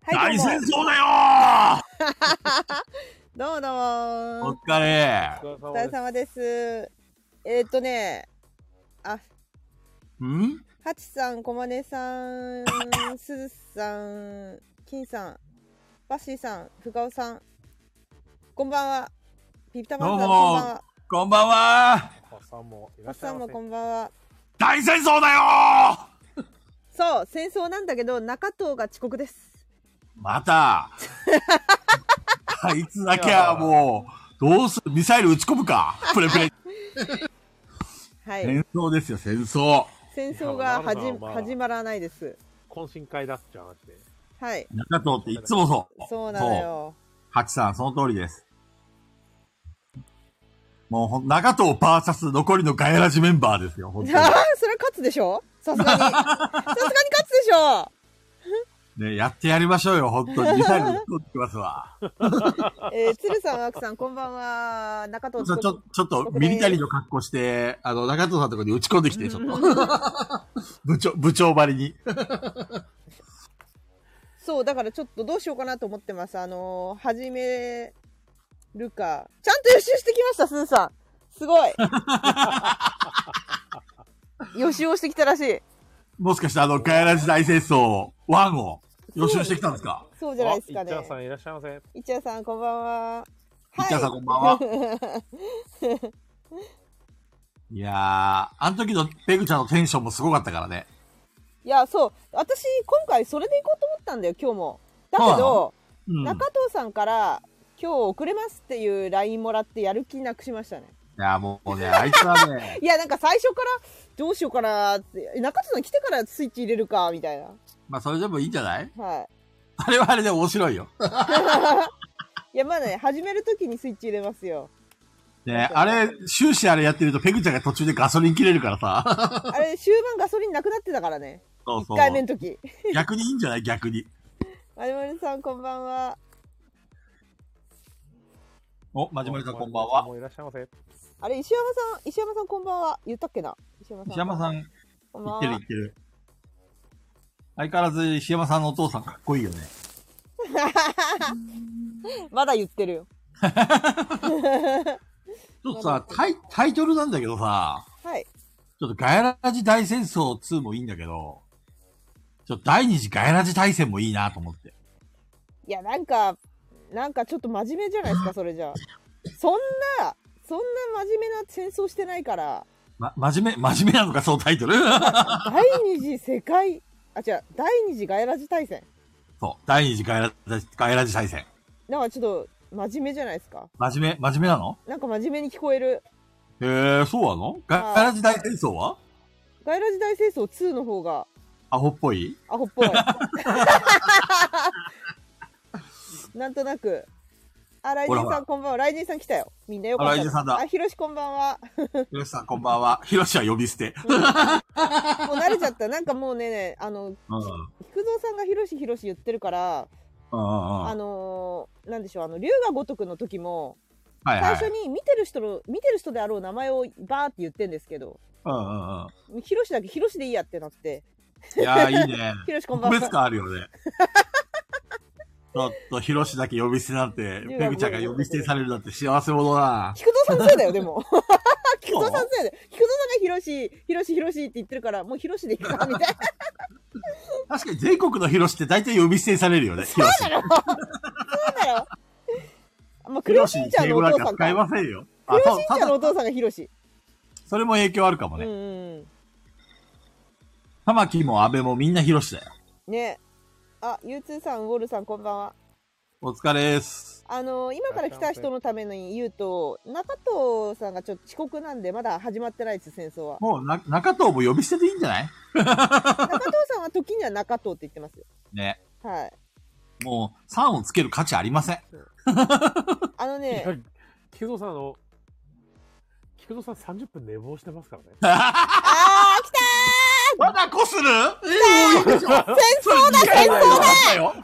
大戦争だよどうもどうも。 お疲れ。 お疲れ様です。ハチさん、コマネさん、スズさん、キンさん、バッシーさん、フガオさん、こんばんは。ピピタマンさん、こんばんは。 こんばんは。 ハッサンもこんばんは。 大戦争だよそう、戦争なんだけど、中藤が遅刻です。 またあいつだけはもう、どうするミサイル撃ち込むかプレプレ。 はい。 戦争ですよ、戦争。 戦争が始まらないです。 懇親会だっちゃう話で。 はい。 中藤っていつもそう。 そうなのよ。 ハチさん、その通りです。もう、中藤バーサス残りのガヤラジメンバーですよ、本当に。 それ勝つでしょ、さすがに。さすがに勝つでしょね、やってやりましょうよ、本当に。ミサイル撃ち込んできますわ。 鶴さん、ワクさん、こんばんは。中藤さん。 ちょっと、ミリタリーの格好して、中藤さんのところに撃ち込んできて、ちょっと。部長ばりに。 そう、だからちょっとどうしようかなと思ってます。始めるか。ちゃんと予習してきました、スーさん。すごい。予習をしてきたらしい。 もしかしてガヤラジ大戦争1を予習してきたんですか？ そうじゃないですかね。 いっちゃんさんいらっしゃいませ。 いっちゃんさんこんばんは。 いっちゃんさんこんばんは。いやー、あの時のペグちゃんのテンションもすごかったからね。 いや、そう。私、今回それで行こうと思ったんだよ、今日も。だけど、中藤さんから、今日遅れますっていう LINE もらってやる気なくしましたね。 いや、もうね、あいつはね。 いや、なんか最初から、どうしようかなって、中津さん来てからスイッチ入れるか、みたいな。 まあ、それでもいいんじゃない？ はい。 あれはあれで面白いよ。 いや、まだね、始めるときにスイッチ入れますよ。 ね、あれ、終始あれやってると、ペグちゃんが途中でガソリン切れるからさ。 あれ、終盤ガソリンなくなってたからね。 そうそう。 1回目の時。 逆にいいんじゃない？逆に。 まじまりさん、こんばんは。 お、まじまりさんこんばんは。 いらっしゃいませ。 あれ、石山さんこんばんは。言ったっけな？ 石山さん、言ってる言ってる。相変わらず石山さんのお父さんかっこいいよね。 まだ言ってるよ。 ちょっとさ、タイトルなんだけどさ、 はい。 ちょっとガヤラジ大戦争2もいいんだけど、ちょっと第二次ガヤラジ大戦もいいなと思って。 いや、なんかちょっと真面目じゃないですか、それじゃあ。そんな真面目な戦争してないから。 真面目なのか、そのタイトル第二次世界、第二次ガヤラジ大戦。 そう、第二次ガヤラジ大戦。 なんかちょっと、真面目じゃないですか。 真面目なの？ なんか真面目に聞こえる。 そうなの？ガヤラジ大戦争は？ ガヤラジ大戦争2の方が。 アホっぽい？ アホっぽい。なんとなく。あ、ライジンさんこんばんは。ライジンさん来たよ。みんなよかった。 ライジンさんだ。 あ、ヒロシこんばんは。 ヒロシさんこんばんは。ヒロシは呼び捨て。 もう慣れちゃった。なんかもうね、菊蔵さんがヒロシ言ってるから、なんでしょう、龍が如くの時も、最初に見てる人であろう名前をバーって言ってんですけど、ヒロシだけヒロシでいいやってなって。 いやー、いいね。 ヒロシこんばんは。 特別感あるよね。ちょっと、ヒロシだけ呼び捨てなんて、ペグちゃんが呼び捨てされるなんて幸せ者だな。 菊蔵さんのせいだよ、でも。菊蔵さんのせいだよ。菊蔵さんがヒロシって言ってるから、もうヒロシでいいか、みたいな。 確かに全国のヒロシって大体呼び捨てされるよね。 そうだろ。まあ、クレヨンしんちゃんのお父さんか。 使いませんよ。 クレヨンしんちゃんのお父さんがヒロシ。 それも影響あるかもね。玉木も安倍もみんなヒロシだよ。 ね。あ、U2 さん、ウォルさん、こんばんは。 お疲れです。 今から来た人のために言うと、中藤さんがちょっと遅刻なんで、まだ始まってないです、戦争は。 もう、中藤も呼び捨てでいいんじゃない？ 中藤さんは時には中藤って言ってますよ。 ね。 はい。 もう、3をつける価値ありません。 菊蔵さん菊蔵さん30分寝坊してますからね。 来たーまだこする？ 戦争だわかった、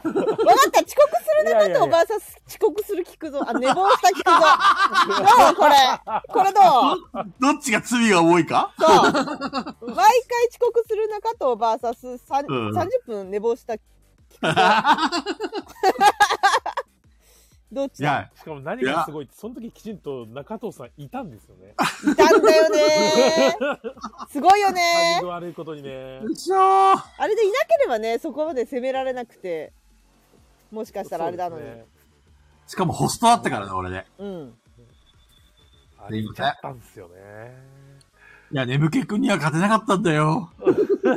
遅刻する中藤 VS 遅刻する菊蔵。寝坊した菊蔵。どうこれどう？ どっちが罪が重いか？ そう。毎回遅刻する中藤 VS30 分寝坊した菊どっちだ？ しかも何がすごいって、その時きちんと中藤さんいたんですよね。 いたんだよねすごいよねタイミング悪いことにね。 あれでいなければね、そこまで攻められなくて、もしかしたらあれだのに。ね、 しかもホストあったからね、俺ね。 うん。 あれいちゃったんですよね。 いや、眠気くんには勝てなかったんだよ。 ど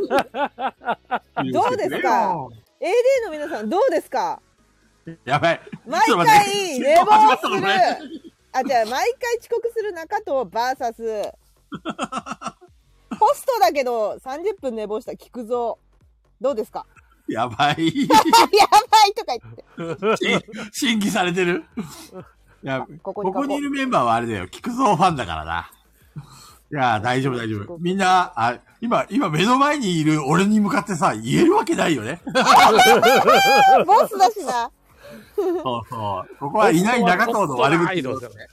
うですか ?AD の皆さんどうですか？ やばい。 毎回寝坊する。あ、じゃあ毎回遅刻する中藤 VS ホストだけど30分寝坊した菊蔵。どうですか？ やばい。 やばいとか言って。 審議されてる。いや、ここにいるメンバーはあれだよ。菊蔵ファンだからな。いや、大丈夫大丈夫。みんな、今目の前にいる俺に向かってさ、言えるわけないよね。 ボスだしな。 そうそう。ここはいない中藤の悪口ですよね。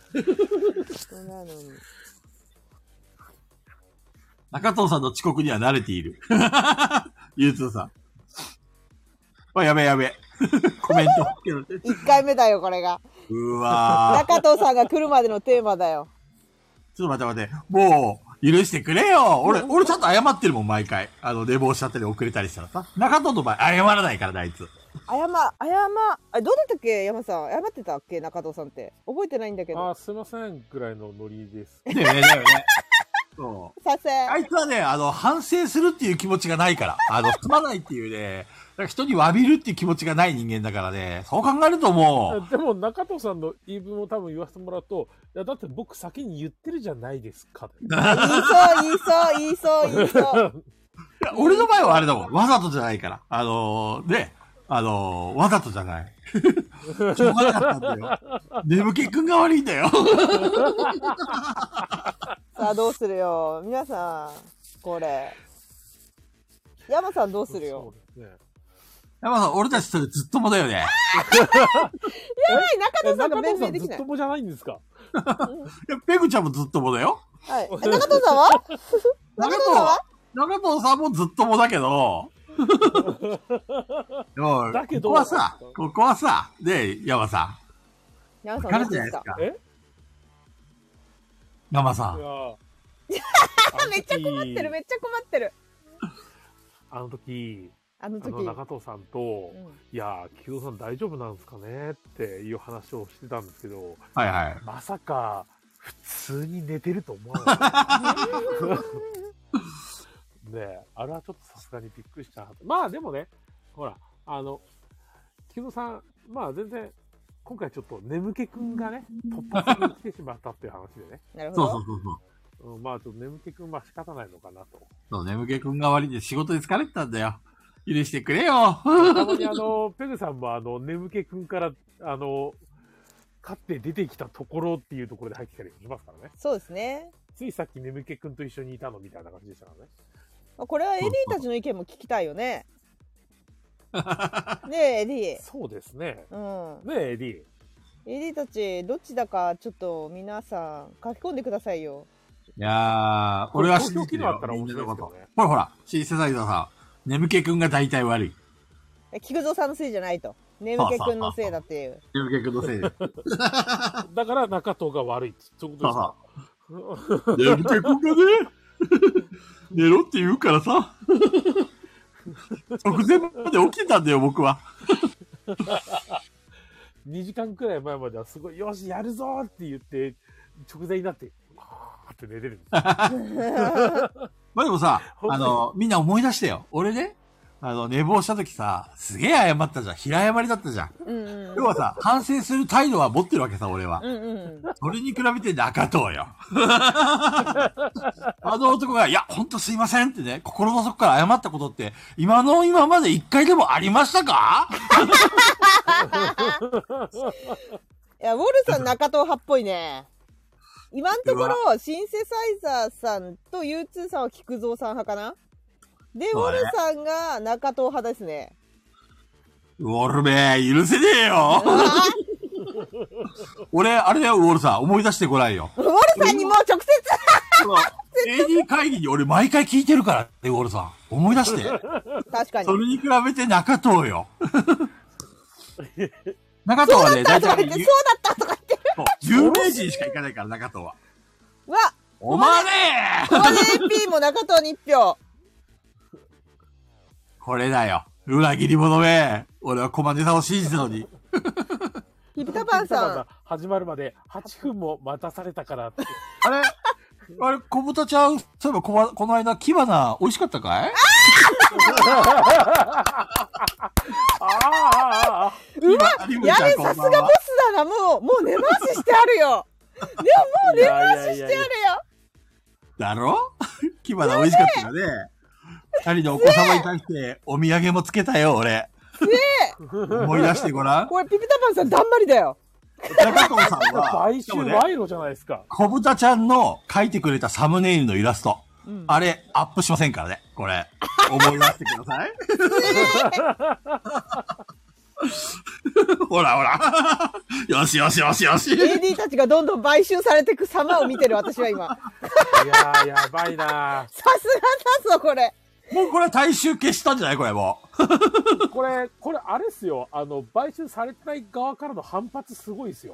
中藤さんの遅刻には慣れている。ゆうつーさん。やべえ。コメント。 1回目だよ、これが。 うわー。中藤さんが来るまでのテーマだよ。 ちょっと待って。もう、許してくれよ。俺ちゃんと謝ってるもん、毎回。寝坊しちゃったり遅れたりしたらさ。中藤の場合、謝らないからな、あいつ。 どうだったっけ山さん。謝ってたっけ中藤さんって。覚えてないんだけど。 すいません、ぐらいのノリです。 だよね。そう。あいつはね、反省するっていう気持ちがないから。すまないっていうね、人に詫びるっていう気持ちがない人間だからね、そう考えるともう。でも中藤さんの言い分を多分言わせてもらうと、いや、だって僕先に言ってるじゃないですか。 言いそう。 俺の場合はあれだもん。わざとじゃないから。わざとじゃない。しょうがなかったんだよ。眠気くんが悪いんだよ。 さあ、どうするよ。皆さん、これ。山さんどうするよ。そうですね。 山さん、俺たちそれずっともだよね。 やばい、中藤さんが弁明できない。 ずっともじゃないんですか？ いや、ペグちゃんもずっともだよ。 はい。中藤さんは中藤さんもずっともだけど、 だけど、 ここはさ、で、山さん。 山さんわかるじゃないですか。山さん。 めっちゃ困ってる。 あの時、中藤さんと、いや、菊蔵さん大丈夫なんですかねっていう話をしてたんですけど、まさか、普通に寝てると思わなかった。ね、あれはちょっとさすがにびっくりした。まあでもね、ほら、菊蔵さん、まあ全然、今回ちょっと眠気くんがね、突発的に来てしまったっていう話でね。 なるほど。 そう。 まあちょっと眠気くんは仕方ないのかなと。 そう、眠気くんが悪いんで仕事で疲れてたんだよ。許してくれよ。 たまにペグさんも眠気くんから、勝って出てきたところっていうところで入ってきたりしますからね。 そうですね。 ついさっき眠気くんと一緒にいたのみたいな感じでしたからね。 これはエディたちの意見も聞きたいよね。ねえ、エディ。 そうですね。 うん。 ねえ、エディ。 エディたち、どっちだか、ちょっと皆さん、書き込んでくださいよ。 いやー、俺は信じてるよ。みんなのこと。ほら、シーセサイドさん、眠気くんが大体悪い。 菊蔵さんのせいじゃないと。眠気くんのせいだっていう。 眠気くんのせいで。 だから中藤が悪いって。そういうことですか。眠気くんがね、寝ろって言うからさ。直前まで起きてたんだよ、僕は。 2時間くらい前まではすごい、よし、やるぞって言って、直前になって、って寝れるんです。 まあでもさ、みんな思い出してよ。俺ね、寝坊した時さ、すげえ謝ったじゃん。平謝りだったじゃん。要はさ、反省する態度は持ってるわけさ、俺は。それに比べて中藤よ。男が、いや、ほんとすいませんってね、心の底から謝ったことって、今まで一回でもありましたか？ いや、ウォルさん中藤派っぽいね。今のところ、シンセサイザーさんと U2 さんは菊蔵さん派かな？で、ウォルさんが中藤派ですね。 ウォルべ許せねえよ。俺、あれだよ、ウォルさん。思い出してごらんよ。 ウォルさんにもう直接 AD 会議に俺毎回聞いてるからね、ウォルさん。思い出して。 確かに。 それに比べて中藤よ。中藤はね、 大体。そうだったとか言ってる。 有名人しか行かないから、中藤は。 うわお前ねここで AP も中藤に1票。 これだよ。裏切り者め。俺はコマネさんを信じたのに。 ピピタパンさん。 始まるまで8分も待たされたからって。 あれ小豚ちゃん、そういえばこの間、キバナ美味しかったかい？ うわやべ、さすがボスだな。もう根回ししてあるよ。でももう根回ししてあるよ。 だろ？キバナ美味しかったよね。二人のお子様に対してお土産もつけたよ、俺。思い出してごらん。 これピピタパンさんだんまりだよ。 中藤さんは、 買収賄賂じゃないですか。 小豚ちゃんの描いてくれたサムネイルのイラスト。あれ、アップしませんからね。これ。思い出してください。ほらほら。よしよしよしよし。 AD たちがどんどん買収されていく様を見てる私は今。 いやー、やばいなー。 さすがだぞ、これ。 もうこれは大衆消したんじゃないこれもう。これあれっすよ。買収されてない側からの反発すごいですよ。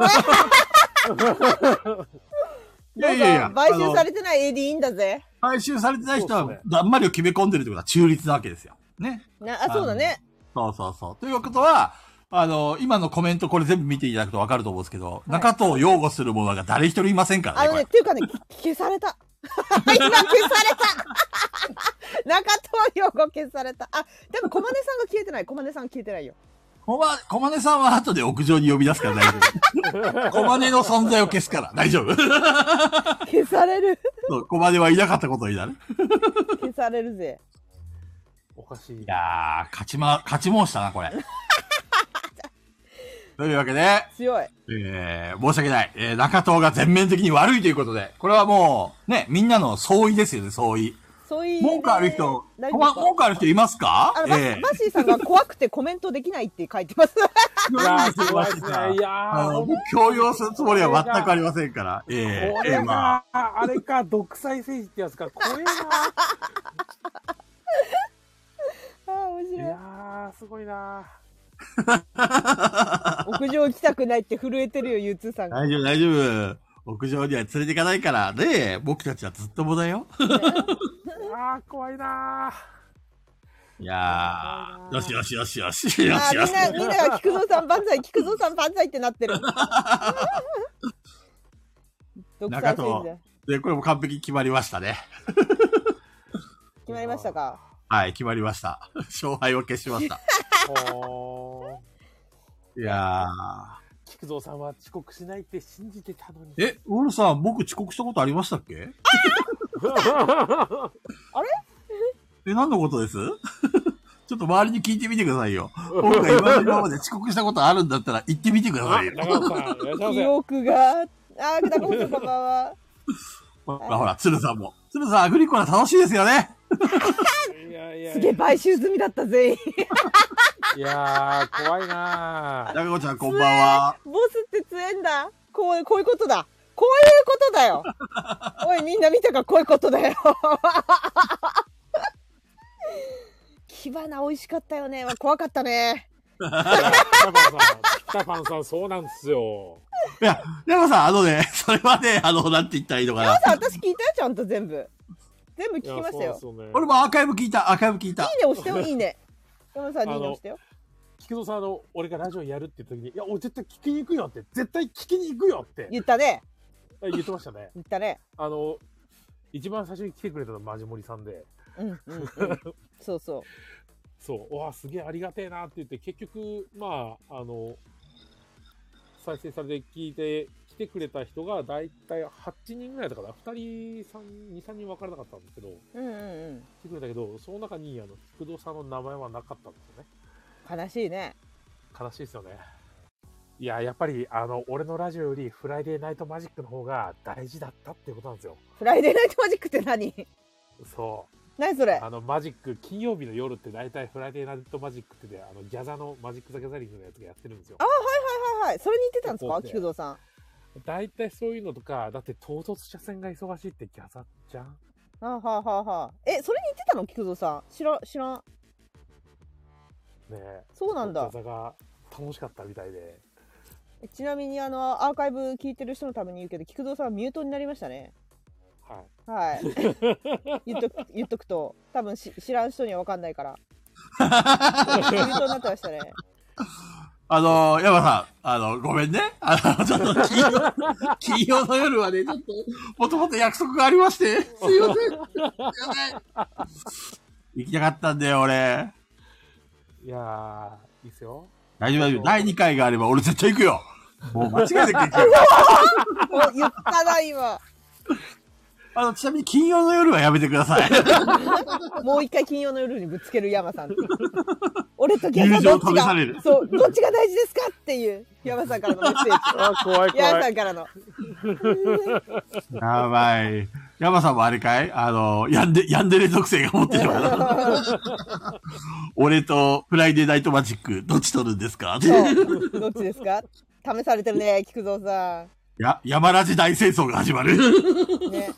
いやいやいや。 買収されてない AD いいんだぜ。 買収されてない人は、だんまりを決め込んでるってことは中立なわけですよ。ね。 そうだね。 そうそうそう。ということは、今のコメントこれ全部見ていただくとわかると思うんですけど、中藤を擁護する者が誰一人いませんからね。 っていうかね、消された。今消された中藤擁護消された。でも小金さんが消えてない。小金さん消えてないよ。 小金さんは後で屋上に呼び出すから大丈夫。小金の存在を消すから大丈夫。 消される。 そう、小金はいなかったことになる。 消されるぜ。 おかしい。 いやー、勝ち申したな、これ。というわけで、 強い。 申し訳ない。中藤が全面的に悪いということで、これはもう、ね、みんなの相違ですよね、相違。文句ある人、文句ある人いますか？ バッシーさんが怖くてコメントできないって書いてます。 いやー、すごいですね。いやー、 強要するつもりは全くありませんから。 まあ。あれか、独裁政治ってやつか、怖えな面白い。 いやー、すごいな屋上行きたくないって震えてるよ、U2 さんが。 大丈夫、大丈夫。屋上には連れていかないから、ね僕たちはずっともだよ。 怖いないやー、よしよしよしよし。よしよし。 みんなが菊蔵さん万歳、菊蔵さん万歳ってなってる。 中藤。で、これも完璧に決まりましたね。 決まりましたか？ はい、決まりました。勝敗を消しました。いやー。 菊蔵さんは遅刻しないって信じてたのに。 ウォルさん、僕遅刻したことありましたっけ？ あれ？ 何のことです？ちょっと周りに聞いてみてくださいよ。僕が今まで遅刻したことあるんだったら言ってみてくださいよ。 記憶が、中本さんこんばんは。 ほら、鶴さんも。鶴さん、アグリコラ楽しいですよね。 すげえ買収済みだった全員。 いやー、怖いなー。 中子ちゃんこんばんは。 ボスって強えんだ。こういうことだ。こういうことだよ。おい、みんな見たか、こういうことだよ。キバナ美味しかったよね。怖かったね。 北パンさん、そうなんですよ。 いや、でもさ、それはね、なんて言ったらいいのかな。 山さん、私聞いたよ、ちゃんと全部。全部聞きましたよ。 俺もアーカイブ聞いた。いいね押してよ、いいね。山さん、いいね押してよ。 菊蔵さん、俺がラジオやるって言った時に、いや、俺絶対聞きに行くよって、絶対聞きに行くよって。 言ったね。 言ってましたね。 言ったね。 一番最初に来てくれたのはマジモリさんで。 そうそう。 そう、わあ、すげえありがてえなって言って、結局、まあ、再生されて聞いて、来てくれた人がだいたい8人ぐらいだから、2人、2、3人分からなかったんですけど、来てくれたけど、その中に、菊蔵さんの名前はなかったんですよね。 悲しいね。 悲しいですよね。いや、やっぱり、俺のラジオよりフライデーナイトマジックの方が大事だったっていうことなんですよ。 フライデーナイトマジックって何？ そう。 何それ？ マジック、金曜日の夜って大体フライデーナイトマジックってで、ギャザのマジック・ザ・ギャザリングのやつがやってるんですよ。 はい。それに言ってたんですか？菊蔵さん。 大体そういうのとか、だって唐突車線が忙しいってギャザじゃん。 はあ、はあはあはあ、それに言ってたの菊蔵さん。知らん。ねえ。 そうなんだ。 ギャザが楽しかったみたいで。 ちなみにアーカイブ聞いてる人のために言うけど、菊蔵さんはミュートになりましたね。はい。言っとくと、多分知らん人には分かんないから。ミュートになってましたね。 山さん、ごめんね。ちょっと金曜の夜はね、ちょっと、もともと約束がありまして、すいません。行きたかったんだよ、俺。 いやー、いいっすよ。 大丈夫。第2回があれば俺絶対行くよ。もう間違えて行くよ。 もう言ったな、今。 ちなみに金曜の夜はやめてください。 もう一回金曜の夜にぶつける山さん。俺とギャザどっちが、そう、どっちが大事ですかっていう山さんからのメッセージ。 あ、怖い。 山さんからの。 やばい。山さんもあれかいヤンデレ属性が持ってるから。俺とフライデーナイトマジック、どっち取るんですか？ そう。どっちですか？試されてるね、菊蔵さん。 山ラジ大戦争が始まる。ね。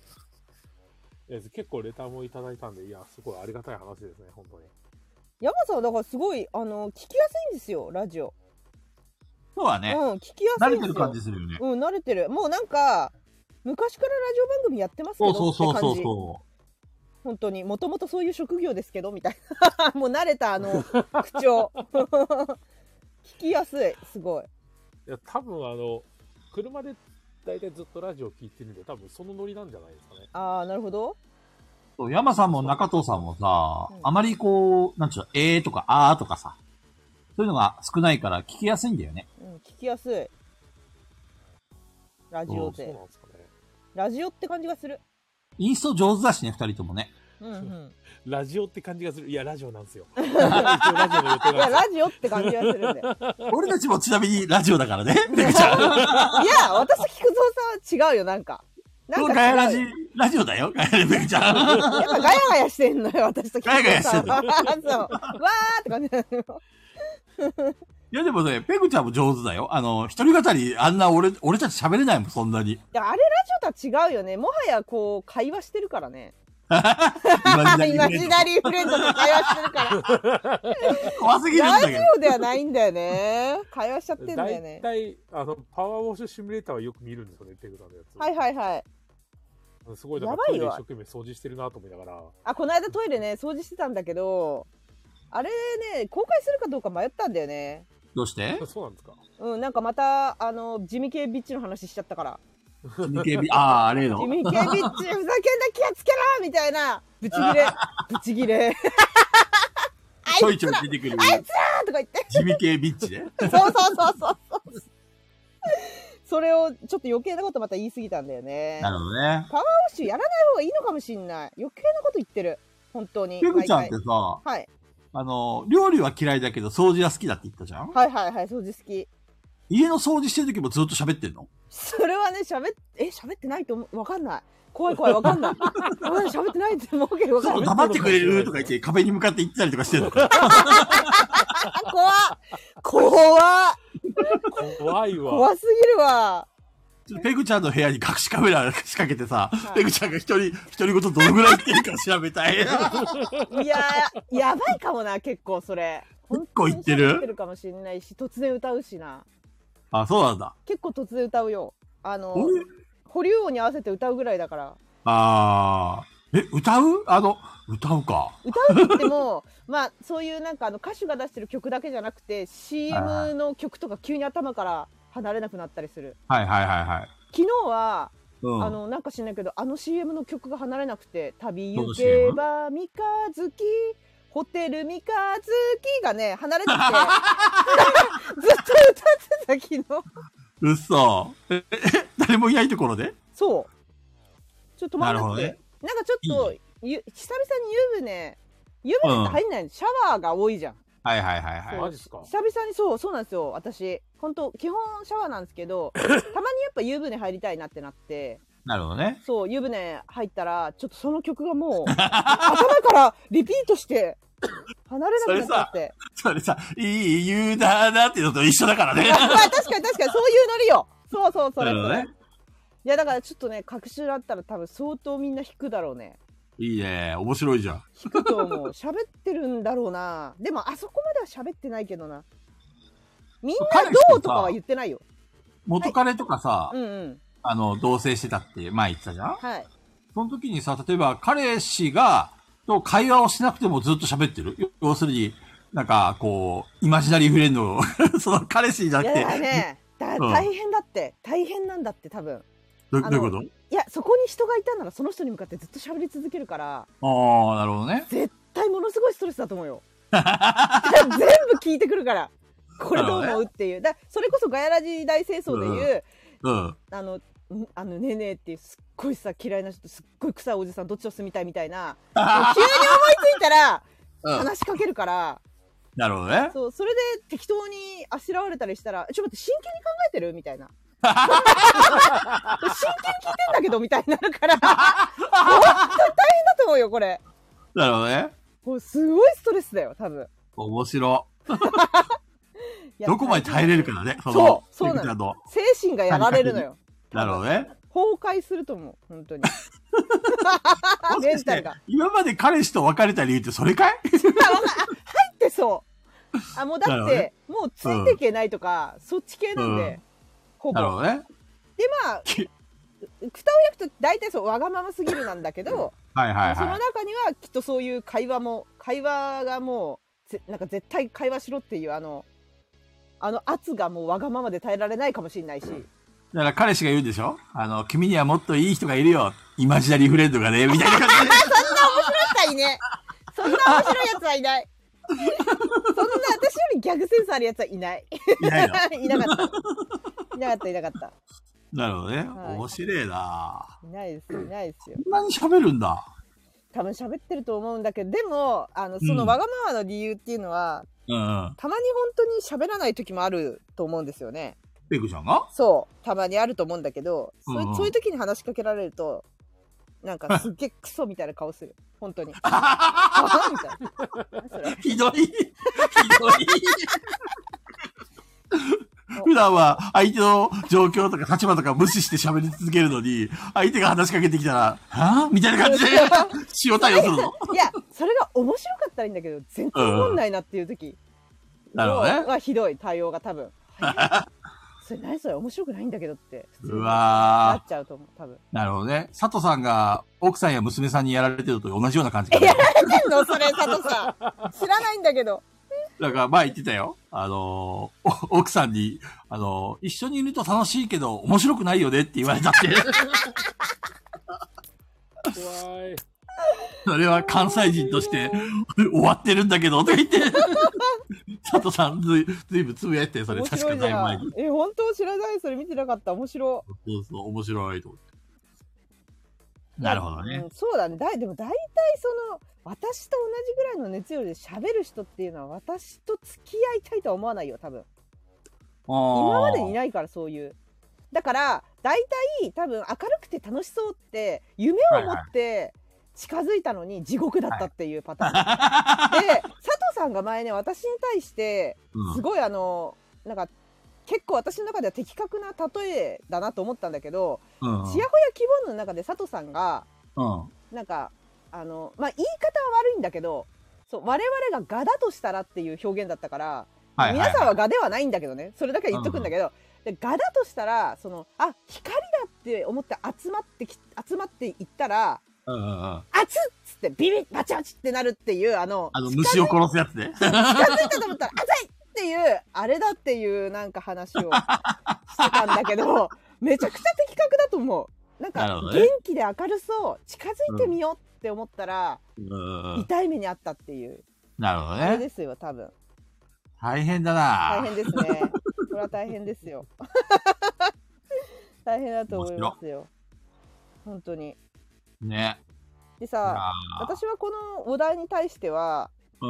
結構レターもいただいたんで、いや、すごいありがたい話ですね、本当に。 山さんはだからすごい、聞きやすいんですよ、ラジオ。 そうだね。 聞きやすいんですよ。 慣れてる感じするよね。 慣れてる。もうなんか、昔からラジオ番組やってますけどって感じ。そう。本当に、もともとそういう職業ですけど、みたいな。もう慣れた口調。聞きやすい、すごい。 いや、多分車で大体ずっとラジオ聞いてるんで、多分そのノリなんじゃないですかね。 ああ、なるほど。 そう、山さんも中藤さんもさ、あまりこう、なんちゅうの、とかあーとかさ、そういうのが少ないから聞きやすいんだよね。 聞きやすい。ラジオで。そうなんですかね。ラジオって感じがする。 インスト上手だしね、二人ともね。 ラジオって感じがする。いや、ラジオなんですよ。 一応ラジオの予定なんですよ。いや、ラジオって感じがするんで。 俺たちもちなみにラジオだからね。めぐちゃん。いや、私、菊蔵さんは違うよ、なんか。 ガヤラジオだよ、ガヤラめぐちゃん。 やっぱガヤガヤしてんのよ、私と菊蔵さんは。ガヤガヤしてんの。そう。わーって感じなのよ。 いやでもね、ペグちゃんも上手だよ。一人語り、あんな俺たち喋れないもん、そんなに。いや、あれラジオとは違うよね。もはやこう、会話してるからね。イマジナリーフレンドと会話してるから。 怖すぎるんだけど。 ラジオではないんだよね。会話しちゃってんだよね。 大体、パワーウォッシュシミュレーターはよく見るんですよね、ペグさんのやつ。 はいはいはい。 すごい、だからトイレ一生懸命掃除してるなと思いながら。 この間トイレね、掃除してたんだけど、あれね、公開するかどうか迷ったんだよね。 どうして？ そうなんですか？ なんかまた、地味系ビッチの話しちゃったから。 地味系ビッチ、あれの地味系ビッチ、ふざけんな気をつけろみたいな、ブチギレ。 ちょいちょい出てくる。 あいつらーとか言って。 地味系ビッチね。 そう。それを、ちょっと余計なことまた言い過ぎたんだよね。 なるほどね。 パワーウォッシュやらない方がいいのかもしんない。余計なこと言ってる。本当に。 ペグちゃんってさ、 はい。 料理は嫌いだけど掃除は好きだって言ったじゃん？ はい、掃除好き。 家の掃除してる時もずっと喋ってんの？ それはね、喋ってないとわかんない。怖い、わかんない。喋ってないって思うけどわかんない。 黙ってくれるとか言って壁に向かって言ってたりとかしてるのか。 怖いわ。 怖すぎるわ。 ペグちゃんの部屋に隠しカメラ仕掛けてさ、ペグちゃんが独り言どのぐらい言ってるか調べたい。 いや、やばいかもな、結構それ。 結構言ってる？ 言ってるかもしれないし、突然歌うしな。 あ、そうなんだ。 結構突然歌うよ。保留音に合わせて歌うぐらいだから。 歌う？歌うか。 歌うって言っても、まあ、そういうなんか歌手が出してる曲だけじゃなくて、CM の曲とか急に頭から離れなくなったりする。 はい。 昨日は、なんか知んないけど、CM の曲が離れなくて、旅行けば三日月、ホテル三日月がね、離れなくて、ずっと歌ってた、昨日。 うっそ。誰もいないところで？ そう。ちょっと止まらなくて。 なるほどね。 なんかちょっと、久々に湯船って入んないの、シャワーが多いじゃん。 はい。 マジっすか？ 久々にそうなんですよ、私。本当基本シャワーなんですけど、たまにやっぱ湯船入りたいなってなって。 なるほどね。 そう、湯船入ったら、ちょっとその曲がもう、頭からリピートして、離れなくなっちゃって。 それさ、いい湯だなっていうのと一緒だからね。 まあ確かにそういうノリよ。 そう、それ。ね、いや、だからちょっとね、隔週だったら多分相当みんな引くだろうね。 いいね。面白いじゃん。 引くと思う。喋ってるんだろうな。でも、あそこまでは喋ってないけどな。みんなどうとかは言ってないよ。 元彼とかさ、 はい、うんうん。 同棲してたって前言ってたじゃん。 はい。 その時にさ、例えば彼氏と会話をしなくてもずっと喋ってる。要するに、なんか、こう、イマジナリーフレンドを、その彼氏じゃなくて。いやね、大変だって。大変なんだって多分。 どういうこと？いや、そこに人がいたならその人に向かってずっと喋り続けるから。 ああ、なるほどね。 絶対ものすごいストレスだと思うよ。全部聞いてくるから。これどう思うっていう。それこそガヤラジ大清掃でいう、ねえねえっていうすっごいさ嫌いな人とすっごい臭いおじさんどっちと住みたいみたいな急に思いついたら話しかけるから、 なるほどね。 そう、それで適当にあしらわれたりしたら、ちょっと待って、真剣に考えてるみたいな。真剣に聞いてんだけどみたいになるから、本当大変だと思うよ、これ。 なるほどね。 これすごいストレスだよ、多分。 面白。どこまで耐えれるからね、 そうなの。精神がやられるのよ。 なるほどね。 崩壊すると思う、本当に。メンタルが。 今まで彼氏と別れた理由ってそれかい？ 入ってそう。もうだって、もうついていけないとか、そっち系なんで、ほぼ。 なるほどね。 で、まあ、蓋を焼くと大体そう、わがまますぎるなんだけど、その中にはきっとそういう会話がもう、なんか絶対会話しろっていう圧がもうわがままで耐えられないかもしれないし。 だから彼氏が言うんでしょ？君にはもっといい人がいるよ。イマジナリーフレンドがね、みたいな感じで。 そんな面白い人いね。そんな面白いやつはいない。そんな私よりギャグセンスあるやつはいない。 いないの？ いなかった。 なるほどね。面白いな。 いないですよ。 そんなに喋るんだ。 多分喋ってると思うんだけど、でも、そのわがままの理由っていうのは、たまに本当に喋らない時もあると思うんですよね。 ペグちゃんが？ そう。たまにあると思うんだけど、そういう時に話しかけられると、なんかすっげえクソみたいな顔する。本当に。みたいな。ひどい。普段は相手の状況とか立場とか無視して喋り続けるのに、相手が話しかけてきたら、はぁみたいな感じで塩対応するの。 いや、それが面白かったらいいんだけど、全然思んないなっていう時。 なるほどね。 はひどい対応が多分。それ何それ面白くないんだけどってなっちゃうと思う、多分。 なるほどね。佐藤さんが奥さんや娘さんにやられてると同じような感じかな。 やられてんのそれ、佐藤さん。知らないんだけど。 だから前言ってたよ。奥さんに、一緒にいると楽しいけど面白くないよねって言われたって。 怖い。 それは関西人として終わってるんだけど、とか言って。佐藤さんずいぶんつぶやいて、それ確かだいぶ前に。 本当知らない、それ見てなかった。面白い。そう、面白いと思って。なるほどね。 そうだね。でも大体私と同じぐらいの熱量で喋る人っていうのは私と付き合いたいとは思わないよ、多分。今までにいないから、そういう。だから、大体多分明るくて楽しそうって夢を持って近づいたのに地獄だったっていうパターン。で、佐藤さんが前ね、私に対して、すごいなんか、結構私の中では的確な例えだなと思ったんだけど、ちやほや希望の中で佐藤さんが、なんか、まあ、言い方は悪いんだけど、そう、我々が蛾だとしたらっていう表現だったから、皆さんは蛾ではないんだけどね、それだけは言っとくんだけど、で蛾だとしたら、光だって思って集まっていったら、熱っつってビビッバチバチってなるっていう、 虫を殺すやつね。 近づいたと思ったら、熱いっていう、あれだっていうなんか話をしてたんだけど、めちゃくちゃ的確だと思う。なんか、元気で明るそう、近づいてみようって思ったら、痛い目にあったっていう。 なるほどね。 それですよ、多分。 大変だな。 大変ですね。これは大変ですよ。大変だと思いますよ。本当に。 ね。 でさ、私はこのお題に対しては、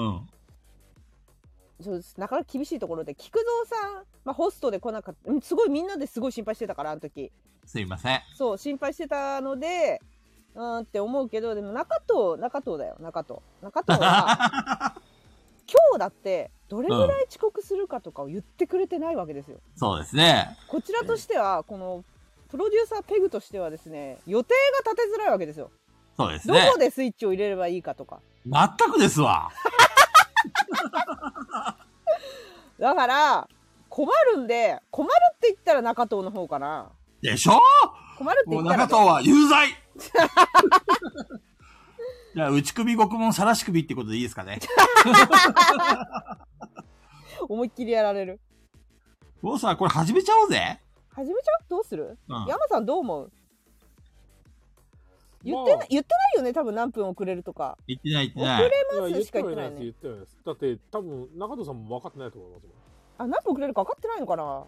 そうです、なかなか厳しいところで、菊蔵さん、ホストで来なかった、すごいみんなですごい心配してたから、あの時。 すいません。 そう、心配してたので、って思うけど、でも中藤だよ、中藤は、今方だって、どれぐらい遅刻するかとかを言ってくれてないわけですよ。 そうですね。 こちらとしては、この、プロデューサーペグとしてはですね、予定が立てづらいわけですよ。 そうですね。 どこでスイッチを入れればいいかとか。 全くですわ。 だから、困るんで、困るって言ったら中藤の方かな。 でしょ？ 困るって言ったら、 中藤は有罪じゃあ、内首獄門さらし首ってことでいいですかね。 思いっきりやられる。 もうさ、これ始めちゃおうぜ。 始めちゃう？どうする？山さんどう思う？言ってないよね、多分何分遅れるとか。 言ってない。遅れますしか言ってないね。 言ってないです。だって多分中藤さんも分かってないと思いますもん。 あ、何分遅れるか分かってないのかな。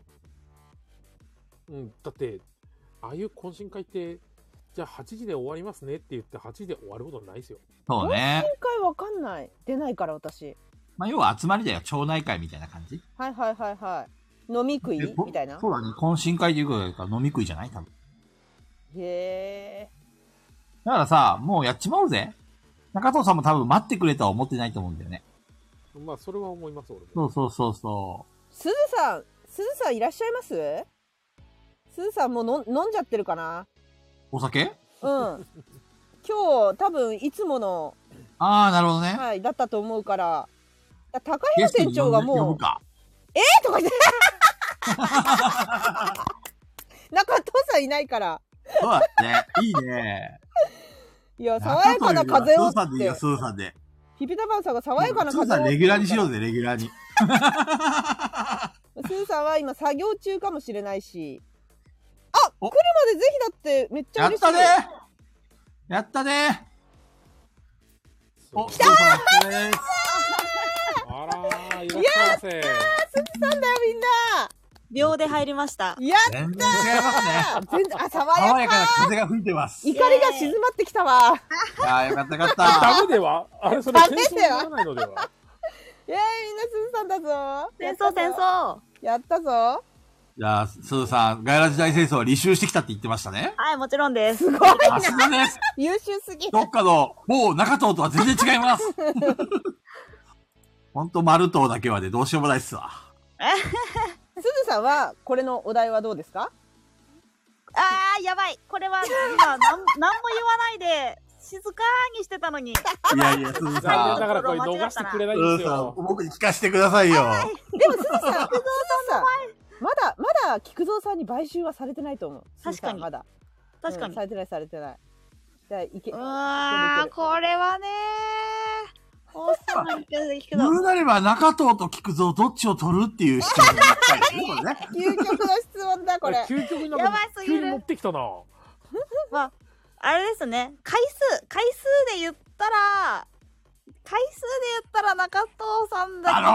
だってああいう懇親会ってじゃあ8時で終わりますねって言って8時で終わることないですよ。 そうね。 懇親会分かんない。出ないから私。 まあ要は集まりだよ。町内会みたいな感じ。 はい。飲み食いみたいな。 そうだね。懇親会というか飲み食いじゃない多分。 へー。 だからさ、もうやっちまおうぜ。中藤さんも多分待ってくれとは思ってないと思うんだよね。 まあそれは思います俺も。 そう。 すずさんいらっしゃいます？すずさんもう飲んじゃってるかな？ お酒？ 今日多分いつもの。 ああ、なるほどね。 はい、だったと思うから。高平店長がもう。 呼ぶか。 とか言って。中藤さんいないから。 そうだね。いいね。 いや、爽やかな風をって。 スーさんで。 ピピタパンさんが爽やかな風を。 スーさんレギュラーにしようぜ、レギュラーに。 スーさんは今作業中かもしれないし。あ、来るまでぜひだってめっちゃ嬉しい。 やったね。 来たー！ あらー、いらっしゃいませ。 すずさんだよみんな。 秒で入りました。 やったー！ 全然違いますね。 爽やかな風が吹いてます。 怒りが静まってきたわ。 ああ、よかった。 ダメでは？あれ、それ戦争にならないのでは？ みんなすずさんだぞ。 戦争。 やったぞ。 じゃあ、すずさん、ガイラジ大戦争は履修してきたって言ってましたね。 はい、もちろんです。 すごいさすがです。 優秀すぎる。 どっかの、もう中藤とは全然違います。ほんと丸藤だけはね、どうしようもないっすわ。 すずさんは、これのお題はどうですか？ やばい。これは、今、なんも言わないで、静かにしてたのに。 いや、すずさん。 だからこれ逃してくれないんですよ。 僕に聞かせてくださいよ。 でもすずさん、まだ菊蔵さんに買収はされてないと思う。 確かに。 まだ。 確かに。 されてない。じゃあ、いけ。 これはね言うなれば中藤と菊蔵どっちを取るっていう質問がしたいですね、これね。 究極の質問だ、これ。 究極なんか急に持ってきたな。 まあ、あれですね。回数で言ったら中藤さんだけ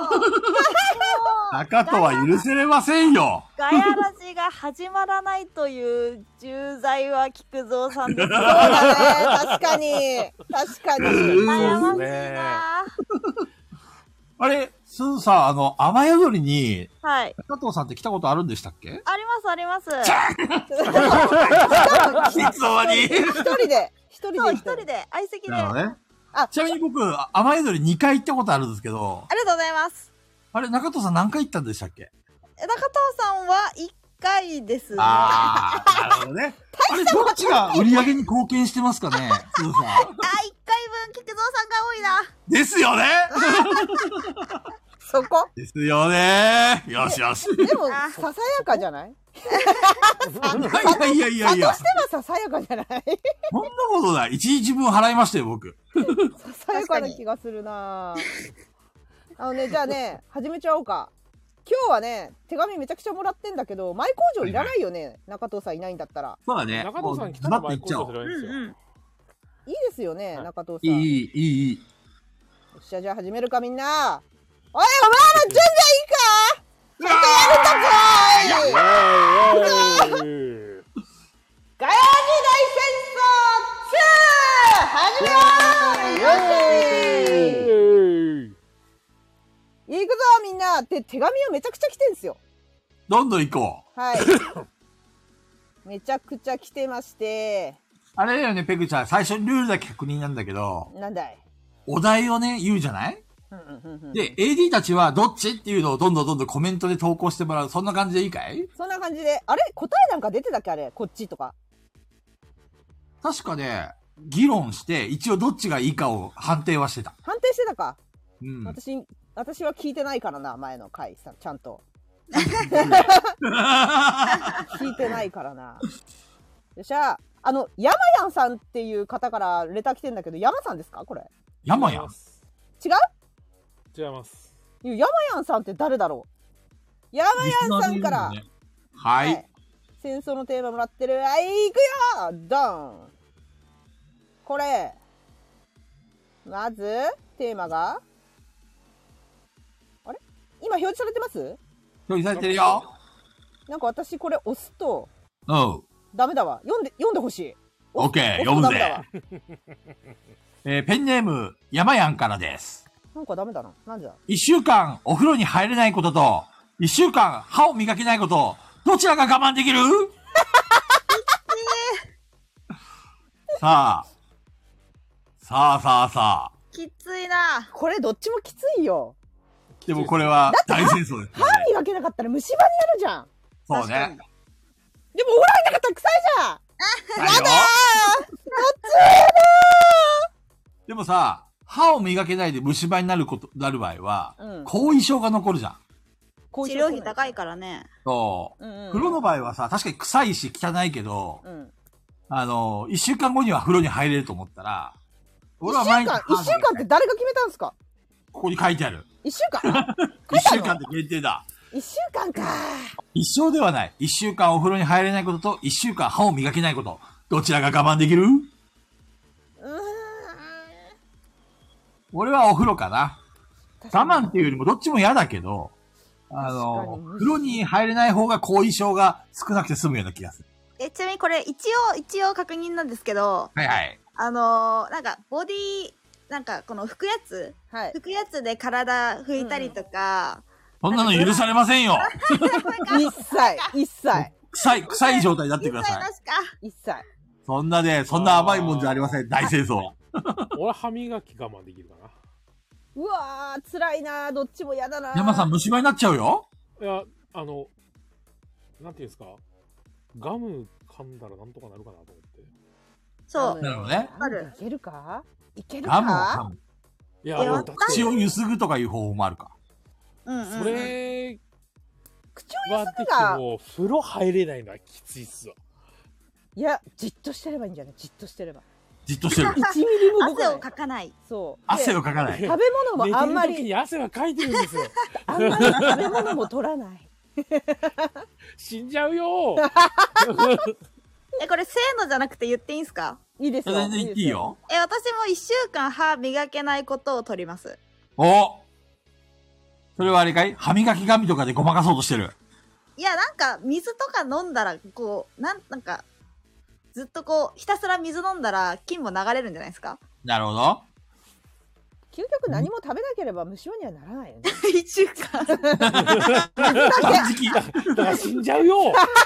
ど。 中藤は許せれませんよ。 ガヤラジが始まらないという重罪は菊蔵さんです。そうだね。確かに。 悩ましいな。 あれ、すずさん、雨宿りに、 はい。 中藤さんって来たことあるんでしたっけ？ あります。 適当に。 一人で。 相席で。 ちなみに僕、雨宿り2回行ったことあるんですけど。 ありがとうございます。 あれ、中藤さん何回行ったんでしたっけ？ 中藤さんは1回ですね。 なるほどね。あれ、どっちが売り上げに貢献してますかね？すずさん。1回分、菊蔵さんが多いな。 ですよねそこですよね。よし。 でも、ささやかじゃない？ いや。 としてはささやかじゃない？ そんなことない。1日分払いましたよ、僕。 ささやかな気がするな。じゃあね、始めちゃおうか。今日はね、手紙めちゃくちゃもらってんだけど、前工場いらないよね。中藤さんいないんだったら。 そうだね。 中藤さん来たら前工場じゃないですよ。 いいですよね、中藤さん。 いい。 よっしゃ、じゃあ始めるか、みんな。おい、お前ら準備はいいか？ちょっとやるんだぞーい！ガヤ時代戦争2！始めよー！行くぞみんなって手紙をめちゃくちゃ来てんすよ。 どんどん行こう。はい。めちゃくちゃ来てまして。 あれだよね、ペグちゃん。最初にルールだけ確認なんだけど。 なんだい？ お題をね、言うじゃない？ で、AD たちはどっちっていうのをどんどんコメントで投稿してもらう。そんな感じでいいかい？ そんな感じで。あれ答えなんか出てたっけあれこっちとか。 確かね、議論して、一応どっちがいいかを判定はしてた。 判定してたか。 うん。 私は聞いてないからな、前の回さ、ちゃんと。聞いてないからな。よっしゃ。ヤマヤンさんっていう方からレター来てんだけど、ヤマさんですかこれ。 ヤマヤン？ 違う？ 違います。 ヤマヤンさんって誰だろう？ヤマヤンさんから、 はい。 戦争のテーマもらってる。はい、行くよドン。これ。まず、テーマが、あれ今表示されてます？ 表示されてるよ。 なんか私これ押すと、 ダメだわ。読んでほしい。 オッケー、読むぜ。ペンネーム、山やんからです。 なんかダメだな。なんでだ？ 1週間お風呂に入れないことと、1週間歯を磨けないこと、どちらが我慢できる？さあ。 きついな。 これどっちもきついよ。 でもこれは大戦争です、ね。 歯磨けなかったら虫歯になるじゃん。 そうね。 でもお風呂入んなかったら臭いじゃん。やだー。どっちでもさ、歯を磨けないで虫歯になる場合は、後遺症が残るじゃん。 治療費高いからね。 そう。風呂の場合はさ、確かに臭いし汚いけど、1週間後には風呂に入れると思ったら、 俺は毎日。1週間って誰が決めたんですか？ ここに書いてある。 1週間 1週間って限定だ。 1週間か。 一生ではない。1週間お風呂に入れないことと、1週間歯を磨けないこと。どちらが我慢できる？俺はお風呂かな。我慢っていうよりもどっちも嫌だけど、風呂に入れない方が後遺症が少なくて済むような気がする。 ちなみにこれ一応確認なんですけど、 はいはい。 なんかボディ、なんかこの拭くやつ、拭くやつで体拭いたりとか、 そんなの許されませんよ。 一切。 臭い状態になってください。 一切。 そんな甘いもんじゃありません。大戦争は。 俺歯磨き我慢できるかな。 うわー、辛いなー。どっちも嫌だなー。 山さん、虫歯になっちゃうよ。 いや、なんていうんですか、ガム噛んだらなんとかなるかなと思って。 そう。 なるほどね。 いけるか？ ガムを噛む。いや、口をゆすぐとかいう方法もあるか。 それ、 口をゆすぐが。 もう風呂入れないのはきついっすわ。 いや、じっとしてればいいんじゃない？じっとしてれば。 じっとしてる。 1ミリも動かない。 汗をかかない。 そう。 汗をかかない。 食べ物もあんまり。 寝てる時に汗はかいてるんですよ。 あんまり食べ物も取らない。 死んじゃうよこれ、せーのじゃなくて言っていいんすか？ いいですよ。 全然言っていいよ。 私も1週間歯磨けないことを取ります。 お！それはあれかい？歯磨き紙とかでごまかそうとしてる。 いや、なんか、水とか飲んだら、こう、なんか、ずっとこう、ひたすら水飲んだら、菌も流れるんじゃないですか？ なるほど。 究極何も食べなければ虫歯にはならないよね。 1週間。 だから死んじゃうよ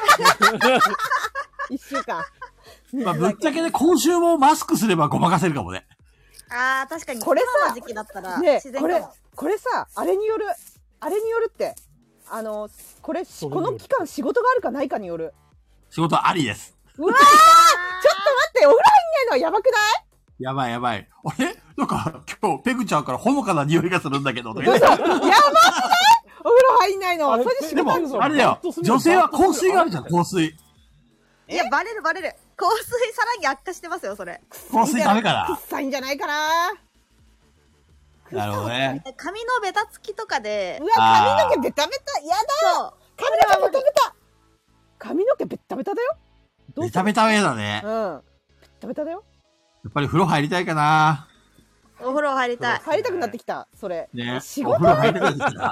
1週間。 まあ、ぶっちゃけね、今週もマスクすればごまかせるかもね。 ああ、確かに。 これさ、 時期だったらね、これさ、あれによるって、この期間仕事があるかないかによる。 仕事ありです。 うわーちょっと待って、お風呂入んないのはやばくない？ やばい。あれなんか、今日、ペグちゃんからほのかな匂いがするんだけど。 やばくない？お風呂入んないの。それででも、あれだよ。女性は香水があるじゃん、香水。 いや、バレる。香水さらに悪化してますよ、それ。 香水ダメかな？ 臭いんじゃないかな？ なるほどね。 髪のベタつきとかで。 うわ、髪の毛ベタベタ。やだよ。髪の毛ベタベタ。髪の毛ベタベタだよ。 ベタベタは嫌だね。 ベタベタだよ。 やっぱり風呂入りたいかな。 お風呂入りたい。 入りたくなってきた、それ。 ね。 仕事がなか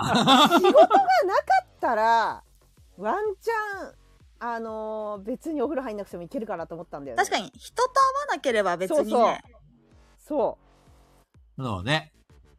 ったら、ワンチャン、別にお風呂入んなくてもいけるかなと思ったんだよね。 確かに、人と会わなければ別にね。 そう 。ね。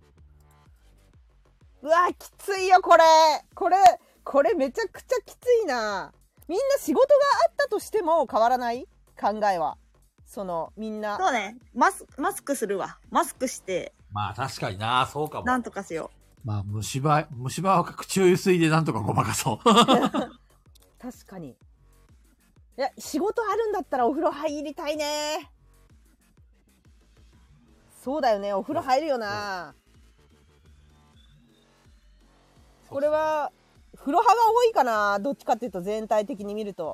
うわ、きついよ、これめちゃくちゃきついな。みんな仕事があったとしても変わらない考えは。みんな。 そうね。マスクするわ。マスクして。 まあ確かにな、そうかも。 なんとかしよう。まあ虫歯は口湯水でなんとかごまかそう。 確かに。いや、仕事あるんだったらお風呂入りたいね。そうだよね、お風呂入るよな。これは、風呂派が多いかな、どっちかっていうと全体的に見ると。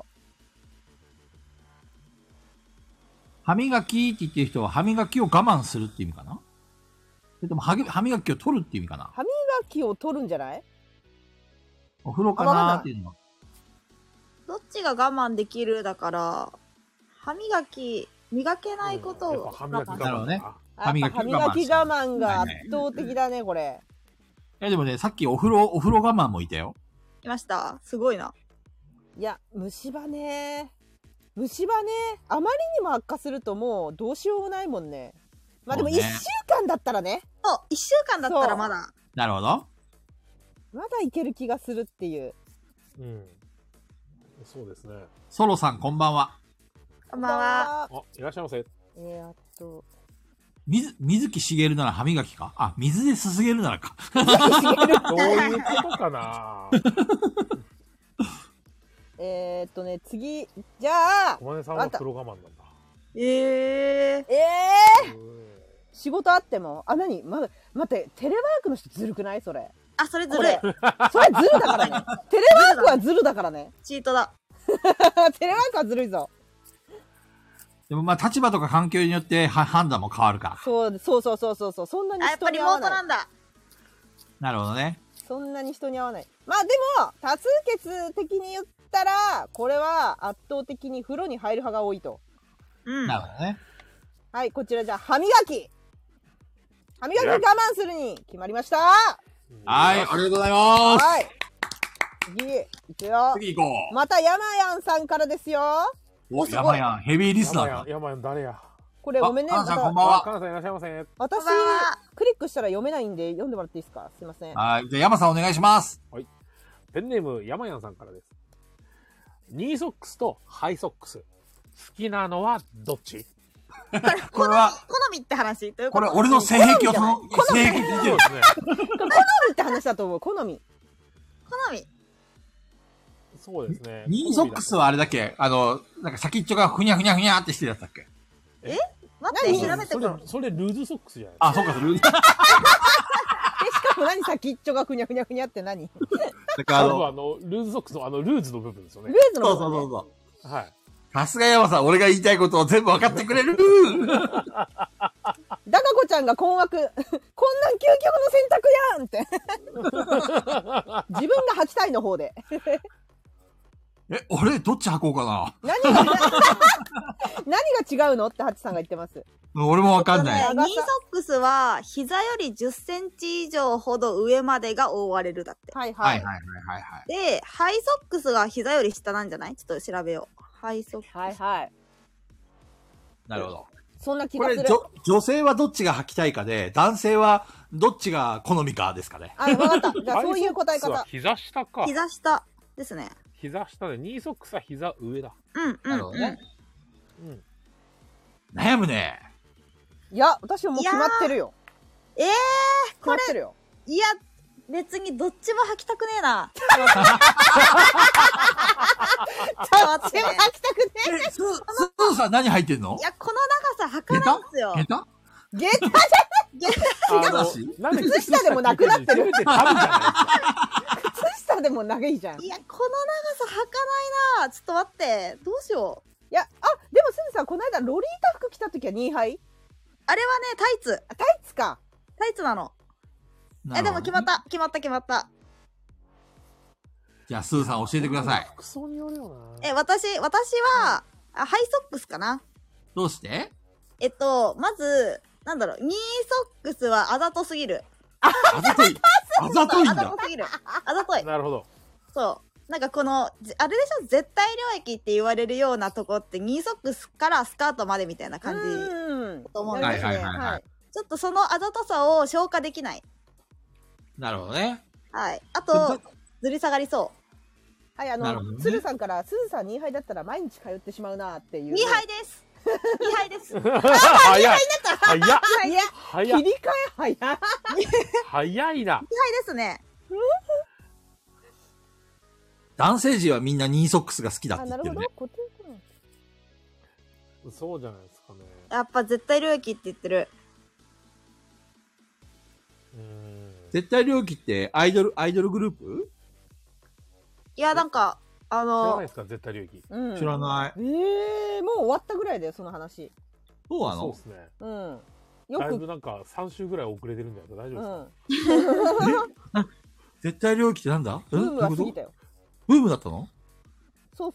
歯磨きって言ってる人は歯磨きを我慢するって意味かな？それとも歯磨きを取るって意味かな？ 歯磨きを取るんじゃない？ お風呂かなーっていうのは。 どっちが我慢できるだから、歯磨き、磨けないことを、 歯磨き我慢。 なるほどね。 歯磨き我慢が圧倒的だね、これ。 でもね、さっきお風呂我慢もいたよ。 いました？すごいな。 いや、虫歯ね。あまりにも悪化するともうどうしようもないもんね。まあでも1週間だったらね。 そう、1週間だったらまだ。 なるほど。 まだいける気がするっていう。 うん。そうですね。 ソロさんこんばんは。 こんばんは。 あ、いらっしゃいませ。 水木しげるなら歯磨きか？あ、水ですすげるならか。 どういうことかな次、じゃあ。 小金さんは黒我慢なんだ。 仕事あっても、待って、テレワークの人ずるくない？それ。 あ、それずるい。 それずるだからね。テレワークはずるだからね。 チートだ。 テレワークはずるいぞ。 でもまあ立場とか環境によって判断も変わるから。 そう。そんなにやっぱリモートなんだ。 なるほどね。 そんなに人に合わない。まあでも、多数決的に言ったら、これは圧倒的に風呂に入る派が多いと。 なるほどね。 はい、こちらじゃあ歯磨き我慢するに決まりました。 はい、ありがとうございます。 はい。次、いくよ。 次行こう。 またヤマヤンさんからですよ。 お、ヤマヤン、ヘビーリスナーだ。 ヤマヤン誰や？ これごめんね。 カナさんこんばんは。 カナさんいらっしゃいませ。 私、クリックしたら読めないんで読んでもらっていいですか？すいません。 はい。じゃあヤマさんお願いします。 はい。ペンネームヤマヤンさんからです。ニーソックスとハイソックス。好きなのはどっち？ これは、 好みって話。 これ俺の性癖を性癖聞いてるんですね。 好みって話だと思う。好み。 そうですね。 ニーソックスはあれだっけ？なんか先っちょがふにゃふにゃふにゃってしてるやつだっけ？ 待って、調べてくる。 それルーズソックスじゃない？ あ、そうか、ルーズ。 しかも何先っちょがふにゃふにゃふにゃって何？ だからルーズソックスのルーズの部分ですよね。 ルーズの部分、ね。 そう。 はい。 さすが山さん、俺が言いたいことを全部分かってくれる。 ダカ子ちゃんが困惑。こんなん究極の選択やんって。自分が8体の方で。 俺、どっち履こうかな。 何が違うのってハチさんが言ってます。 俺もわかんない。 ニーソックスは膝より10センチ以上ほど上までが覆われるだって。 はい。 で、ハイソックスが膝より下なんじゃない？ちょっと調べよう。ハイソックス。 はい。 なるほど。 そんな気がする。 これ女性はどっちが履きたいかで、男性はどっちが好みかですかね。 わかった。じゃあそういう答え方。 膝下か。 膝下ですね。 膝下で、ニーソックスは膝上だ。 なるほどね。悩むね。 いや、私はもう決まってるよ。 これ、いや、別にどっちも履きたくねえな。どっちも履きたくねえ。 スーさん何履いてんの？ いや、この長さ履かないんですよ。 下駄じゃない。靴下でもなくなってる。靴下でも長いじゃん。 いや、この長さ履かないな。ちょっと待って。どうしよう。 いや、でもすずさん、この間ロリータ服着た時は2杯？ あれはね、タイツ。 タイツか。 タイツなの。でも決まった。 じゃあ、スーさん教えてください。 服装によるよな。 私は、ハイソックスかな。 どうして？ まず、なんだろう、ニーソックスはあざとすぎる。 あざといんだ。 あざとすぎる。あざとい。 なるほど。 そう。なんかこの、あれでしょ、絶対領域って言われるようなとこって、ニーソックスからスカートまでみたいな感じだと思うんですね。ちょっとそのあざとさを消化できない。 なるほどね。 はい。あと、ずり下がりそう。 はい、鶴さんから、すずさん2杯だったら毎日通ってしまうなっていう。 2杯です 2敗です。 早い。早い。 切り替え早い。 早いな。 2敗ですね。 男性陣はみんなニーソックスが好きだって言ってるね。 なるほど。 そうじゃないですかね。 やっぱ絶対領域って言ってる。 絶対領域ってアイドルグループ？ いや、なんか、 知らないですか絶対領域。 知らない。 もう終わったぐらいだよ、その話。 そうなの？ そうですね。だいぶなんか3週ぐらい遅れてるんだけど大丈夫ですか？ 絶対領域ってなんだ？ ブームは過ぎたよ。 ブームだったの？ そう。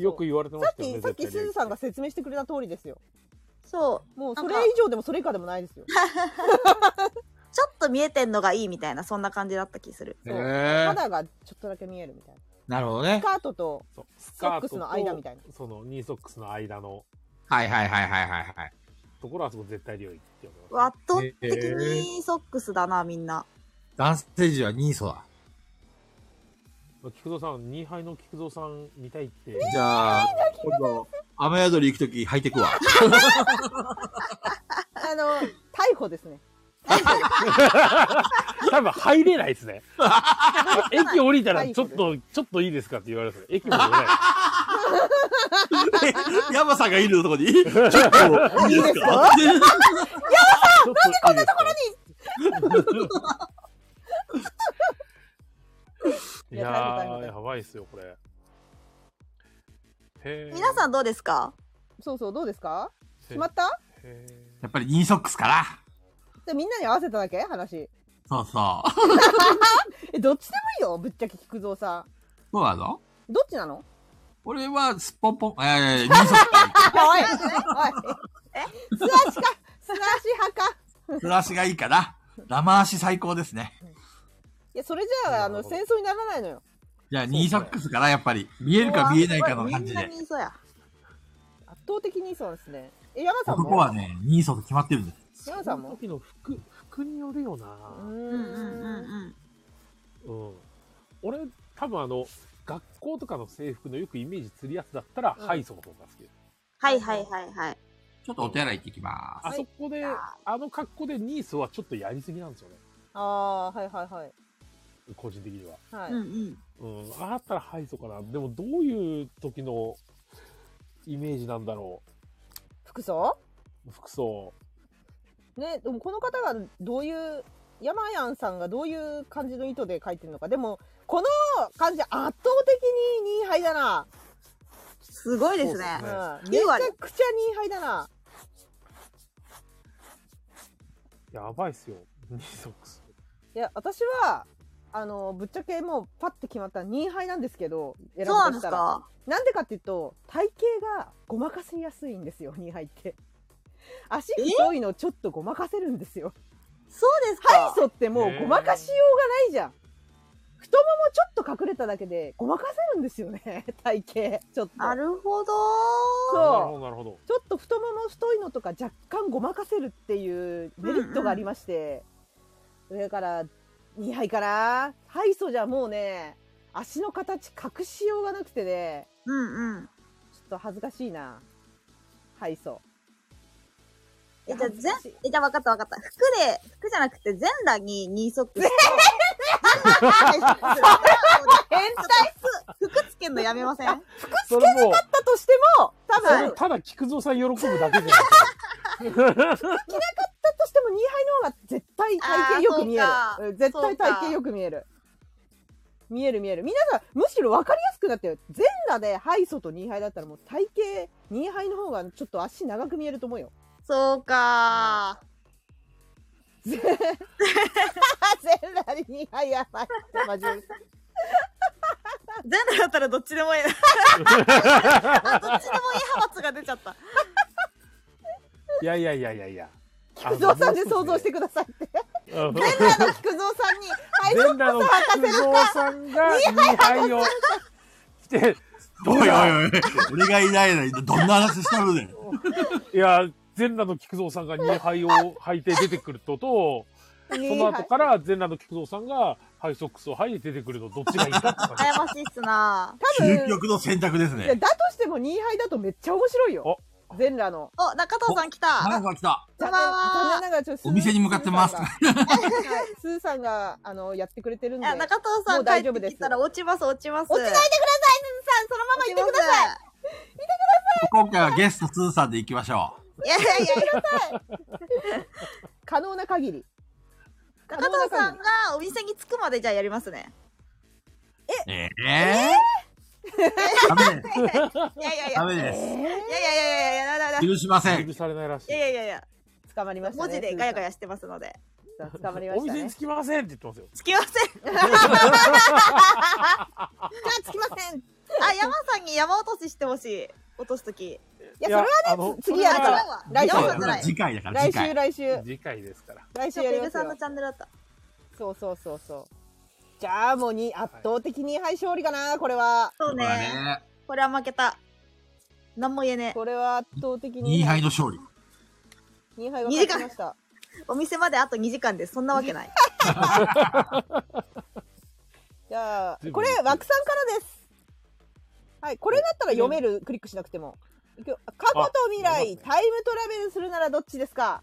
よく言われてましたよね。 さっきすずさんが説明してくれた通りですよ。 そう。 もうそれ以上でもそれ以下でもないですよ。 ちょっと見えてんのがいいみたいな、そんな感じだった気する。 肌がちょっとだけ見えるみたいな。なるほどね。 スカートとソックスの間みたいな。 そのニーソックスの間の。 はい。 ところはそこ絶対領域って呼ばれます。圧倒的にソックスだな、みんな。 男性陣はニーソだ。 菊蔵さん、2杯の菊蔵さん見たいって。 じゃあ、今度、雨宿り行くとき履いてくわ。 逮捕ですね。 多分入れないですね。駅降りたらちょっといいですかって言われる。駅も降りない。 山さんがいるとこにちょっといいですか？山さん、なんでこんなところにいやー、やばいっすよ、これ。 皆さんどうですか？ そう、どうですか？決まった？ やっぱりニーソックスかな。 で、みんなに合わせただけ話。 そう。 どっちでもいいよ、ぶっちゃけ菊蔵さん。 そうなの？ どっちなの？ 俺はすっぽんぽん、ニーソックス。 おい。素足派か。 素足がいいかな。生足最高ですね。 いや、それじゃあ、戦争にならないのよ。 じゃあ、ニーソックスかな、やっぱり。見えるか見えないかの感じで。 みんなニーソや。 圧倒的ニーソですね。山さんも？ ここはね、ニーソと決まってるんです。 山さんも？ その時の服によるよな。俺、多分学校とかの制服のよくイメージするやつだったら、ハイソの方が好きです。 はい。 ちょっとお手洗い行ってきます。 あそこで、格好でニーソはちょっとやりすぎなんですよね。 はい。 個人的には。 はい。 あったらハイソかな。でもどういう時のイメージなんだろう。 服装ね、でもこの方がどういう山やんさんがどういう感じの意図で書いてるのか。でもこの感じ圧倒的に2敗だな。 すごいですね。 めちゃくちゃ2敗だな。 やばいっすよ、ニーソックス。 いや、私はぶっちゃけもうパッて決まったら2敗なんですけど、 選ぶとしたら。そうなんですか？ なんでかっていうと、体型がごまかしやすいんですよ、2敗って。足太いのちょっとごまかせるんですよ。 そうですか？ ハイソってもうごまかしようがないじゃん。太ももちょっと隠れただけでごまかせるんですよね、体型。ちょっと。 なるほど。 そう。 なるほど。 ちょっと太もも太いのとか若干ごまかせるっていうメリットがありまして。だから、2敗かな。ハイソじゃもうね、足の形隠しようがなくてね。ちょっと恥ずかしいな。ハイソ。 じゃあ分かった。服じゃなくて全裸にニーソックス。変態！服つけんのやめません？ 服つけなかったとしても、多分。 ただ菊蔵さん喜ぶだけじゃない。服着なかったとしても2敗の方が絶対体型よく見える。絶対体型よく見える。見える。皆さん、むしろ分かりやすくなってる。全裸でハイソと2敗だったらもう体型2敗の方がちょっと足長く見えると思うよ。 そうかー。 全裸に2敗やばい。マジで。 全裸だったらどっちでもいい。どっちでもいい派閥が出ちゃった。 いや。 菊蔵さんで想像してくださいって。全裸の菊蔵さんにハイソックスを履かせるか。 菊蔵さんが2敗をして、 おい。俺がいないのにどんな話したのね。 いや、全裸の菊蔵さんが2敗を履いて出てくると、その後から全裸の菊蔵さんがハイソックスを履いて出てくるのどっちがいいかって感じ。 悩ましいっすな。 究極の選択ですね。 だとしても2敗だとめっちゃ面白いよ。 全裸の。 お、中藤さん来た。 中藤さん来た。 残念ながらちょっとお店に向かってます。 スーさんが、やってくれてるんで。 いや、中藤さん大丈夫です。 帰ってきたら落ちます、落ちます。 落ちないでください、スーさん。そのままいてください。いてください。 今回はゲストスーさんで行きましょう。いやいやいや、 可能な限り。 中藤さんがお店に着くまでじゃあやりますね。 ダメです。 いやいやいや。 ダメです。 いやいやいや、 許しません。 許されないらしい。 いやいやいや。 捕まりましたね。 文字でガヤガヤしてますので。 捕まりましたね。 お店に着きませんって言ってますよ。 着きません。 じゃあ着きません。 あ、山さんに山落とししてほしい。落とすとき。いや、それはね、次やるから。 次回だから。 来週。 次回ですから。 来週やりますよ。 ペグさんのチャンネルだった。 そう。じゃあもう圧倒的に勝利かな、これは。 そうね。これは負けた。何も言えねえ。 これは圧倒的に。 2敗の勝利。 2敗が勝ちました。 お店まであと2時間です。そんなわけない。 じゃあ、これ、枠さんからです。はい、これだったら読める、クリックしなくても。過去と未来、タイムトラベルするならどっちですか？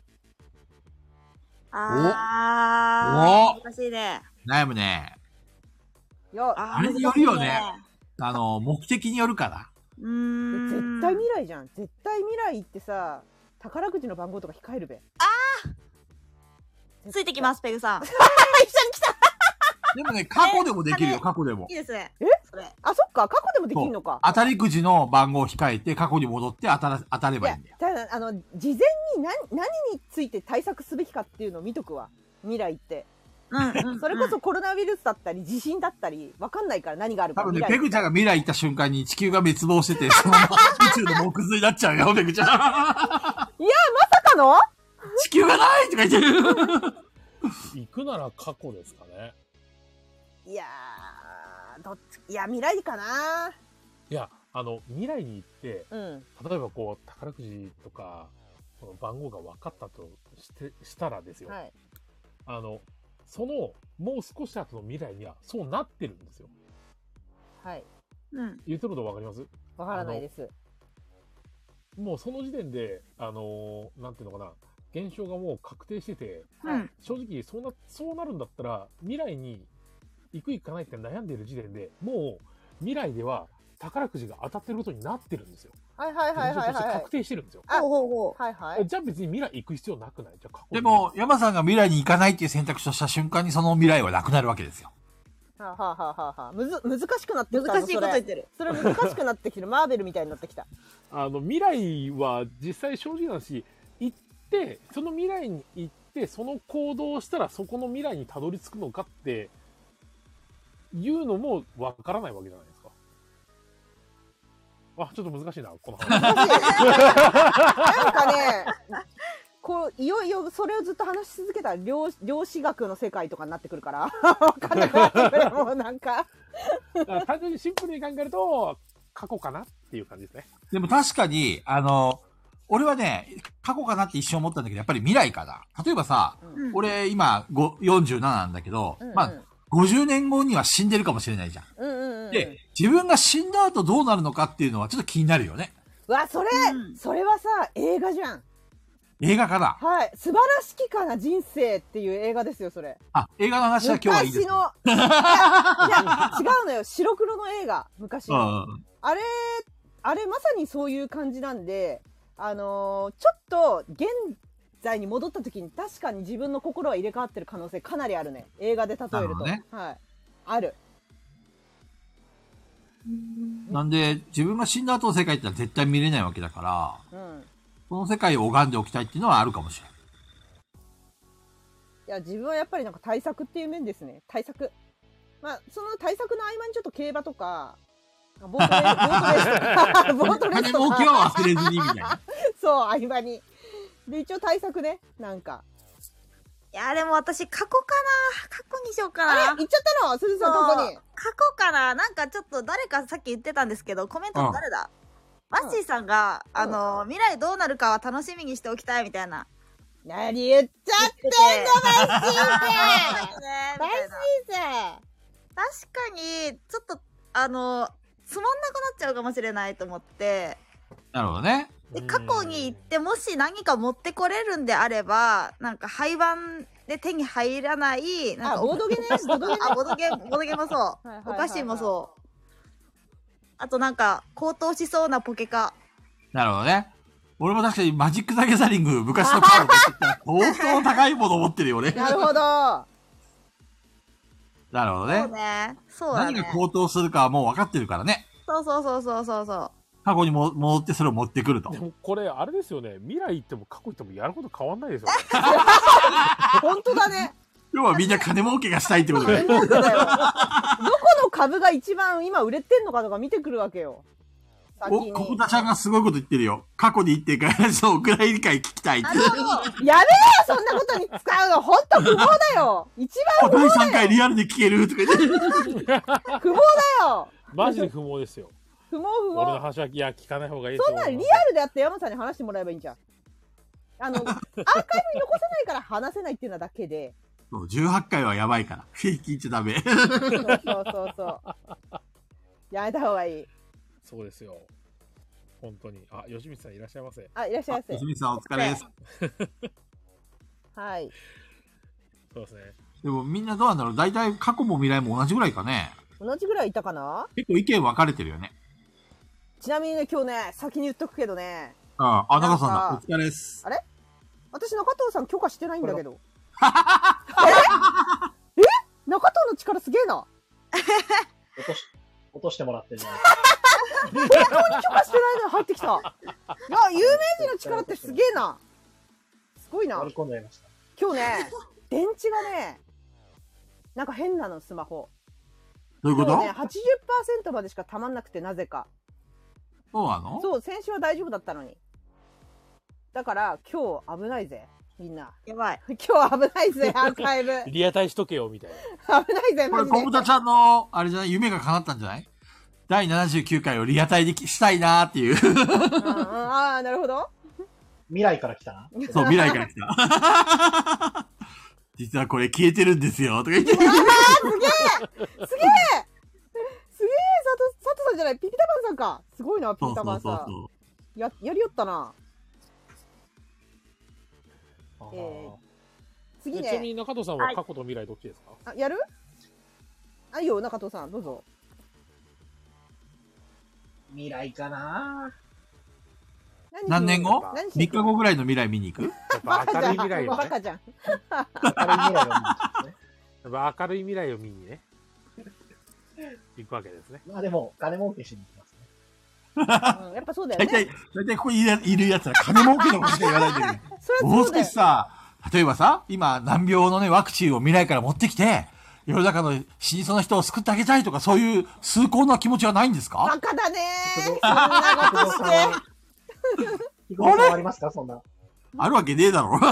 難しいね。 悩むね。 あれによるよね。目的によるかな。 絶対未来じゃん。絶対未来ってさ、宝くじの番号とか控えるべ。 ついてきます、ペグさん。 一緒に来た。 でもね、過去でもできるよ、過去でも。 いいですね。 それ。そっか、過去でもできるのか。 当たりくじの番号を控えて、過去に戻って当たればいいんだよ。 ただ、事前に何について対策すべきかっていうのを見とくわ。未来って。それこそコロナウイルスだったり、地震だったり、わかんないから何があるか。 多分ね、ペグちゃんが未来行った瞬間に地球が滅亡してて、そのまま宇宙の木図になっちゃうよ、ペグちゃん。いや、まさかの地球がないとか言ってる。 行くなら過去ですかね。 いや未来かな。 いや、未来に行って、例えばこう、宝くじとか、この番号が分かったとしたらですよ。はい、その、もう少し後の未来には、そうなってるんですよ。 はい。 言ってること分かります？ 分からないです。 もうその時点で、なんていうのかな、現象がもう確定してて、正直そうなるんだったら、未来に行く行かないって悩んでいる時点で、もう未来では宝くじが当たってることになってるんですよ。 はい。 確定してるんですよ。じゃあ別に未来行く必要なくない？じゃあでも、山さんが未来に行かないっていう選択肢をした瞬間にその未来はなくなるわけですよ。 難しくなってきた。 難しいこと言ってる。 それ難しくなってきてる。マーベルみたいになってきた。 未来は実際正直な話、行って、その未来に行って、その行動をしたらそこの未来にたどり着くのかっていうのもわからないわけじゃないですか。ちょっと難しいな、この話。 なんかね、いよいよそれをずっと話し続けたら量子学の世界とかになってくるから、わかんなくなってくる。もうなんか。 単純にシンプルに考えると、過去かなっていう感じですね。 でも確かに、俺はね、過去かなって一瞬思ったんだけど、やっぱり未来かな。例えばさ、俺今47なんだけど、50年後には死んでるかもしれないじゃん。で、自分が死んだ後どうなるのかっていうのはちょっと気になるよね。 それはさ、映画じゃん。 映画かな。 はい。素晴らしきかな人生っていう映画ですよ、それ。 映画の話は今日はいいです。 昔の。いや、違うのよ。白黒の映画。昔の。あれまさにそういう感じなんで、ちょっと現在に戻った時に確かに自分の心は入れ替わってる可能性かなりあるね。映画で例えると。はい。ある。 なんで、自分が死んだ後の世界ってのは絶対見れないわけだから、この世界を拝んでおきたいっていうのはあるかもしれない。 いや、自分はやっぱりなんか対策っていう面ですね。対策。その対策の合間にちょっと競馬とか、ボートレースとか。金儲けは忘れずにみたいな。 そう、合間に。で、一応対策ね、なんか。 いや、でも私、過去かな。過去にしようかな。 言っちゃったのすずさん、過去に。 過去かな。なんかちょっと誰かさっき言ってたんですけど、コメントの誰だ、マッシーさんが、未来どうなるかは楽しみにしておきたいみたいな。 何言っちゃってんの、マッシーさん。マッシーさん。 確かに、ちょっと、つまんなくなっちゃうかもしれないと思って。 なるほどね。 で、過去に行って、もし何か持ってこれるんであれば、なんか廃盤で手に入らない、なんかボードゲーね、ボードゲーね。 ボードゲーもそう。お菓子もそう。あとなんか、高騰しそうなポケカ。 なるほどね。俺も確かにマジック・ザ・ギャザリング、昔のカード相当高いもの持ってるよね。 なるほど。 なるほどね。 そうね。そうだね。 何が高騰するかはもう分かってるからね。 そう。 過去にも戻ってそれを持ってくると。 でもこれ、あれですよね。未来行っても過去行ってもやること変わんないですよね。 本当だね。 要はみんな金儲けがしたいってことで。どこの株が一番今売れてんのかとか見てくるわけよ。 お、ココタちゃんがすごいこと言ってるよ。過去に行ってからそう、ぐらい理解聞きたいって。 やめろよ、そんなことに使うの。ほんと不毛だよ。一番不毛だよ。 第3回リアルで聞けるとか言って。 不毛だよ。 マジで不毛ですよ。 不毛。 俺の話は、いや、聞かない方がいい。 そんなリアルでやって山さんに話してもらえばいいんじゃん。アーカイブに残せないから話せないっていうのだけで。 そう、18回はやばいから。平均ちゃダメ。 そう。やめた方がいい。 そうですよ。本当に。あ、吉光さんいらっしゃいませ。 いらっしゃいませ。 吉光さんお疲れです。 はい。 そうですね。 でもみんなどうなんだろう。大体過去も未来も同じぐらいかね。 同じぐらいいたかな。 結構意見分かれてるよね。 ちなみにね、今日ね、先に言っとくけどね。 中さんだ。お疲れです。 あれ私中藤さん許可してないんだけど。中藤の力すげえな。 落としてもらってるじゃない本当に許可してないのに入ってきた。いや、有名人の力ってすげえな。すごいな。 込んじゃいました。 今日ね、電池がね、なんか変なの、スマホ。 どういうこと？ ね、80% までしかたまんなくて、なぜか。 そうなの？ そう、先週は大丈夫だったのに。だから、今日危ないぜ。みんな。 やばい。 今日危ないぜ、アーカイブ。 リアタイしとけよ、みたいな。 危ないぜ、 マジで。これ、コブタちゃんの、あれじゃない、夢が叶ったんじゃない？第79回をリアタイでしたいなーっていう。 ああ、なるほど。 未来から来たな。 そう、未来から来た。実はこれ消えてるんですよ、とか言って。 すげえ、佐藤さんじゃない、ピピタパンさんか。すごいな、ピピタパンさん。やりよったな。次ね。 ちなみに中藤さんは過去と未来どっちですか？ あ、やる？あ、いいよ、中藤さん、どうぞ。 未来かな。 何年後？ 3 日後ぐらいの未来見に行く？ やっぱ明るい未来をね。 バカじゃん。 明るい未来を見にね。行くわけですね。 まあでも、金儲けしに行きますね。 やっぱそうだよね。 大体ここにいるやつは金儲けのことしか言わないんだけど。もう少しさ、例えばさ、今難病のね、ワクチンを未来から持ってきて、世の中の死にそうな人を救ってあげたいとか、そういう崇高な気持ちはないんですか？ バカだねー。そんなことして。 あれありますかそんな。 あるわけねえだろ。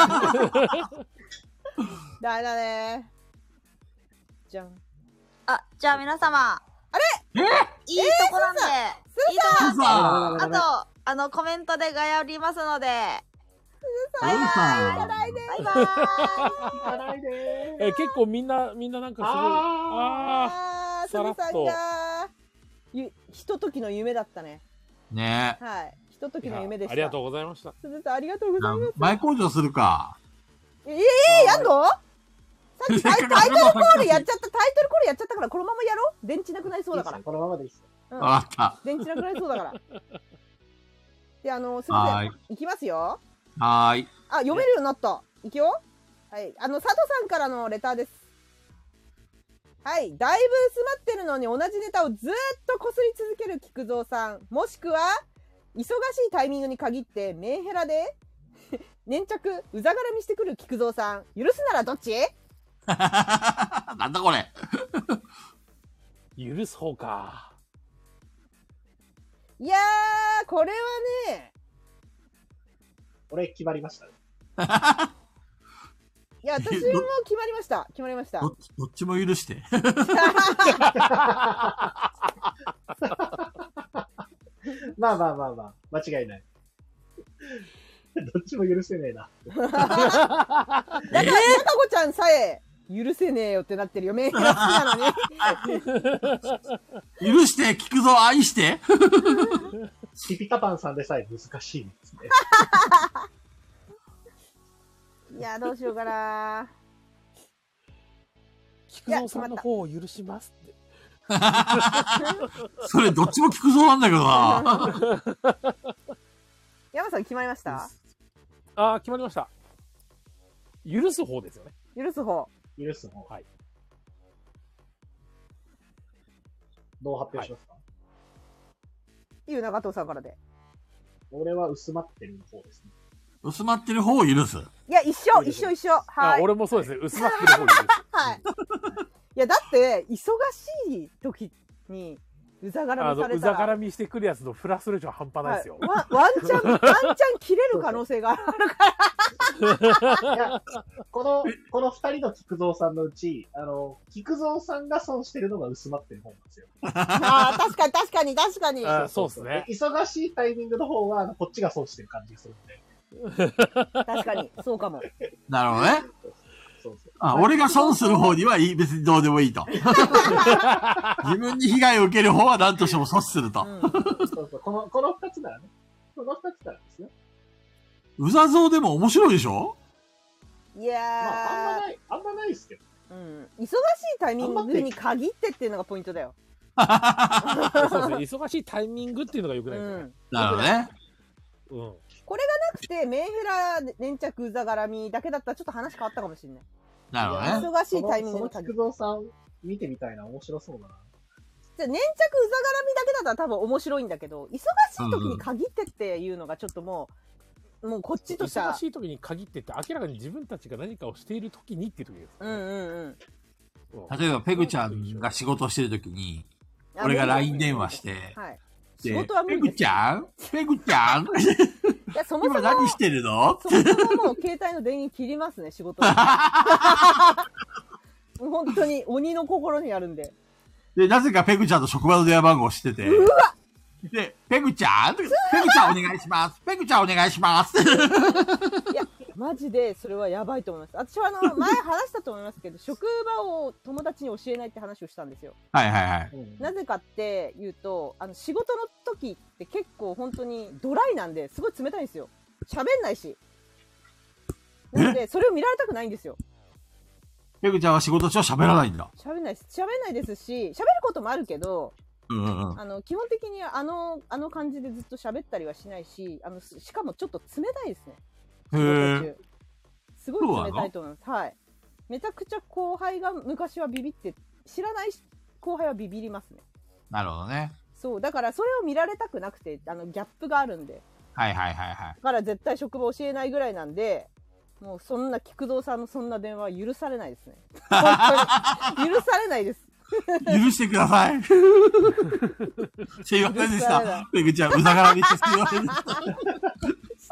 だめだねー。じゃん。 あ、じゃあ皆様。 あれ？ いいとこなんで。いいとこなんで。あと、コメントでがやりますので。 バイバーイ。行かないで。 バイバーイ。 行かないで。 結構みんななんかすごい。 すずさんが、ひとときの夢だったね。 ねえ。はい。ひとときの夢でした。 ありがとうございました。 すずさん、ありがとうございます。 前工場するか。 やんの？さっきタイトルコールやっちゃったから、このままやろう？電池なくなりそうだから。 このままでいいっすよ。わかった。 電池なくなりそうだから。で、すみません。いきますよ。 はい。 あ、読めるようになった。いくよ。はい。佐藤さんからのレターです。はい。だいぶ薄まってるのに同じネタをずっとこすり続ける菊蔵さん。もしくは、忙しいタイミングに限ってメンヘラで、粘着、うざがらみしてくる菊蔵さん。許すならどっち？ なんだこれ。 許す方か。 いやー、これはね、 俺決まりましたね。 いや、私も決まりました。決まりました。 どっちも許して。 まあ、間違いない。どっちも許せねえな。 中子ちゃんさえ許せねえよってなってるよ。メンヘラ好きなのに。 許して、聞くぞ、愛して。 ピピタパンさんでさえ難しいですね。 いや、どうしようかな。 菊蔵さんの方を許しますって。 それどっちも菊蔵なんだけどな。 山さん決まりました？ ああ、決まりました。許す方ですよね。 許す方。 許す方。 はい。 どう発表しますか？ いいよ、中藤さんからで。 俺は薄まってる方ですね。 薄まってる方を許す。 いや、一緒。はい。 俺もそうですね。薄まってる方を許す。 はい。いや、だって、忙しい時に、うざがらみされたら。 うざがらみしてくるやつのフラストレーション半端ないですよ。 はい、ワンチャン切れる可能性があるから。 いや、この二人の菊蔵さんのうち、菊蔵さんが損してるのが薄まってる方なんですよ。 ああ、確かに。 そうですね。 忙しいタイミングの方は、こっちが損してる感じがするんで。 確かに、そうかも。 なるほどね。俺が損する方にはいい、別にどうでもいいと。自分に被害を受ける方は何としても阻止すると。 この二つならね。この二つならですよ。 うざぞうでも面白いでしょ？ いやー。 まあ、あんまないですけど。 うん。忙しいタイミングに限ってっていうのがポイントだよ。 そうですね。忙しいタイミングっていうのが良くないですね。 なるほどね。 うん。これがなくて、メンヘラ粘着うざがらみだけだったらちょっと話変わったかもしれない。 なるほどね。 忙しいタイミングに限って。菊蔵さん見てみたいな、面白そうだな。 じゃあ粘着うざがらみだけだったら多分面白いんだけど、忙しい時に限ってっていうのがちょっともうこっちとしては。 忙しい時に限ってって明らかに自分たちが何かをしている時にっていう時です、ね。 例えば、ペグちゃんが仕事してる時に、俺が LINE 電話して、 はい。 仕事は無理です。ペグちゃんいや、そもそも今何してるの？ そもそももう携帯の電源切りますね、仕事は。本当に鬼の心にあるんで。 で、なぜかペグちゃんと職場の電話番号を知ってて。 うわ！ で、ペグちゃんお願いします。ペグちゃんお願いします。いや、マジでそれはやばいと思います。私は前話したと思いますけど、職場を友達に教えないって話をしたんですよ。 はい。 なぜかって言うと、仕事の時って結構本当にドライなんで、すごい冷たいんですよ。喋んないし。なので、それを見られたくないんですよ。 ペグちゃんは仕事中は喋らないんだ。 喋んないですし、喋ることもあるけど、基本的にあの感じでずっと喋ったりはしないし、しかもちょっと冷たいですね。すごい冷たいと思います。はい。めちゃくちゃ後輩が昔はビビって、知らない後輩はビビりますね。 なるほどね。 そう、だからそれを見られたくなくて、ギャップがあるんで。 はい。 だから絶対職場教えないぐらいなんで、もうそんな菊蔵さんのそんな電話は許されないですね。本当に。許されないです。 許してください。すいませんでした。ペグちゃん、うざがらみしてすいませんでした。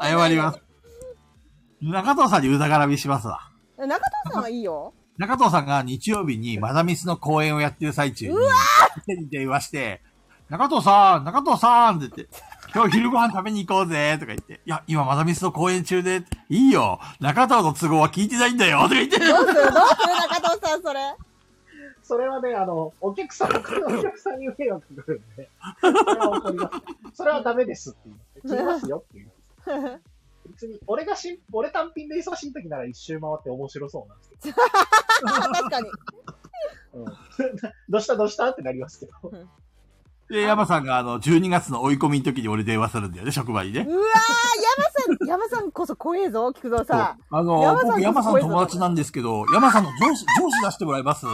謝ります。中藤さんにうざがらみしますわ。 中藤さんはいいよ。 中藤さんが日曜日にマダミスの公演をやってる最中に、手に電話して、中藤さんって言って、今日昼ご飯食べに行こうぜとか言って、いや、今マダミスの公演中で、いいよ、中藤の都合は聞いてないんだよとか言って。 どうする中藤さん、それ。 それはね、お客さんに迷惑が来るんで、それは怒ります。それはダメですって言いますよって言います。別に、俺単品で忙しい時なら一周回って面白そうなんですけど。 確かに。 どうしたってなりますけど。 で、山さんが12月の追い込みの時に俺電話するんだよね、職場にね。 うわー、山さんこそ怖えぞ、菊蔵さん。 僕山さん友達なんですけど、山さんの上司出してもらえます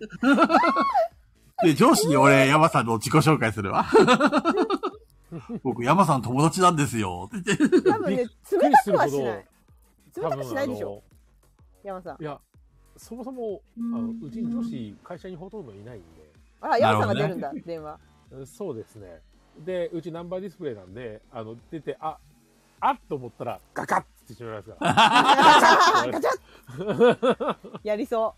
で、上司に俺、山さんの自己紹介するわ。僕、山さん友達なんですよ。って言って。 多分ね、冷たくはしない。冷たくしないでしょ。山さん。 いや、そもそも、うちに女子、会社にほとんどいないんで。 あ、山さんが出るんだ、電話。 そうですね。で、うちナンバーディスプレイなんで、出て、あっと思ったら、ガカッってしまいますから。 ガチャやりそう。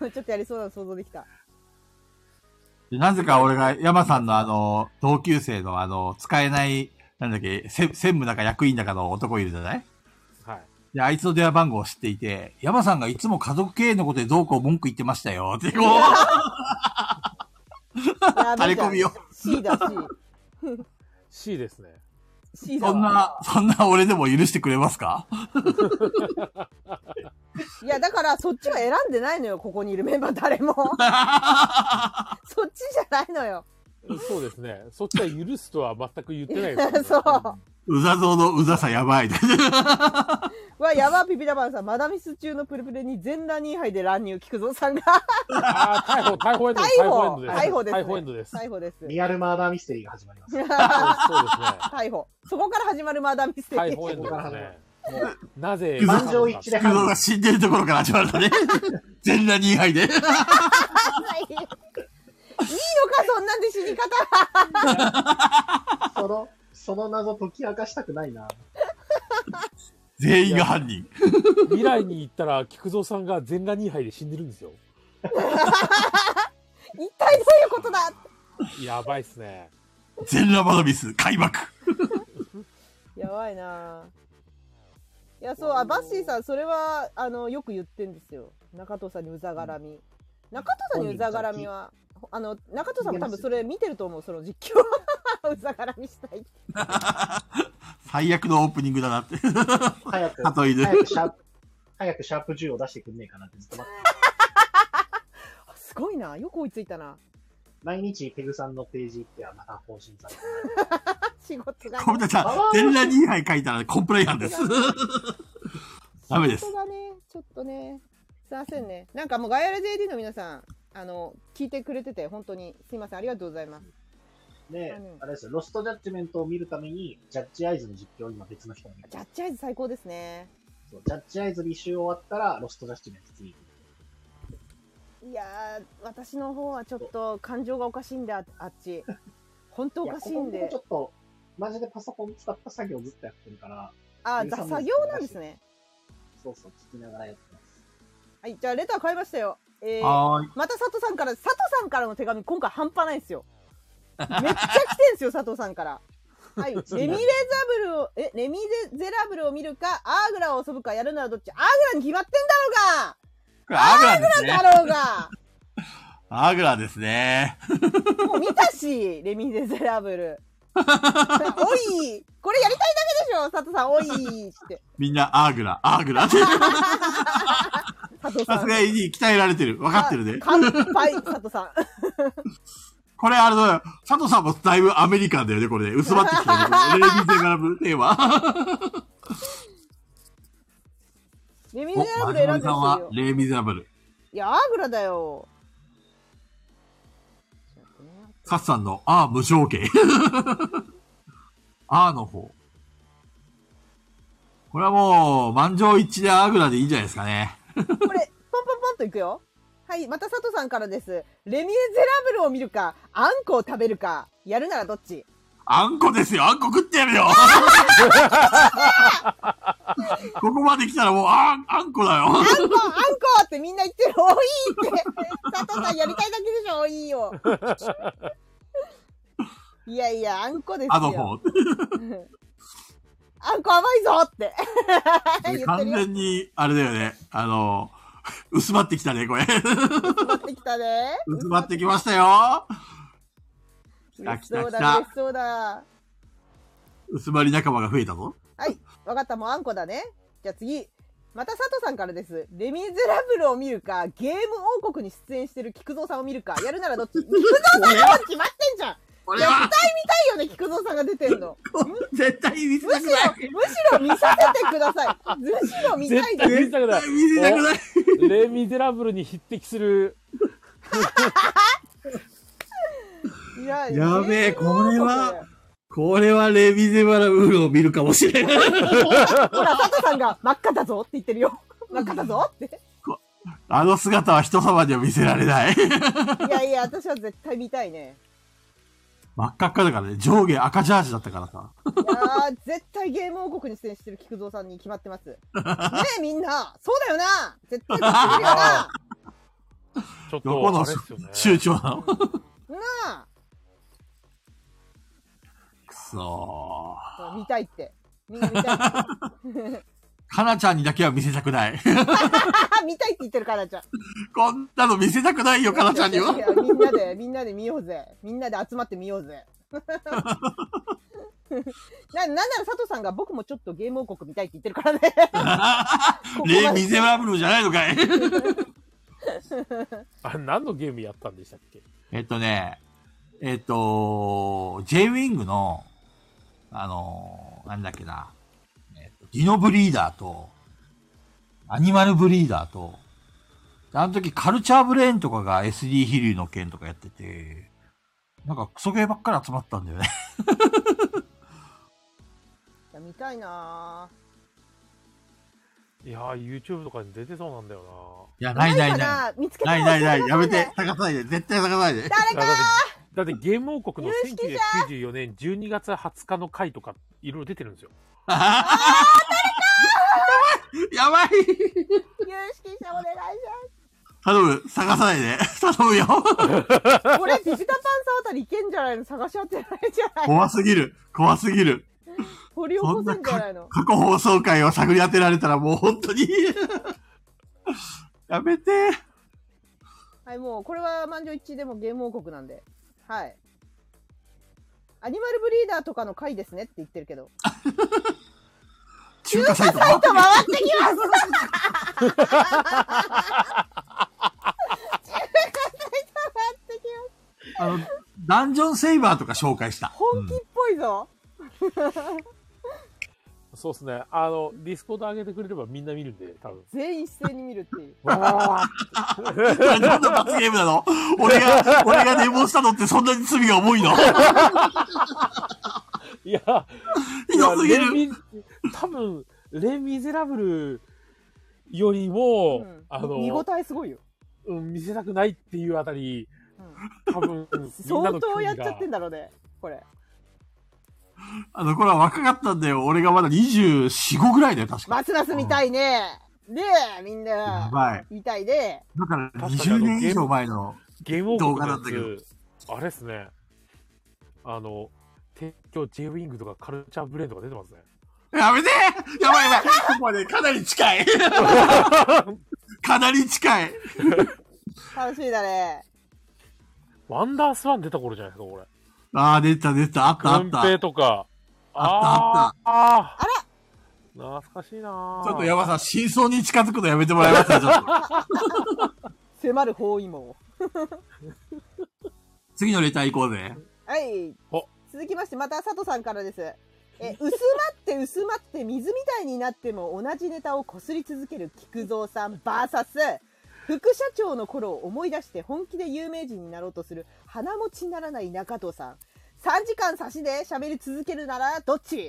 ちょっとやりそうなの想像できた。 なぜか俺が山さんの同級生の使えない、なんだっけ、専務だか役員だかの男いるじゃない？ はい。 で、あいつの電話番号を知っていて、山さんがいつも家族経営のことでどうこう文句言ってましたよ、ってこう。タレコミを。 C だ、 C ですね。 そんな俺でも許してくれますか？ いや、だからそっちは選んでないのよ、ここにいるメンバー誰も。そっちじゃないのよ。 そうですね。そっちは許すとは全く言ってないです、ね。 そう。 うざぞうのうざさやばい。 やばピピタパンさん、マダミス中のプレプレに全裸2杯で乱入、菊蔵さんが。 逮捕エンドです。 逮捕です。 逮捕エンドです。 逮捕です。 リアルマーダーミステリーが始まります。そうですね。 逮捕。そこから始まるマーダーミステリー。 逮捕エンドですね。なぜ、 満場一致で。 菊蔵が死んでるところから始まるんだね。全裸2杯で。いいのか、 そんなんで死に方。 その謎解き明かしたくないな。 全員が犯人。 未来に行ったら、菊蔵さんが全裸2杯で死んでるんですよ。 一体どういうことだ。 やばいっすね。 全裸マダミス開幕。 やばいな。いや、そう、バッシーさん、それは、よく言ってんですよ。中藤さんにうざがらみ。中藤さんにうざがらみは、中藤さんも多分それ見てると思う、その実況。うざがらみしたいって。 最悪のオープニングだなって。 早くシャープ10を出してくんねえかなってずっと待って。 すごいな。よく追いついたな。 毎日ペグさんのページ行ってはまた更新されて仕事がね。 小豚さん、全裸2杯書いたらコンプライアンです。ダメです。 仕事がね、ちょっとね、すいませんね。なんかもうガイアラ JD の皆さん、聞いてくれてて、本当にすいません。ありがとうございます。 で、あれですよ、ロストジャッジメントを見るために、ジャッジアイズの実況を今別の人が見る。 ジャッジアイズ最高ですね。 そう、ジャッジアイズ履修終わったら、ロストジャッジメント次。 いやー、私の方はちょっと感情がおかしいんで、あっち。本当おかしいんで。 ここちょっと、マジでパソコン使った作業ずっとやってるから。 作業なんですね。 そう、聞きながらやってます。 はい、じゃあレター買いましたよ。また佐藤さんからの手紙、今回半端ないですよ。めっちゃ来てんすよ、佐藤さんから。はい。レミゼラブルを見るか、アーグラを遊ぶかやるならどっち？アーグラに決まってんだろうが！アーグラだろうが！ アーグラですね。 もう見たし、レミゼラブル。おい！これやりたいだけでしょ、佐藤さん、おいって。 みんなアーグラって。さすがに鍛えられてる。分かってるね。 乾杯、佐藤さん。 これあれだよ。佐藤さんもだいぶアメリカンだよね、これね。薄まってきてる。レミゼラブルテーマ。 レミゼラブル選んでるよ。 レミゼラブル。 いや、アーグラだよ。 カツさんの無条件。の方。これはもう、満場一致でアーグラでいいんじゃないですかね。 これ、ポンポンポンといくよ。はい、また佐藤さんからです。レミゼラブルを見るか、あんこを食べるか、やるならどっち？ あんこですよ、あんこ食ってやるよ。ここまで来たらもう、あんこだよ。あんこってみんな言ってる。おいって。佐藤さんやりたいだけでしょ、おいよ。いやいや、あんこですよ。 方。 あんこ甘いぞって。 完全に、あれだよね。薄まってきたね、これ。 薄まってきたね。 薄まってきましたよ。 来た。嬉しそうだ。 薄まり仲間が増えたぞ。 はい。わかった、もうあんこだね。じゃあ次。また佐藤さんからです。レミゼラブルを見るか、ゲーム王国に出演してる菊蔵さんを見るか、やるならどっち？菊蔵さんの方決まってんじゃん。絶対見たいよね、菊蔵さんが出てんの。 絶対見せたくない。 むしろ見させてください。むしろ見たいです。 絶対見せたくない。 レ・ミゼラブルに匹敵する。 やべえ、これはレ・ミゼラブルを見るかもしれない。ほら、 佐藤さんが真っ赤だぞって言ってるよ。真っ赤だぞって。 あの姿は人様には見せられない。いや、私は絶対見たいね。 真っ赤っかだからね、上下赤ジャージだったからさ。 いや絶対ゲーム王国に出演してる菊蔵さんに決まってます。ねえ、みんな、そうだよな。絶対出してるよな。 ちょっと、 どこの州長なの？なあ。 くそー。見たいって。みんな見たいって。 かなちゃんにだけは見せたくない。 見たいって言ってるかなちゃん。 こんなの見せたくないよ、かなちゃんには。 いやみんなで見ようぜ。みんなで集まってみようぜ。 なんなら佐藤さんが僕もちょっとゲーム王国見たいって言ってるからね。 レイ・ミゼラブルじゃないのかい。 あ、何のゲームやったんでしたっけ？ J ウィングの、なんだっけな、ディノブリーダーと、アニマルブリーダーと、あの時カルチャーブレーンとかが SD ヒリューの件とかやってて、なんかクソゲーばっかり集まったんだよね。 いや、見たいなぁ。 いやー、YouTube とかに出てそうなんだよな。いや、ない。 見つけたない。やめて、探さないで。絶対探さないで。 誰かだってゲーム王国の1994年12月20日の回とか、いろいろ出てるんですよ。 やばい。 有識者お願いします。 頼む、探さないで。頼むよ。 これ、ピピタパンさんあたりいけんじゃないの？探し合ってないじゃない。 怖すぎる。 掘り起こせんじゃないの？ 過去放送回を探り当てられたらもう本当に。やめて。 はい、もう、これは満場一致でもゲーム王国なんで。はい。アニマルブリーダーとかの回ですねって言ってるけど。 中華サイト回ってきますダンジョンセイバーとか紹介した。 本気っぽいぞ。 そうですね。ディスコード上げてくれればみんな見るんで、多分。 全員一斉に見るっていう。 何の罰ゲームなの？俺が寝坊したのってそんなに罪が重いの？ いや、 ひどすぎる。 多分、レ・ミゼラブルよりも、 見応えすごいよ。 見せたくないっていうあたり、多分、 相当やっちゃってんだろうね、これ。 これは若かったんだよ。俺がまだ24、5ぐらいだよ、確か。 ますます見たいね。ねえ、みんな。 やばい。 見たいね。 だから20年以上前の動画なんだけど。 あれっすね。提供 J ウィングとかカルチャーブレーンとか出てますね。 やめて！やばい。ここね、かなり近い。かなり近い。 楽しみだね。 ワンダースワン出た頃じゃないですか、これ。 ああ、出た。あった。 軍兵とか。 あった。 あら懐かしいな。 ちょっと山さん、真相に近づくのやめてもらえますか、ちょっと。迫る包囲網。 次のレター行こうぜ。 はい。続きまして、また佐藤さんからです。薄まって水みたいになっても同じネタを擦り続ける菊蔵さん VS 副社長の頃を思い出して本気で有名人になろうとする鼻持ちならない中藤さん。3時間差しで喋り続けるならどっち？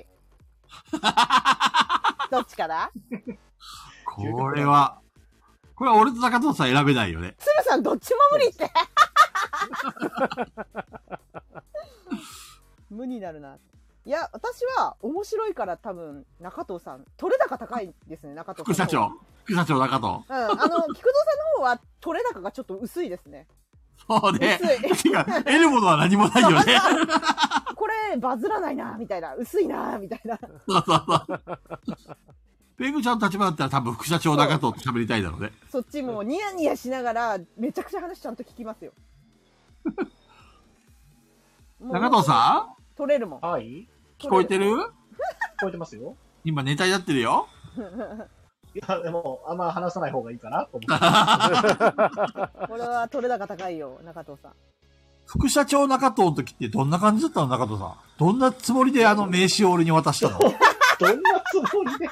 どっちかな？ これは俺と中藤さん選べないよね。 鶴さんどっちも無理って。無になるな。いや、私は面白いから多分、中藤さん、取れ高高いですね、中藤さん。 副社長中藤。 菊蔵さんの方は取れ高がちょっと薄いですね。 そうね。てか、得るものは何もないよね。 これ、バズらないな、みたいな。薄いな、みたいな。 そう。ペグちゃんの立場だったら多分副社長中藤と喋りたいだろうね。 そっちもニヤニヤしながら、めちゃくちゃ話ちゃんと聞きますよ。 中藤さん？ 取れるもん。 はい。 聞こえてる？ 聞こえてますよ。 今ネタになってるよ。 いや、でも、あんま話さない方がいいかなと思って。 これは取れ高高いよ、中藤さん。 副社長中藤の時ってどんな感じだったの中藤さん。どんなつもりで名刺を俺に渡したの？ どんなつもりでい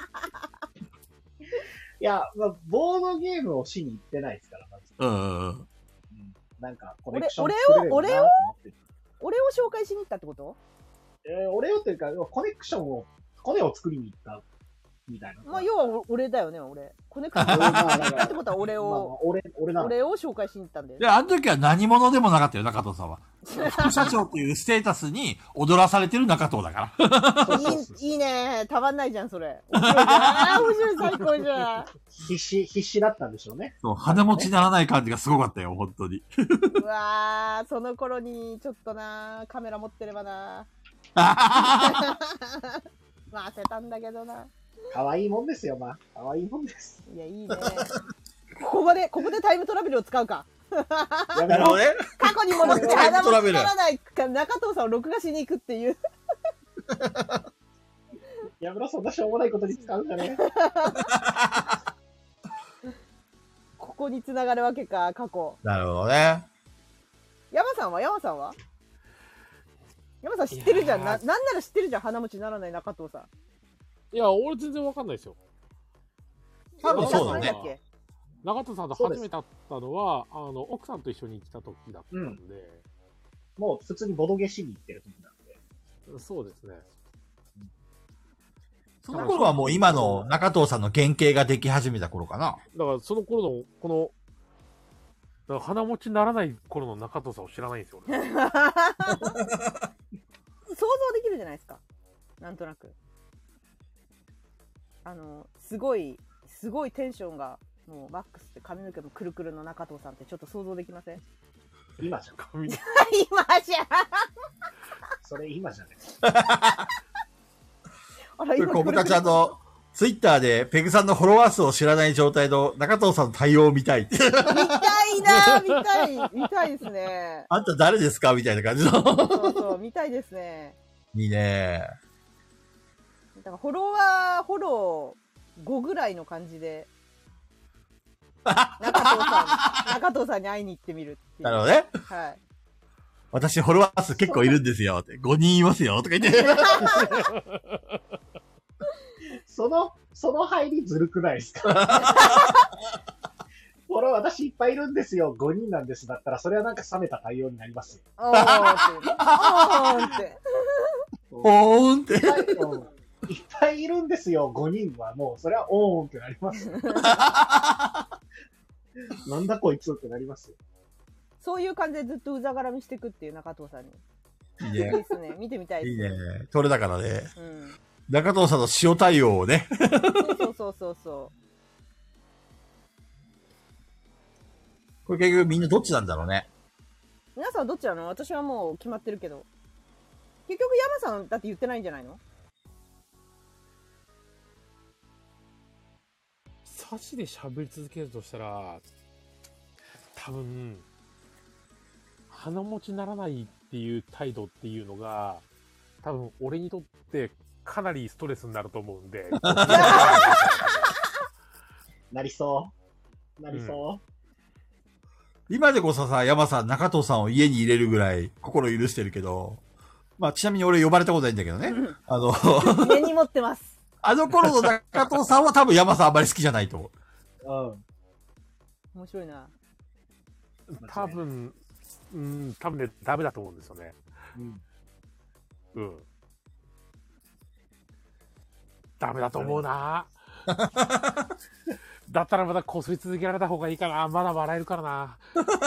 や、まあ、ボードゲームをしに行ってないですから、まず。なんか、コネクション俺を紹介しに行ったってこと？ 俺をというか、コネクションを、コネを作りに行った、みたいな。 まあ、要は俺だよね、俺。コネクションを作りに行ったってことは俺を、俺を紹介しに行ったんだよ。 で、あの時は何者でもなかったよ、中藤さんは。副社長というステータスに踊らされてる中藤だから。 いいね。たまんないじゃん、それ。面白いじゃん。面白い、最高じゃん。 必死だったんでしょうね。 そう、鼻持ちならない感じがすごかったよ、本当に。 うわー、その頃にちょっとな、カメラ持ってればな。まあ、せたんだけどな。 可愛いもんですよ、まあ。可愛いもんです。 いや、いいね。ここでタイムトラベルを使うか。 なるほどね。 過去に戻って鼻持ちならない中藤さんを録画しに行くっていう。 やめろ、そんなしょうもないことに使うんじゃね。 ここに繋がるわけか、過去。 なるほどね。 山さんは山さん知ってるじゃん。なんなら知ってるじゃん。鼻持ちならない中藤さん。 いや、俺全然わかんないですよ。 多分そうだね。 中藤さんと初めて会ったのは、奥さんと一緒に来た時だったんで。 もう普通にボドゲしに行ってる時なんで。そうですね。 その頃はもう今の中藤さんの原型ができ始めた頃かな。 だからその頃の、この、だから鼻持ちならない頃の中藤さんを知らないんですよ。 想像できるじゃないですか。なんとなく。すごいテンションがもうマックスで髪の毛もくるくるの中藤さんってちょっと想像できません？ 今じゃん。 今じゃん。 それ今じゃね。 僕たちツイッターでペグさんのフォロワー数を知らない状態の中藤さんの対応を見たい。見たいですね。 あんた誰ですかみたいな感じの。 そう、見たいですね。 いいね。 だからフォロー5ぐらいの感じで、中藤さんに会いに行ってみるっていう。 なるほどね。 はい。 私フォロワー数結構いるんですよって。5人いますよとか言って。 その入りずるくないですか？フォロー私いっぱいいるんですよ、5人なんですだったら、それはなんか冷めた対応になりますよ。 おーって。 おーんって。 いっぱいいるんですよ、5人は。もう、それはおーんってなりますよ。なんだこいつってなりますよ。 そういう感じでずっとうざがらみしていくっていう中藤さんに。 いいね。 いいですね。見てみたいですね。 いいね。それだからね。 うん。 中藤さんの塩対応をね。 そう。 これ結局みんなどっちなんだろうね。 皆さんどっちなの？私はもう決まってるけど。結局山さんだって言ってないんじゃないの？ サシで喋り続けるとしたら、多分、鼻持ちならないっていう態度っていうのが、多分俺にとってかなりストレスになると思うんで。 なりそう。 今でこそさ、山さん、中藤さんを家に入れるぐらい心許してるけど、まあちなみに俺呼ばれたことないんだけどね。 根に持ってます。 あの頃の中藤さんは多分山さんあんまり好きじゃないと思う。うん。 面白いな。 多分ね、ダメだと思うんですよね。うん。ダメだと思うな。だったらまだこすり続けられた方がいいかな。まだ笑えるからな。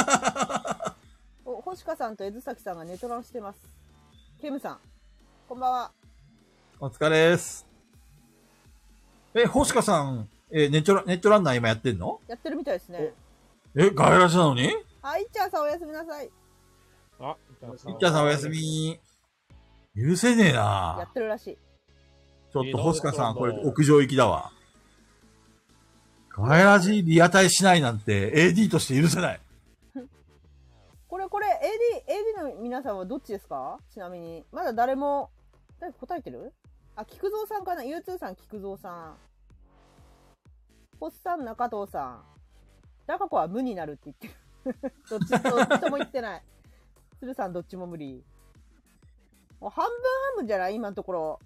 星香さんと江津崎さんがネトランしてます。ケムさん、こんばんは。 お疲れです。星香さん、ネットランナー今やってんの？ やってるみたいですね。 ガイラジなのに？ いっちゃんさんおやすみなさい。 いっちゃんさんおやすみ。許せねえな。 やってるらしい。 ちょっと星香さん、これ屋上行きだわ。ガイラジリアタイしないなんて AD として許せない。 これ AD の皆さんはどっちですか？ちなみに。まだ誰答えてる？あ、菊蔵さんかな？ U2 さん、菊蔵さん。ホスさん、中藤さん。中子は無になるって言ってる。どっちとも言ってない。鶴さんどっちも無理。もう半分じゃない今のところ。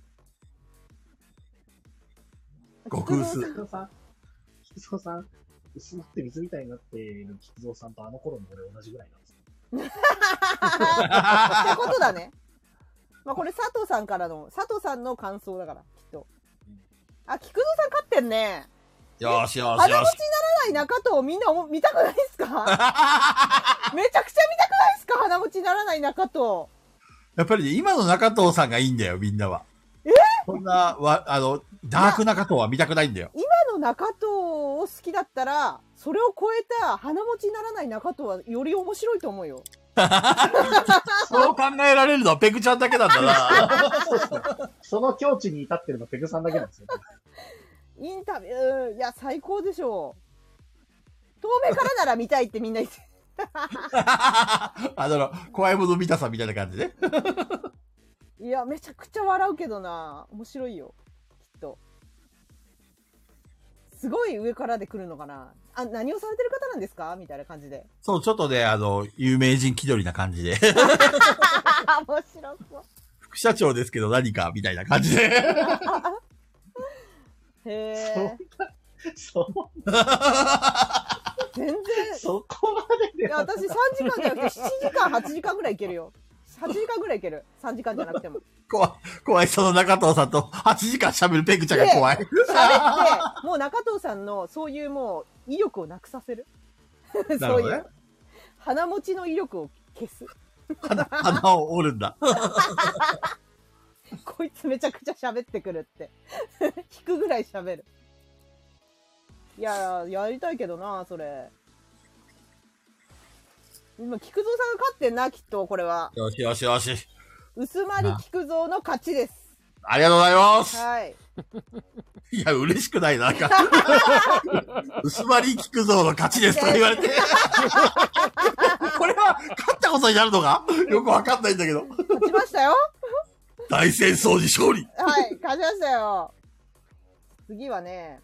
極薄。 菊蔵さん、薄まって水みたいになっている菊蔵さんとあの頃の俺同じぐらいなんですよ。 ってことだね。まあこれ佐藤さんの感想だから、きっと。あ、菊蔵さん勝ってんね。 よし。 鼻持ちならない中藤みんな見たくないですか？めちゃくちゃ見たくないですか？鼻持ちならない中藤。 やっぱりね、今の中藤さんがいいんだよ、みんなは。そんな、ダーク中藤は見たくないんだよ。 今の中藤を好きだったら、それを超えた鼻持ちならない中藤はより面白いと思うよ。 そう考えられるのはペグちゃんだけなんだな。 その境地に至ってるのはペグさんだけなんですよ。 インタビュー、いや、最高でしょう。遠目からなら見たいってみんな言って。 怖いもの見たさみたいな感じね。 いや、めちゃくちゃ笑うけどな。面白いよ。きっと。すごい上からで来るのかな。あ、何をされてる方なんですかみたいな感じで。 そう、ちょっとね、有名人気取りな感じで。 面白そう。 副社長ですけど何かみたいな感じで。 へぇそう全然。 そこまでで。 いや、私3時間じゃなくて7時間、8時間ぐらいいけるよ。8時間ぐらいいける。3時間じゃなくても。 怖い、その中藤さんと8時間喋るペグちゃんが怖い。喋って、 もう中藤さんのそういうもう威力をなくさせる。そういう。鼻持ちの威力を消す。 鼻を折るんだ。 こいつめちゃくちゃ喋ってくるって。引くぐらい喋る。いや、やりたいけどな、それ。今、菊蔵さんが勝ってんな、きっと、これは。 よしよしよし。 薄まり菊蔵の勝ちです。 ありがとうございます。 はい。 いや、嬉しくないな、なんか。薄まり菊蔵の勝ちですとか言われて。これは、勝ったことになるのかよくわかんないんだけど。 勝ちましたよ。 大戦争に勝利。 はい、勝ちましたよ。次はね、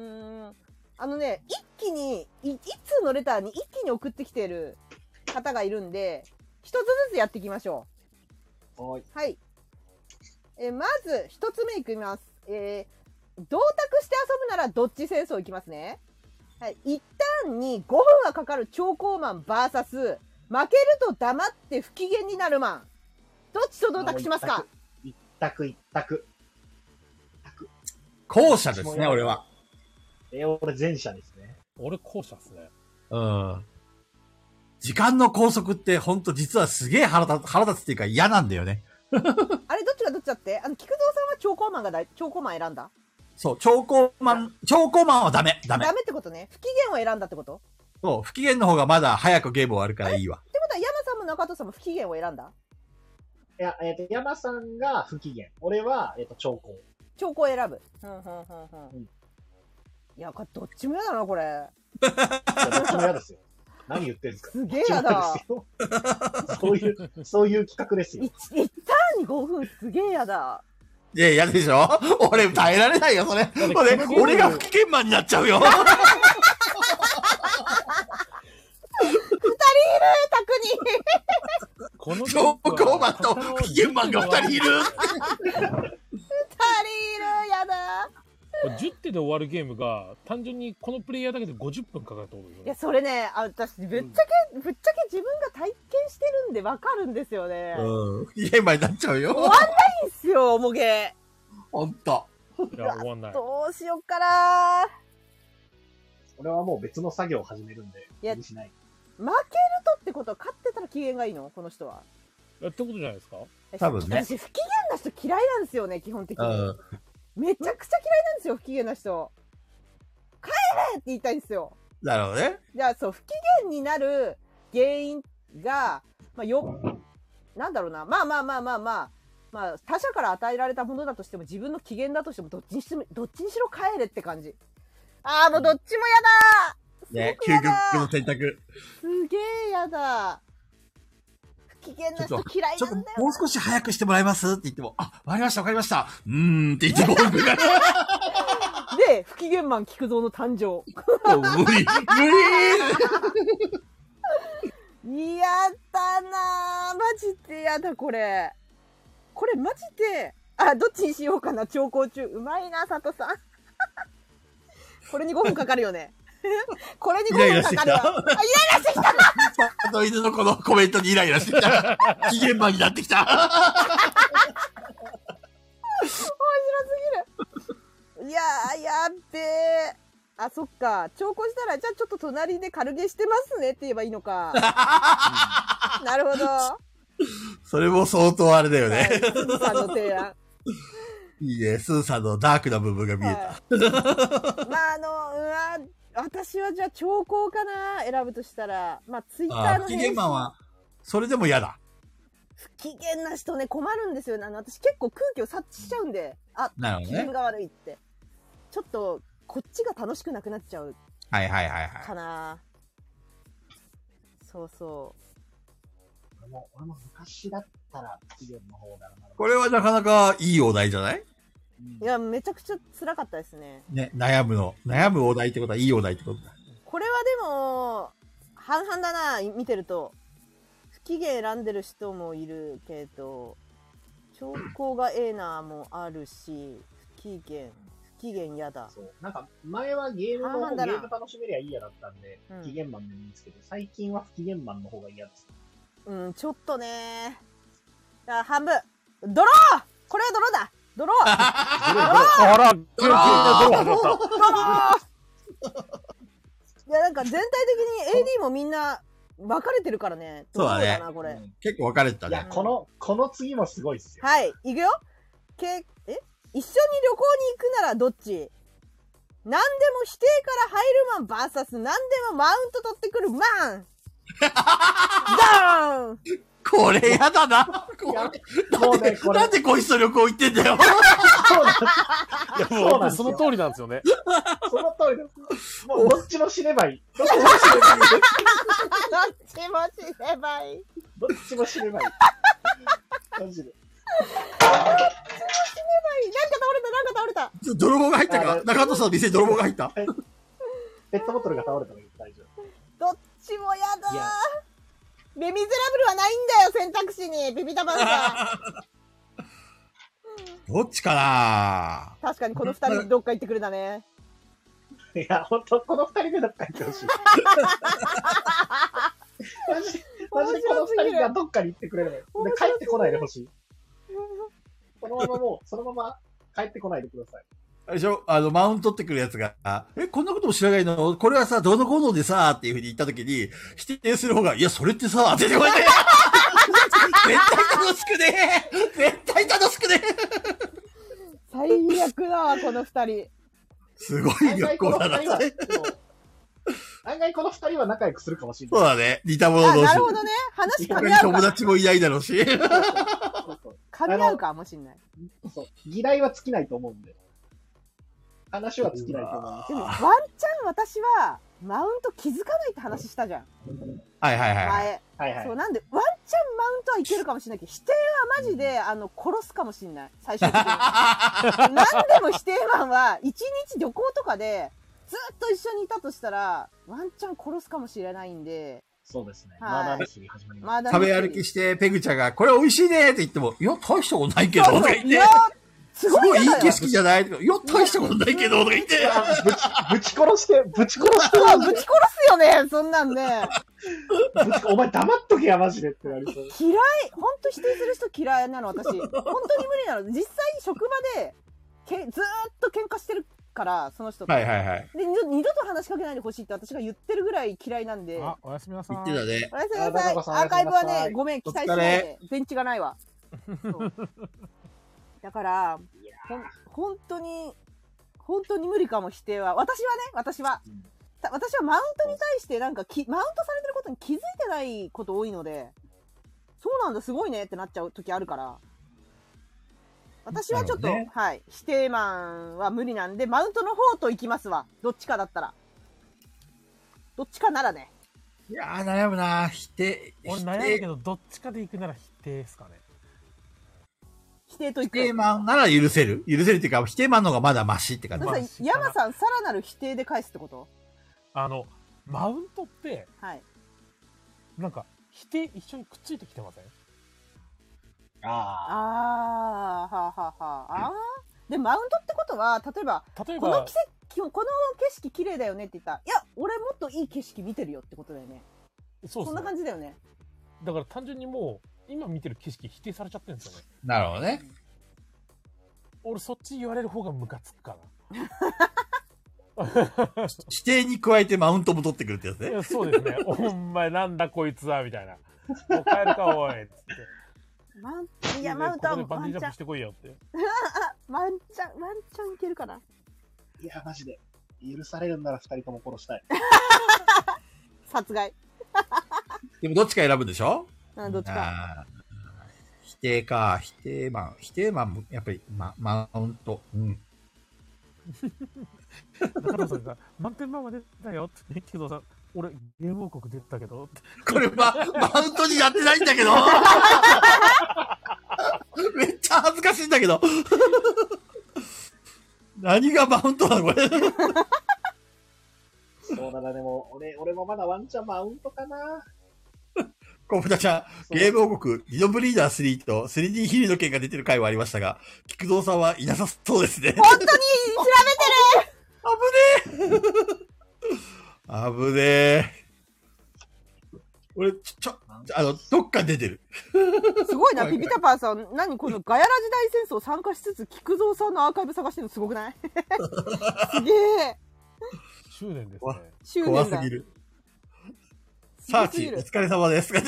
一気に、一通のレターに一気に送ってきてる方がいるんで、一つずつやっていきましょう。はい。 はい。まず、一つ目いきます。同卓して遊ぶならどっち戦争いきますね。はい。一旦に5分はかかる超高マン VS、負けると黙って不機嫌になるマン。どっちと同卓しますか？ 一択。 後者ですね、俺は。 俺前者ですね。 俺後者ですね。 うん。時間の拘束ってほんと実はすげえ腹立つっていうか嫌なんだよね。 あれどっちがどっちだって？菊蔵さんは超高マン選んだ？ そう、超高マンはダメってことね。不機嫌を選んだってこと？ そう、不機嫌の方がまだ早くゲーム終わるからいいわ。 ってことは山さんも中藤さんも不機嫌を選んだ？ いや、山さんが不機嫌。俺は、超高。 超高選ぶ。いや、どっちも嫌だな、これ。 どっちも嫌ですよ。何言ってんですか？ すげえ嫌だ。 そういう企画ですよ。 一旦に5分すげえ嫌だ。 いや、嫌でしょ？俺耐えられないよ、それ。俺が不機嫌マンになっちゃうよ。2 人いる、 卓に。超高マンと不機嫌マンが2人いる。 2人いる、やだ。 10手で終わるゲームが単純にこのプレイヤーだけで50分かかると思うよ。 いや、それね、私ぶっちゃけ自分が体験してるんでわかるんですよね。 不機嫌マンになっちゃうよ。 終わんないんすよ、もげ。 ほんと。 いや、終わんない。 どうしよっかな。 俺はもう別の作業を始めるんで、気にしない。 負けるとってことは勝ってたら機嫌がいいの？この人は。 ってことじゃないですか？ 多分ね。 私、不機嫌な人嫌いなんですよね、基本的に。めちゃくちゃ嫌いなんですよ、不機嫌な人。帰れって言いたいんですよ。 なるほどね。 じゃあ、そう、不機嫌になる原因が、なんだろうな、まあ、他者から与えられたものだとしても、自分の機嫌だとしても、どっちにしろ帰れって感じ。あー、もうどっちも嫌だ。 ね、究極の選択。 すげえ嫌だ。不機嫌な人嫌いなんだよ。 もう少し早くしてもらえますって言っても、わかりましたって言って5分くらい。 で、不機嫌マン菊蔵の誕生。 無理嫌だなぁ。マジで嫌だ、これ。これマジで、どっちにしようかな、長考中。うまいな、佐藤さん。これに5分かかるよね。これに5分かかるわ。イライラしてきたな。 犬のこのコメントにイライラしてきた。機嫌マンになってきた。 面白すぎる。いやー、やっべー。あ、そっか。長考したら、じゃあちょっと隣で軽ゲしてますねって言えばいいのか。なるほど。 それも相当あれだよね。 はい、スーさんの提案。 いいね。スーさんのダークな部分が見えた。 はい、私はじゃあ長考かな、選ぶとしたら。ツイッターの不機嫌マンは、それでも嫌だ。 不機嫌な人ね、困るんですよね。私結構空気を察知しちゃうんで、 なるほどね。 機嫌が悪いって。ちょっと、こっちが楽しくなくなっちゃう。 はい。 かな。そうそな俺も昔だったら不機嫌の方だな。 これはなかなかいいお題じゃない？ いや、めちゃくちゃ辛かったですね。 ね、悩むお題ってことはいいお題ってことだ。 これはでも、半々だな、見てると。不機嫌選んでる人もいるけど、兆候がええなもあるし、不機嫌やだ。 そう。なんか、前はゲーム楽しめりゃいいやだったんで、不機嫌マンでもいいんですけど、最近は不機嫌マンの方が嫌です。 うん、ちょっとね。半分。ドロー！これはドローだ！ドロー！ あら、ドロー！いや、なんか全体的に AD もみんな分かれてるからね。 そうだね。 これ。 結構分かれてたね。 いや、この次もすごいっすよ。 はい、いくよ。一緒に旅行に行くならどっち？何でも否定から入るマン VS 何でもマウント取ってくるマンダウンこれやだな。もうね、なんでこいつと旅行行ってんだよ。 いや、もうその通りなんですよね。 その通りです。もうどっちも死ねばいい。どっちも死ねばいい。どっちも死ねばいい。マジで。 なんか倒れた。 泥棒が入ったか？中藤さんの店に泥棒が入った？ ペットボトルが倒れたのに大丈夫。 どっちもやだー。レ・ミゼラブルはないんだよ、選択肢に。ビビタバンさん。どっちかな？ 確かにこの二人どっか行ってくれだね。 いや、ほんと、この二人でどっか行ってほしい。マジでこの二人がどっかに行ってくれるの。で、帰ってこないでほしい。そのまま帰ってこないでください。 あれでしょ？マウント取ってくるやつが、こんなことも知らないの？これはさ、どうのこうのでさ、っていう風に言ったときに、否定する方が、いや、それってさ、って言ってこいね。絶対楽しくね絶対楽しくね最悪だわ、この二人。 すごい旅行だな。 案外この二人は仲良くするかもしれない。 そうだね。似た者同士。 なるほどね。話噛み合うか。 友達もいないだろうし。 噛み合うかもしれない。 そう。議題は尽きないと思うんで。話は尽きないと思います。 でも、ワンチャン私は、マウント気づかないって話したじゃん。 はいはいはい。 前。はいはい。そう、なんで、ワンチャンマウントはいけるかもしれないけど、否定はマジで、殺すかもしれない。最終的に。何でも否定マンは、一日旅行とかで、ずっと一緒にいたとしたら、ワンチャン殺すかもしれないんで。 そうですね。マーダーミステリー始まります。食べ歩きして、ペグちゃんが、これ美味しいねって言っても、いや、大したことないけど、とか言って。すごいいい景色じゃないとか、いや、大したことないけど、とか言って。 ぶち殺して。 ぶち殺すよね、そんなんね。 お前黙っとけや、マジでってなりそう。 嫌い。ほんと否定する人嫌いなの、私。本当に無理なの。実際職場で、ずーっと喧嘩してるから、その人と。 はいはいはい。 で、二度と話しかけないでほしいって私が言ってるぐらい嫌いなんで。 あ、おやすみなさい。 言ってたね。 おやすみなさい。アーカイブはね、ごめん、期待してない。電池がないわ。だから、本当に無理かも、否定は。私はマウントに対してなんかマウントされてることに気づいてないこと多いので、そうなんだ、すごいねってなっちゃう時あるから、私はちょっと、はい、否定マンは無理なんで、マウントの方と行きますわ。どっちかだったら。どっちかならね。 いやー、悩むな。否定。 俺悩むけど、どっちかで行くなら否定ですかね。 否定と行く。 否定マンなら許せるっていうか、否定マンの方がまだマシって感じ。 山さん、さらなる否定で返すってこと？ マウントって、 はい。 なんか、否定一緒にくっついてきてません？ はあ。で、マウントってことは、例えば、この景色綺麗だよねって言ったら、いや、俺もっといい景色見てるよってことだよね。 そうですね。 そんな感じだよね。 だから単純にもう、今見てる景色否定されちゃってるんですよね。 なるほどね。 俺そっち言われる方がムカつくかな。 否定に加えてマウントも取ってくるってやつね。 そうですね。お前なんだこいつはみたいな。もう帰るかおいっつって。 いや、マウントはバンジージャンプしてこいよって。 ワンチャンいけるかな。 いや、マジで。許されるんなら二人とも殺したい。 殺害。 でもどっちか選ぶんでしょ？ どっちか。 否定か、否定マンも、やっぱり、マウント。うん。 中野さんが、満点マンは出たよって、木戸さん、 俺、ゲーム王国出たけど。 これ、マウントにやってないんだけど。めっちゃ恥ずかしいんだけど。何がマウントなのこれ。 そうだな、でも、俺もまだワンチャンマウントかな。 コブタちゃん、ゲーム王国、ディノブリーダー3と 3D ヒリの剣が出てる回はありましたが、菊蔵さんはいなさそうですね。 本当に調べてる。 危ねえ。危ねえ。俺、どっか出てる。 すごいな、ピピタパンさん。何このガヤラ時代戦争参加しつつ、菊蔵さんのアーカイブ探してるのすごくない？すげえ。 執念ですね。 執念だ。 怖すぎる。サーチ、お疲れ様です。す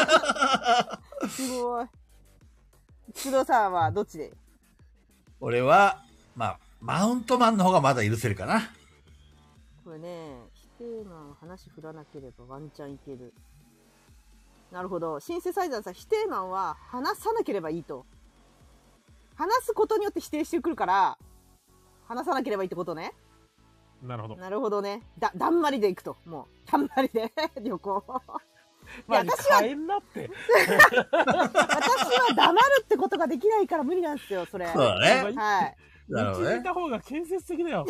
ごい。菊蔵さんはどっちで？ 俺は、マウントマンの方がまだ許せるかな。 これね、否定マン話振らなければワンチャンいける。なるほど。シンセサイザーさん、否定マンは話さなければいいと。話すことによって否定してくるから、話さなければいいってことね。 なるほど。 なるほどね。だんまりで行くと。もう、だんまりで旅行。 私は、帰んなって。 私は黙るってことができないから無理なんですよ、それ。 そうだね。 はい。 なるほどね。 うちにいた方が建設的だよ。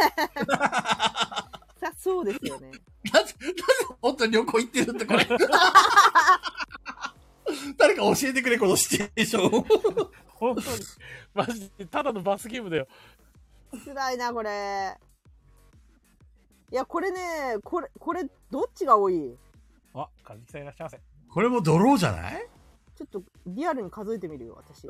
そうですよね。 なぜ本当に旅行行ってるってこれ。誰か教えてくれ、このシチュエーション。 本当に。マジで、ただのバスゲームだよ。 辛いな、これ。いや、これね、これ、どっちが多い？ あ、かじきさんいらっしゃいませ。 これもドローじゃない？ ちょっとリアルに数えてみるよ、私。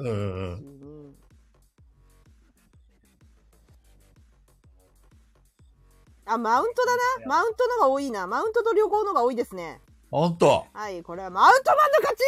あ、マウントだな。マウントのが多いな。マウントと旅行のが多いですね。 ほんと。 はい、これはマウントマ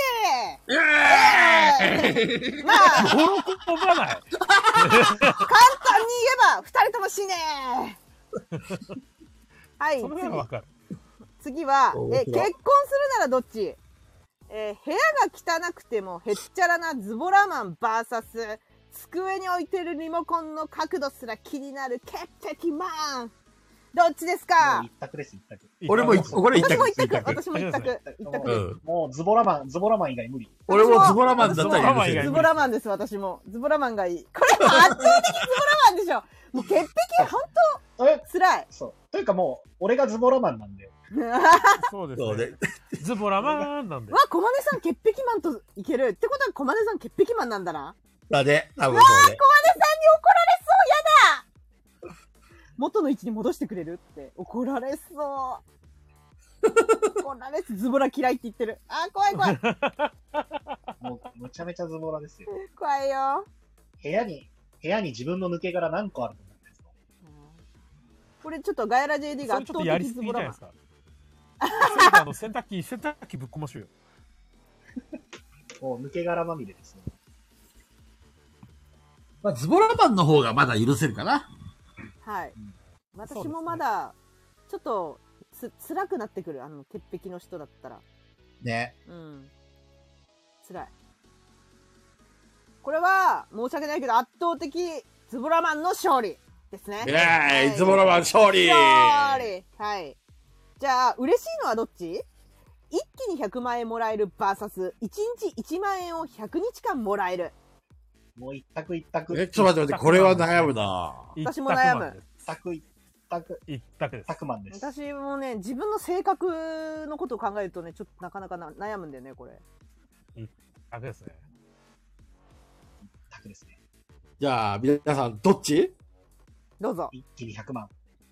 ンの勝ち。まあ、 喜ばない。 簡単に言えば、二人とも死ね。はい、次は、結婚するならどっち？部屋が汚くてもへっちゃらなズボラマン VS 机に置いてるリモコンの角度すら気になる潔癖マン。どっちですか？ 一択です、一択。 俺も一択。 私も一択。 もうズボラマン以外無理。 俺もズボラマンだったらズボラマンです、私も。ズボラマンがいい。これ圧倒的ズボラマンでしょ。もう潔癖、ほんと、辛い。 そう。というかもう、俺がズボラマンなんで。 そうですね。ズボラマンなんで。 小金さん潔癖マンといける。ってことは小金さん潔癖マンなんだな。 だね。多分そうね。小金さんに怒られそう、やだ。元の位置に戻してくれるって怒られそう。怒られそう。ズボラ嫌いって言ってる。あー、怖い怖い。 もう、むちゃめちゃズボラですよ。 怖いよ。 部屋に自分の抜け殻何個あると思うんですか？ これちょっとガヤラ JD が圧倒的ズボラマン。洗濯機ぶっこましょうよ。 もう抜け殻まみれですね。 ズボラマンの方がまだ許せるかな。 はい。私もまだ、ちょっと、辛くなってくる。潔癖の人だったら。 ね。 うん。辛い。これは、申し訳ないけど、圧倒的ズボラマンの勝利ですね。 ズボラマン勝利。 はい。じゃあ、嬉しいのはどっち？一気に100万円もらえる VS、1日1万円を100日間もらえる。 もう一択。 ちょっと待って、これは悩むな。 私も悩む。 一択です。タクマンです。 私もね、自分の性格のことを考えるとね、ちょっとなかなか悩むんだよね、これ。 一択ですね。 一択ですね。 じゃあ、皆さん、どっち？ どうぞ。 一気に100万。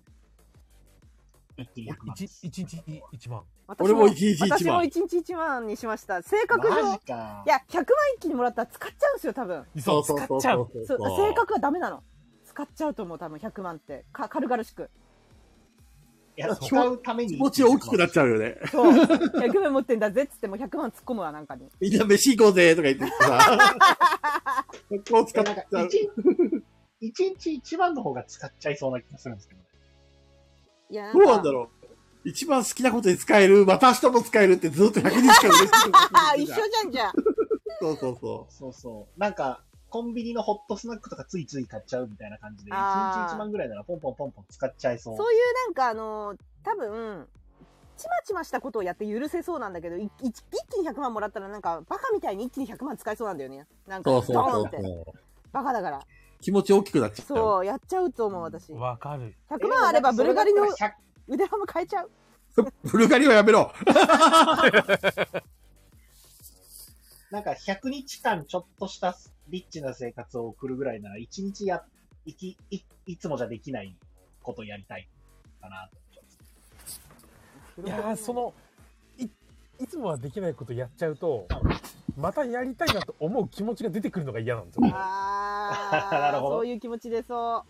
一気に100万。 1日1万。 俺も1日1万。 私も1日1万にしました。性格上。いや、100万一気にもらったら使っちゃうんですよ、多分。 そう、使っちゃう。 性格はダメなの。使っちゃうと思う、多分100万って。軽々しく。 いや、使うために。 気持ち大きくなっちゃうよね。 そう。100万持ってんだぜっつっても100万突っ込むわ、なんかに。 みんな飯行こうぜとか言ってさ。こう使っちゃう。 1日1万の方が使っちゃいそうな気がするんですけどね。 いや、 どうなんだろう。一番好きなことに使える、また明日も使えるってずっと100日間嬉しい。 一緒じゃんじゃん。 そう。なんか、コンビニのホットスナックとかついつい買っちゃうみたいな感じで、1日1万ぐらいならポンポン使っちゃいそう。 そういうなんか多分、 ちまちましたことをやって許せそうなんだけど、一気に100万もらったらなんか、バカみたいに一気に100万使えそうなんだよね。なんか、ドーンって。バカだから。 気持ち大きくなっちゃう。 そう、やっちゃうと思う、私。 わかる。 100万あればブルガリの腕ハム買えちゃう。 ブルガリはやめろ。 なんか100日間ちょっとしたリッチな生活を送るぐらいなら、1日いつもじゃできないことやりたいかなと。 いやー、いつもはできないことやっちゃうと、またやりたいなと思う気持ちが出てくるのが嫌なんですよ。 なるほど。 そういう気持ちでそう。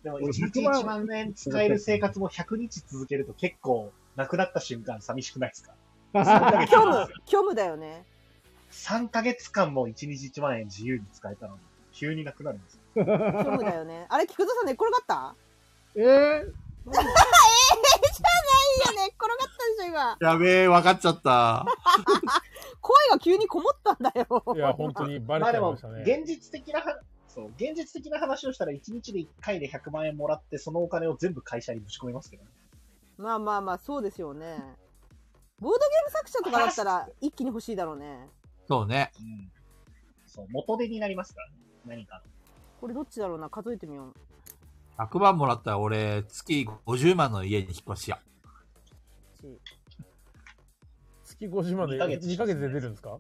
でも、1日1万円使える生活も100日続けると結構、なくなった瞬間寂しくないですか？ 虚無だよね。 3ヶ月間も1日1万円自由に使えたのに、急になくなるんですよ。 虚無だよね。あれ、菊蔵さん寝っ転がった？じゃないよね。転がったでしょ、今。 やべえ、分かっちゃった。 声が急にこもったんだよ。 いや、本当にバレちゃいましたね。 まあでも、現実的な話をしたら1日で1回で100万円もらって、そのお金を全部会社にぶち込みますけどね。 まあ、そうですよね。ボードゲーム作者とかだったら一気に欲しいだろうね。 そうね。 うん。そう、元手になりますからね。何か。 これどっちだろうな、数えてみよう。 100万もらったら俺、月50万の家に引っ越しや。 月50万で2ヶ月で出るんですか？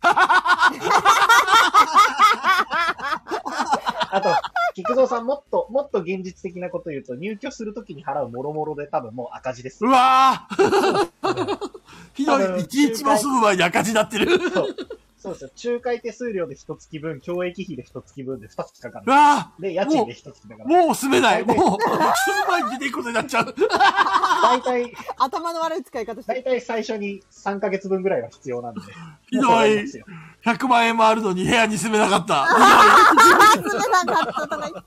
あと、菊蔵さんもっと現実的なこと言うと、入居するときに払うもろもろで多分もう赤字です。 うわーひどい、1日も住む前に赤字になってる。 そうですよ。仲介手数料で1月分、教育費で1月分で2月かかる。 うわで、家賃で1月だから。 もう住めない。もう、住む前に出ていくことになっちゃう。 大体、 頭の悪い使い方して大体最初に3ヶ月分ぐらいは必要なんで。 ひどい。100万円もあるのに部屋に住めなかった。 住めなかったとか。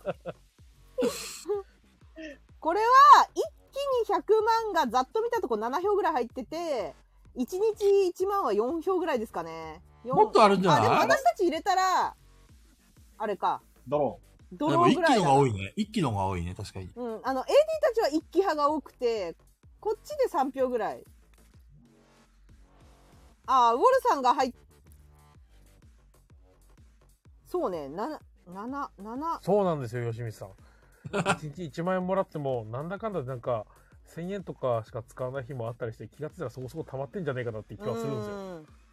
これは、一気に100万がざっと見たとこ7票ぐらい入ってて、1日1万は4票ぐらいですかね。 もっとあるんじゃない？ でも私たち入れたら、あれか。 ドローンぐらい。でも一気のが多いね。一気のが多いね、確かに。 うん。AD たちは一気派が多くて、こっちで3票ぐらい。ウォルさんが入っ、そうね、7。 そうなんですよ、吉見さん。1日1万円もらっても、なんだかんだなんか、1000円とかしか使わない日もあったりして、気がついたらそこそこ溜まってんじゃねえかなって気がするんですよ。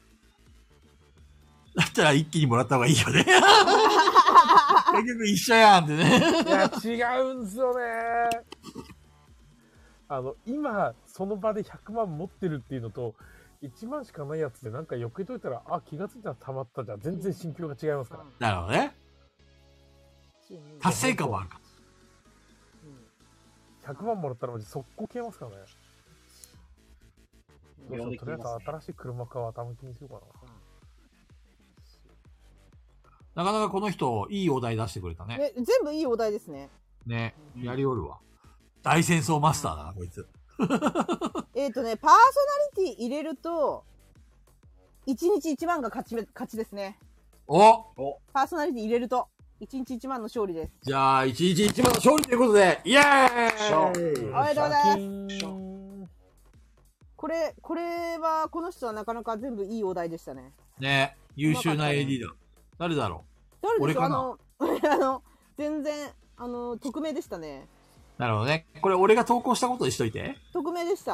だったら一気にもらった方がいいよね。結局一緒やんってね。 いや、違うんですよね。今、その場で100万持ってるっていうのと、1万しかないやつでなんかよけといたら、気がついたら溜まったじゃん。全然心境が違いますから。 なるほどね。達成感もあるか。 100万もらったら速攻消えますからね。とりあえず新しい車買う頭金にしようかな。 なかなかこの人、いいお題出してくれたね。 全部いいお題ですね。 ね。やりおるわ。大戦争マスターだな、こいつ。 パーソナリティ入れると、1日1万が勝ちですね。 おパーソナリティ入れると、1日1万の勝利です。 じゃあ、1日1万の勝利ということで、イエーイおめでとうございます。これは、この人はなかなか全部いいお題でしたね。 ね。優秀な AD だ。誰だろう？ 誰ですか？全然、匿名でしたね。 なるほどね。これ俺が投稿したことにしといて。 匿名でした。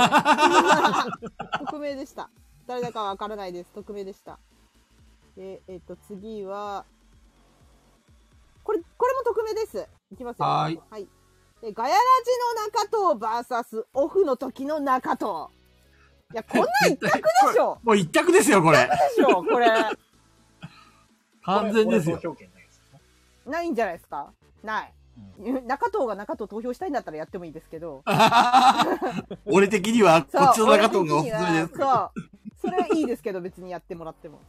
匿名でした。誰だかわからないです。匿名でした。で、次は、これも匿名です。いきますよ。 はい。 で、ガヤラジの中藤 VS オフの時の中藤。いや、こんなん一択でしょ。 もう一択ですよ、これ。 一択でしょ、これ。 完全ですよ。 ないんじゃないですか？ない。中藤が中藤投票したいんだったらやってもいいですけど。 俺的には、こっちの中藤がおすすめです。 そう。それはいいですけど、別にやってもらっても。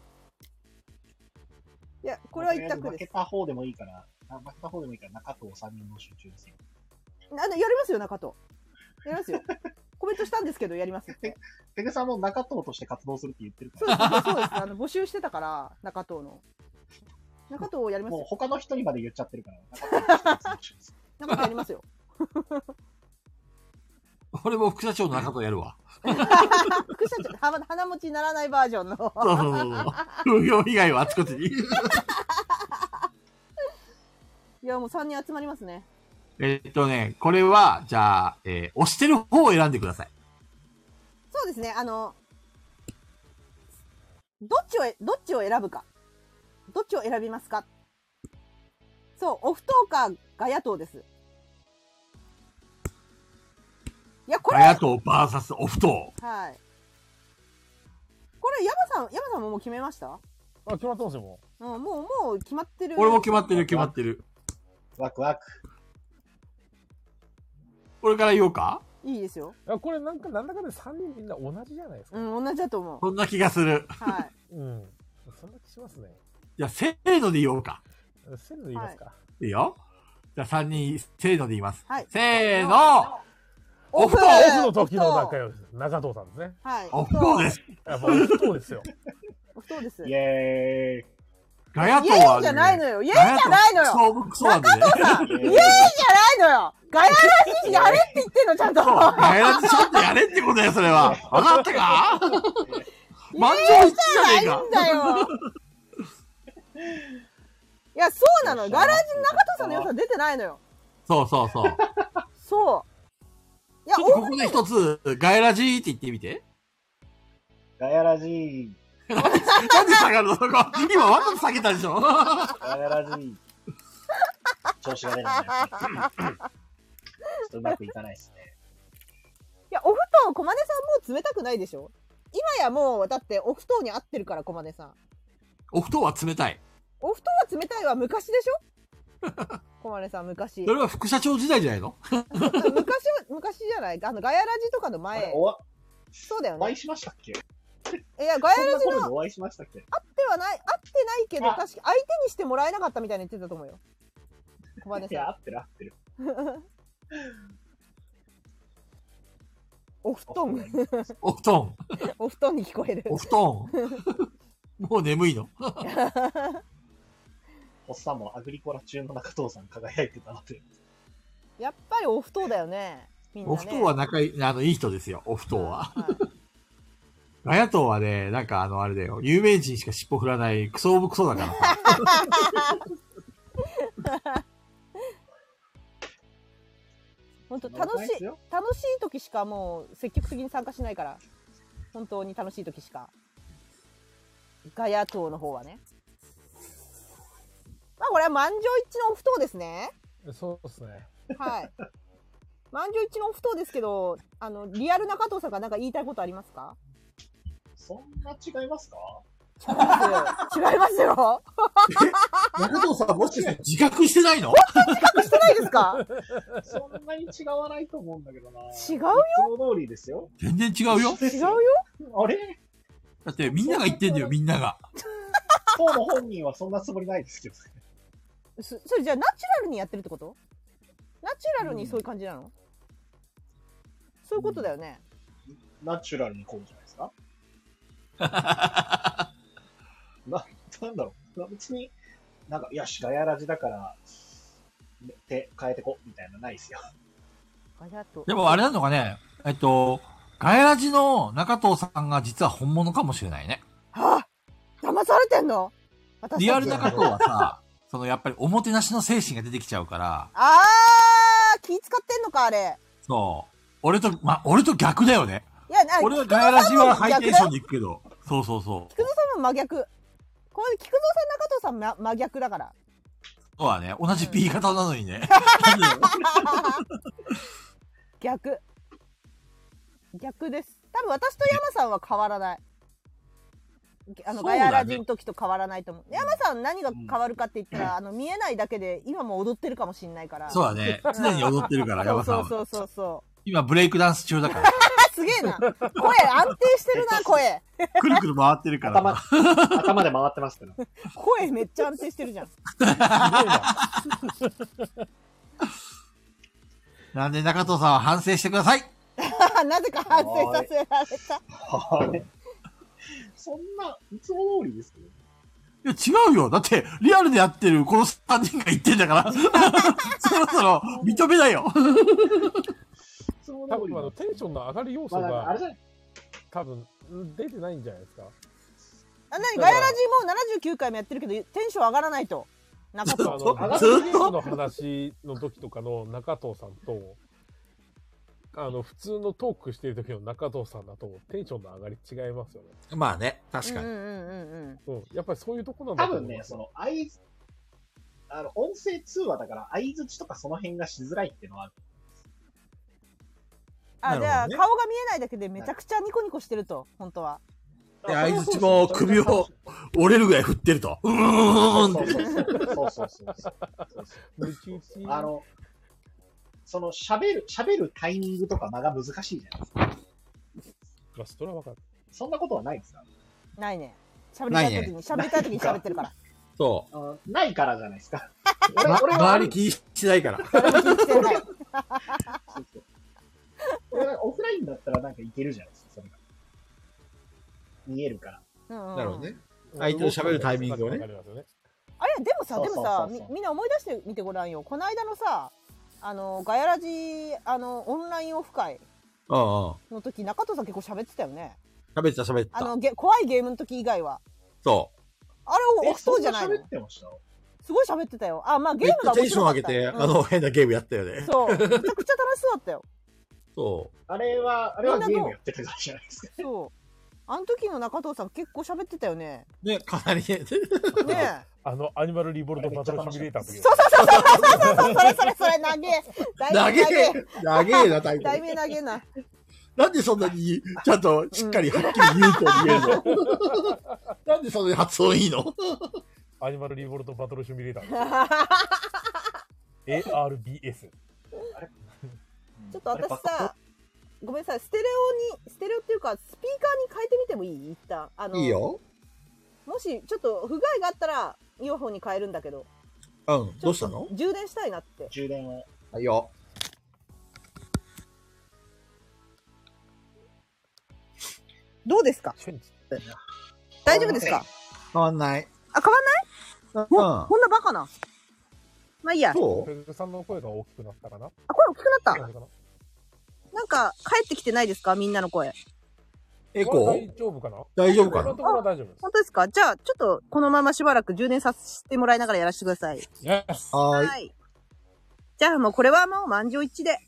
いや、これは一択です。 負けた方でもいいから、中藤3人の集中ですよ。 やりますよ、中藤。やりますよ。コメントしたんですけど、やりますって。 ペグさんも中藤として活動するって言ってるから。 そうです。募集してたから、中藤の。中藤をやりますよ。 もう他の人にまで言っちゃってるから。 中藤やりますよ。 俺も副社長の中とやるわ。 副社長、鼻持ちにならないバージョンの。そうそうそう。 風評被害はあちこちに。いや、もう3人集まりますね。 これは、じゃあ、押してる方を選んでください。 そうですね、どっちを選ぶか。どっちを選びますか。そう、オフトーかガヤトーです。いや、これ。 ガヤトーバーサスオフトー。はい。これ、山さんももう決めました？ 決まってますよ、もう。うん、もう決まってる。 俺も決まってる。 ワクワク。 これから言おうか？ いいですよ。 これなんだかで3人みんな同じじゃないですか。 うん、同じだと思う。 そんな気がする。 はい。 うん。そんな気しますね。 じゃあ、せーので言おうか。 せーので言いますか。 いいよ。じゃあ3人、せーので言います。 はい。 せーのオフの時の中藤さんですね。 はい。 オフトーです。 やっぱオフトーですよ。 オフトーです。 イェーイ。 ガヤトーは、 イェーイじゃないのよ。イェーイじゃないのよ。 クソなんでね。 中藤さん、イェーイじゃないのよ。ガヤラジやれって言ってんの、ちゃんと。 ガヤラジちゃんとやれってことだよ、それは。わかったか？満場一致じゃねえか。 んだよ。いや、そうなの。ガヤラジの中藤さんの良さ出てないのよ。 そう。 そう。 いや、ここで一つ、ガヤラジって言ってみて。 ガヤラジなんで下がるのそこ。今わざと下げたでしょ。 ガヤラジ調子が出ないね。ちょっとうまくいかないですね。 いや、オフトー、コマネさんもう冷たくないでしょ？今やもう、だってオフトーに合ってるから、コマネさん。 オフトーは冷たい。 オフトーは冷たいは昔でしょ？コマネさん、昔。 それは副社長時代じゃないの？ 昔じゃない？ガヤラジとかの前。そうだよね。 お会いしましたっけ？ いや、ガヤラジの。 お会いしましたっけ？ 会ってないけど、確か相手にしてもらえなかったみたいに言ってたと思うよ。小金さん。 いや、合ってる。 お布団。 お布団。 お布団に聞こえる。 お布団。もう眠いの。 おっさんもアグリコラ中の中藤さん輝いてたので。 やっぱりお布団だよね。みんなね。 お布団はいい人ですよ、お布団は。ガヤトーはね、なんかあれだよ、有名人しか尻尾振らないクソオブクソだからさ。 本当楽しい時しかもう積極的に参加しないから、本当に楽しい時しか。ガヤトーの方はね。まあこれは満場一致のお布団ですね。 そうですね。 はい。満場一致のお布団ですけど、リアル中藤さんが何か言いたいことありますか？ そんな違いますか？ 違いますよ。 中藤さんもしかして自覚してないの？ 本当に自覚してないですか？ そんなに違わないと思うんだけどな。 違うよ。 いつも通りですよ。 全然違うよ。 違うよ。 あれ？ だってみんなが言ってんだよ、みんなが。 当の本人はそんなつもりないですけどね。 それじゃあナチュラルにやってるってこと？ナチュラルにそういう感じなの？そういうことだよね。 ナチュラルにこうじゃないですか？なんだろう。別に、なんか、いや、ガヤラジだから、変えてこ、みたいなのないですよ。 でもあれなのかね、ガヤラジの中藤さんが実は本物かもしれないね。 はぁ、騙されてんの？ リアル中藤はさ、やっぱりおもてなしの精神が出てきちゃうから。 気使ってんのか、あれ。 そう。俺と逆だよね。 いや、 俺はガヤラジはハイテンションで行くけど。そう。菊蔵さんも真逆。これ、菊蔵さん、中藤さん真逆だから。 そうだね。同じ P 型なのにね。 逆です。多分私と山さんは変わらない。ガヤラジの時と変わらないと思う。山さん何が変わるかって言ったら、見えないだけで今も踊ってるかもしんないから。 そうだね。常に踊ってるから、山さんは。 そう。 今ブレイクダンス中だから。 すげえな。声安定してるな、声。 くるくる回ってるから。 頭で回ってますけど。 声めっちゃ安定してるじゃん。 なんで中藤さんは反省してください。 なぜか反省させられた。 そんな、いつも通りですけど。 いや、違うよ。だって、リアルでやってるこの3人が言ってんだから。そろそろ認めなよ。 普つもり多分テンションの上がる要素が、あれじゃない多分出てないんじゃないですか。 ガヤラジも79回もやってるけどテンション上がらないと。 中藤ずっとの話の時とかの中藤さんと普通のトークしてる時の中藤さんだとテンションの上がり違いますよね。 まあね、確かに。 やっぱりそういうとこなんだと思う。 多分ね、音声通話だから相づちとかその辺がしづらいっていうのはある。じゃあ、顔が見えないだけでめちゃくちゃニコニコしてると、本当は。 で、相づちも首を折れるぐらい振ってると。 そうそう。その喋るタイミングとか間が難しいじゃないですか。 まあ、それはわかる。 そんなことはないですか？ ないね。喋りたい時に喋ってるから。 そう。 ないからじゃないですか。 俺は周り気にしないから。 オフラインだったらなんかいけるじゃないですか、それが。見えるから。 なるほどね。相手と喋るタイミングをね。 あれ、でもさ、みんな思い出してみてごらんよ。この間のさ、ガヤラジ、オンラインオフ会の時、中藤さん結構喋ってたよね。 喋ってた。 怖いゲームの時以外は。 そう。 あれ、起きそうじゃないの？すごい喋ってたよ。あ、まあゲームがテンション上げて、変なゲームやったよね。 そう。めちゃくちゃ楽しそうだったよ。 そう。 あれはゲームやってたじゃないですか。 そう。あの時の中藤さん結構喋ってたよね。 ね、かなりね。 ねアニマルリボルトバトルシミュレーターの時。 そう、それ、 長えな、タイトル。 題名長えな。 なんでそんなに、ちゃんとしっかりはっきり言うと言えるの？なんでそんなに発音いいの？ アニマルリボルトバトルシミュレーター。ARBS。 ちょっと私さ、ごめんなさい、ステレオっていうか、スピーカーに変えてみてもいい？一旦。 いいよ。 もし、ちょっと不具合があったら、イヤホンに変えるんだけど。 うん、どうしたの？ 充電したいなって。 充電を。 はいよ。 どうですか？大丈夫ですか？ 変わんない。 あ、変わんない？こんなバカな。まあいいや。 そう？ペグさんの声が大きくなったかな？ あ、声大きくなった。なんか、帰ってきてないですか？みんなの声。 エコー？ 大丈夫かな？ 大丈夫かな？ 今のところは大丈夫です。 本当ですか？じゃあ、ちょっと、このまましばらく充電させてもらいながらやらせてください。 はい。 じゃあ、もうこれはもう満場一致で。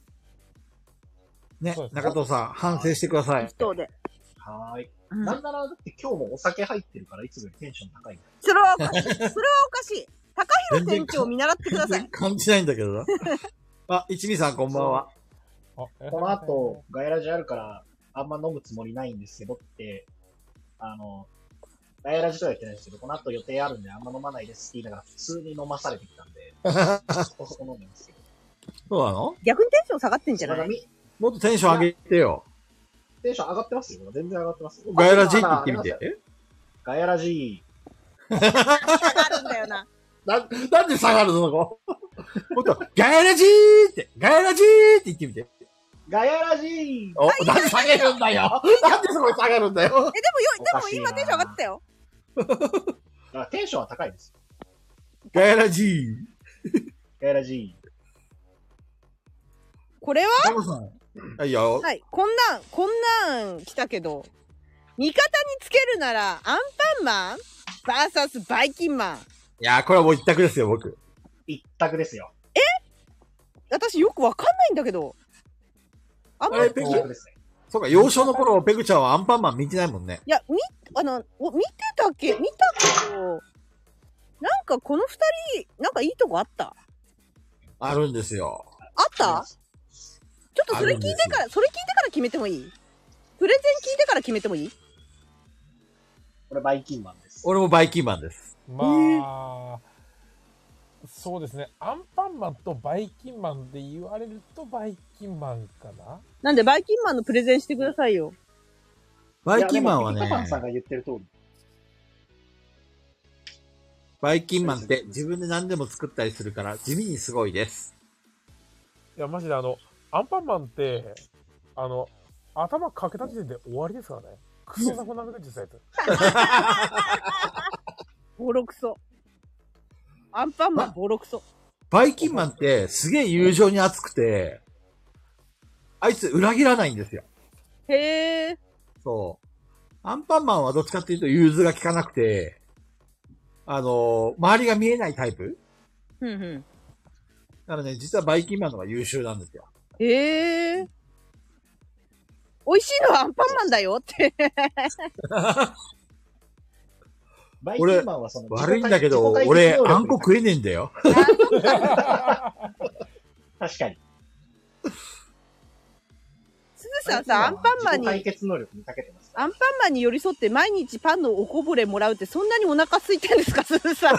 ね、中藤さん、反省してください。 人で。 はい。なんなら、だって今日もお酒入ってるから、いつもよりテンション高い。 それはおかしい。それはおかしい。高弘店長を見習ってください。 感じないんだけどな。あ、一味さんこんばんは。 この後、ガヤラジあるから、あんま飲むつもりないんですけどって、ガヤラジとは言ってないんですけど、この後予定あるんであんま飲まないですって言いながら普通に飲まされてきたんで、そこそこ飲んでますけど。 そうなの？ 逆にテンション下がってんじゃない？ もっとテンション上げてよ。 テンション上がってますよ。全然上がってます。 ガヤラジって言ってみて。 ガヤラジ下がるんだよな。 なんで下がるのそこ？もっと、ガヤラジーって、ガヤラジーって言ってみて。 ガヤラジー。 お、なんで下げるんだよ。なんでそこに下がるんだよ。 でも今テンション上がったよ。 テンションは高いです。 ガヤラジー。 ガヤラジー。 これは？ はいよ。 はい。こんなん来たけど、味方につけるなら、アンパンマン VS バイキンマン。 いやー、これはもう一択ですよ、僕。 一択ですよ。 私よくわかんないんだけど。 あんまりペグですね。そうか、幼少の頃、ペグちゃんはアンパンマン見てないもんね。 いや、見たけど、なんかこの二人、なんかいいとこあった？ あるんですよ。 あった？ちょっとそれ聞いてから決めてもいい？プレゼン聞いてから決めてもいい？ 俺バイキンマンです。 俺もバイキンマンです。 まあ、そうですね。アンパンマンとバイキンマンで言われるとバイキンマンかな。 なんでバイキンマンのプレゼンしてくださいよ。 バイキンマンはね。 ピカパンさんが言ってる通り。 バイキンマンって自分で何でも作ったりするから地味にすごいです。 いや、マジでアンパンマンって、頭かけた時点で終わりですからね。クソザコなめ口したやつ。 ボロクソ。アンパンマンボロクソ。 バイキンマンってすげえ友情に熱くて、 あいつ裏切らないんですよ。 へえ。 そう。アンパンマンはどっちかっていうと融通が効かなくて、周りが見えないタイプ。 うんうん。 だからね、実はバイキンマンの方が優秀なんですよ。 へえ。美味しいのはアンパンマンだよって。 バイキンマンはその悪いんだけど、俺、あんこ食えねえんだよ。 確かに。 すずさんさ、アンパンマンに、 解決能力に長けてます。 アンパンマンに寄り添って毎日パンのおこぼれもらうってそんなにお腹空いてるんですか、すずさん。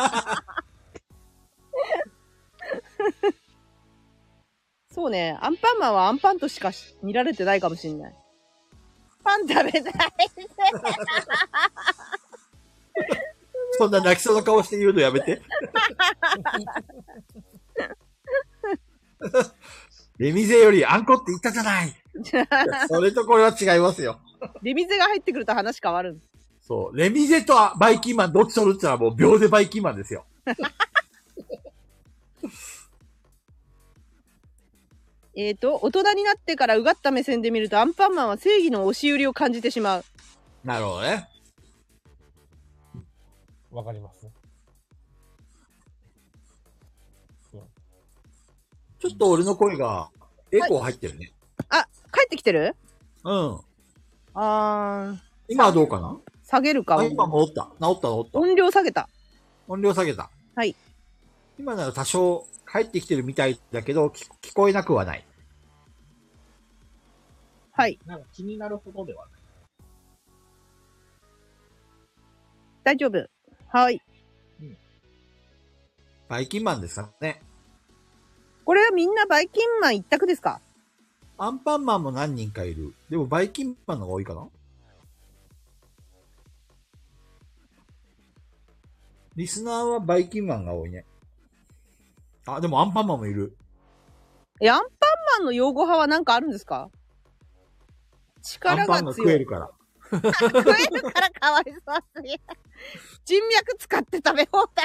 そうね、アンパンマンはアンパンとしか見られてないかもしれない。パン食べたい。 そんな泣きそうな顔して言うのやめて。レミゼよりあんこって言ったじゃない。それとこれは違いますよ。 レミゼが入ってくると話変わる。 そう。レミゼとバイキンマンどっち取るって言ったらもう秒でバイキンマンですよ。 大人になってからうがった目線で見るとアンパンマンは正義の押し売りを感じてしまう。 なるほどね。 わかります。 ちょっと俺の声がエコー入ってるね。 あ、帰ってきてる？ うん。 今はどうかな？ 下げるか。 今戻った。治った。 音量下げた。 音量下げた。 はい。 今なら多少帰ってきてるみたいだけど、聞こえなくはない。 はい。 なんか気になるほどではない。 大丈夫。はい。 うん。バイキンマンですかね。 これはみんなバイキンマン一択ですか？ アンパンマンも何人かいる。でもバイキンマンの方が多いかな？リスナーはバイキンマンが多いね。あ、でもアンパンマンもいる。 アンパンマンの擁護派は何かあるんですか？力が強い。アンパンが食えるから。 食えるからかわいそうすぎる。人脈使って食べ放題。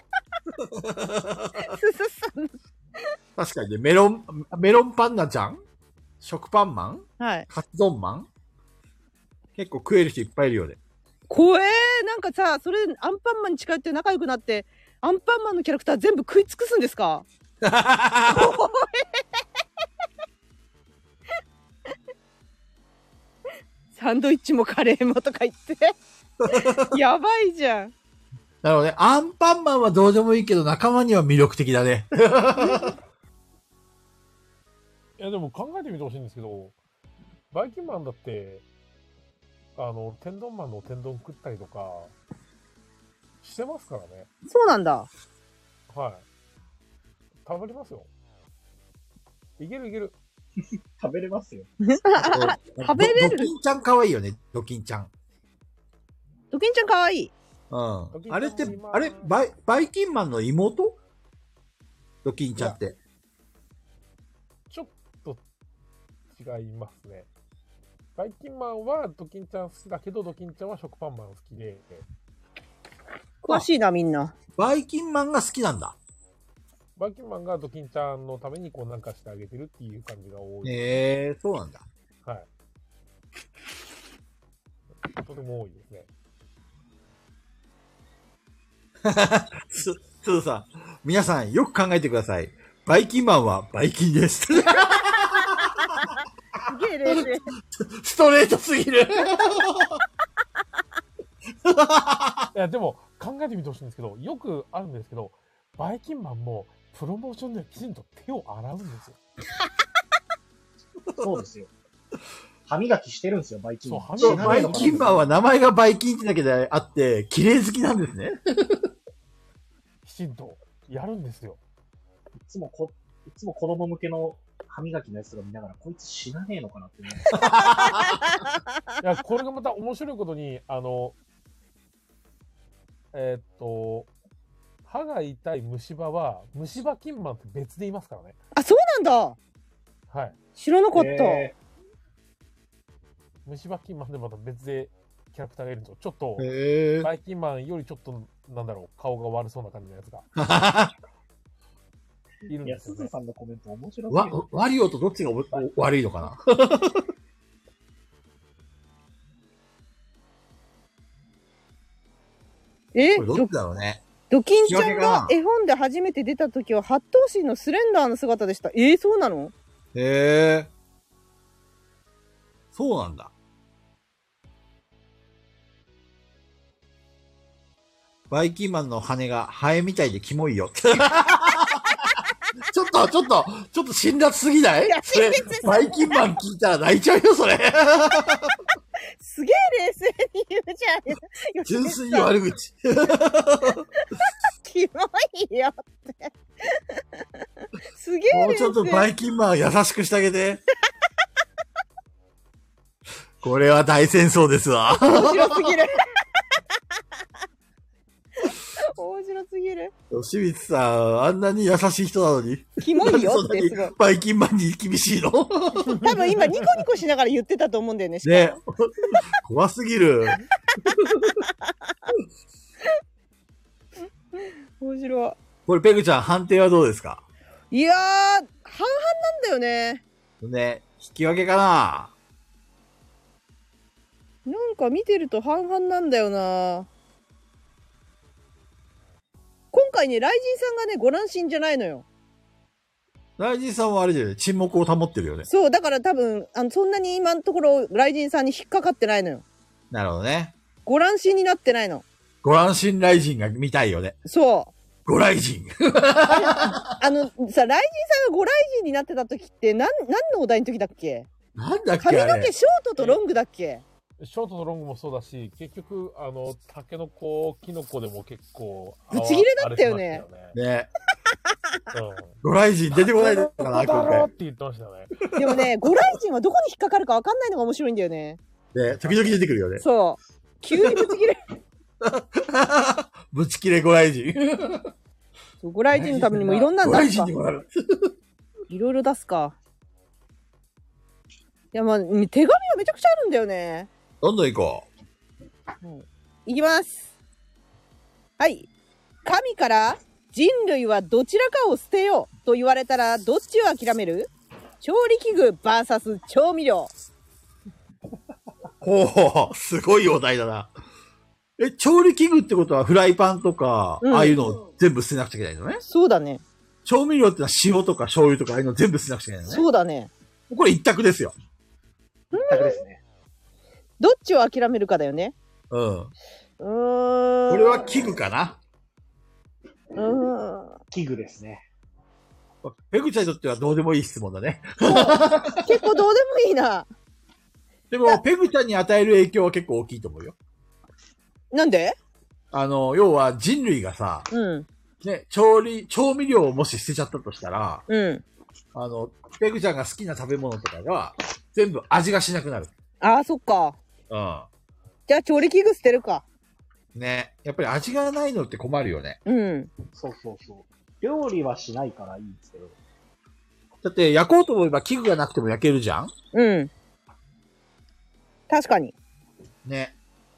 確かにね、メロンパンナちゃん？食パンマン？ はい。 カツ丼マン？結構食える人いっぱいいるよね。 怖えー、なんかさ、それアンパンマンに近寄って仲良くなって、アンパンマンのキャラクター全部食い尽くすんですか？怖サンドイッチもカレーもとか言ってやばいじゃん。 なるほどね。アンパンマンはどうでもいいけど仲間には魅力的だね。 いやでも考えてみてほしいんですけど、バイキンマンだって天丼マンの天丼食ったりとかしてますからね。 そうなんだ。 はい。食べれますよ。いけるいける。 食べれますよ。 食べれる。 ドキンちゃん可愛いよね、ドキンちゃん。 ドキンちゃん可愛い。 うん。あれって、バイキンマンの妹？ドキンちゃんって。 ちょっと違いますね。バイキンマンはドキンちゃん好きだけど、ドキンちゃんは食パンマン好きで。 詳しいな、みんな。 バイキンマンが好きなんだ。 バイキンマンがドキンちゃんのためにこうなんかしてあげてるっていう感じが多い。 そうなんだ。 はい。とても多いですね。 ちょっとさ、皆さんよく考えてください。バイキンマンはバイキンです。すげえ冷静。 ストレートすぎる。いや、でも考えてみてほしいんですけど、よくあるんですけど、バイキンマンもプロモーションできちんと手を洗うんですよ。 そうですよ。歯磨きしてるんですよ、バイキンマン。 そう、バイキンマンは名前がバイキンってだけであって、綺麗好きなんですね。 きちんとやるんですよ。 いつも子供向けの歯磨きのやつとか見ながら、こいつ死なねえのかなって思う。いや、これがまた面白いことに、歯が痛い虫歯は、虫歯キンマンって別でいますからね。 あ、そうなんだ。 はい。 知らなかった。 虫歯キンマンでまた別でキャラクターがいるんですよ。ちょっと、バイキンマンよりちょっと、なんだろう、顔が悪そうな感じのやつが。 いるんですよね。 すずさんのコメント面白い。 ワリオとどっちが悪いのかなどっちだろうね。 ドキンちゃんが絵本で初めて出た時は、八頭身のスレンダーの姿でした。そうなの？ へえ。そうなんだ。バイキンマンの羽がハエみたいでキモいよ。ちょっと辛辣すぎない？バイキンマン聞いたら泣いちゃうよ、それ。 すげえ冷静に言うじゃん。 純粋に悪口。 キモいよって。すげえ冷静。 もうちょっとバイキンマン優しくしてあげて。これは大戦争ですわ。 面白すぎる。面白すぎる。 清水さん、あんなに優しい人なのに。 キモいよってすごい。 バイキンマンに厳しいの？多分今ニコニコしながら言ってたと思うんだよね。 ね。怖すぎる。 面白い。 これペグちゃん判定はどうですか？ いやー、半々なんだよね。 ね、引き分けかな？ なんか見てると半々なんだよな。今回ね、ライジンさんがね、ご乱心じゃないのよ。 ライジンさんはあれだよね、沈黙を保ってるよね。 そう、だから多分、そんなに今のところ、ライジンさんに引っかかってないのよ。 なるほどね。 ご乱心になってないの。 ご乱心ライジンが見たいよね。 そう。 ごライジン。 さ、ライジンさんがごライジンになってた時って、何のお題の時だっけ？ なんだっけ？ 髪の毛ショートとロングだっけ？ ショートとロングもそうだし、結局、タケノコ、キノコでも結構、 ぶち切れだったよね。 ね。ゴライジン出てこないのかな、今回。 って言ってましたよね。 でもね、ゴライジンはどこに引っかかるか分かんないのが面白いんだよね。 ね、時々出てくるよね。 そう。急にぶち切れ。 ぶち切れゴライジン。ゴライジンのためにもいろんなの出すか。 ゴライジンにもなる。 いろいろ出すか。いや、まあ、手紙はめちゃくちゃあるんだよね。 どんどん行こう。いきます。はい。神から人類はどちらかを捨てようと言われたらどっちを諦める？調理器具 VS 調味料。 ほう、すごいお題だな。調理器具ってことはフライパンとか、ああいうのを全部捨てなくちゃいけないのね。 そうだね。 調味料ってのは塩とか醤油とかああいうの全部捨てなくちゃいけないのね。 そうだね。 これ一択ですよ。 一択ですね。 どっちを諦めるかだよね。 これは器具かな。 器具ですね。 ペグちゃんにとってはどうでもいい質問だね。 結構どうでもいいな。 でも、ペグちゃんに与える影響は結構大きいと思うよ。 なんで？ 要は人類がさ、ね、調味料をもし捨てちゃったとしたら、ペグちゃんが好きな食べ物とかが、全部味がしなくなる。 ああ、そっか。じゃあ調理器具捨てるか。 ね。やっぱり味がないのって困るよね。 そうそうそう。料理はしないからいいんですけど。 だって焼こうと思えば器具がなくても焼けるじゃん？ 確かに。 ね。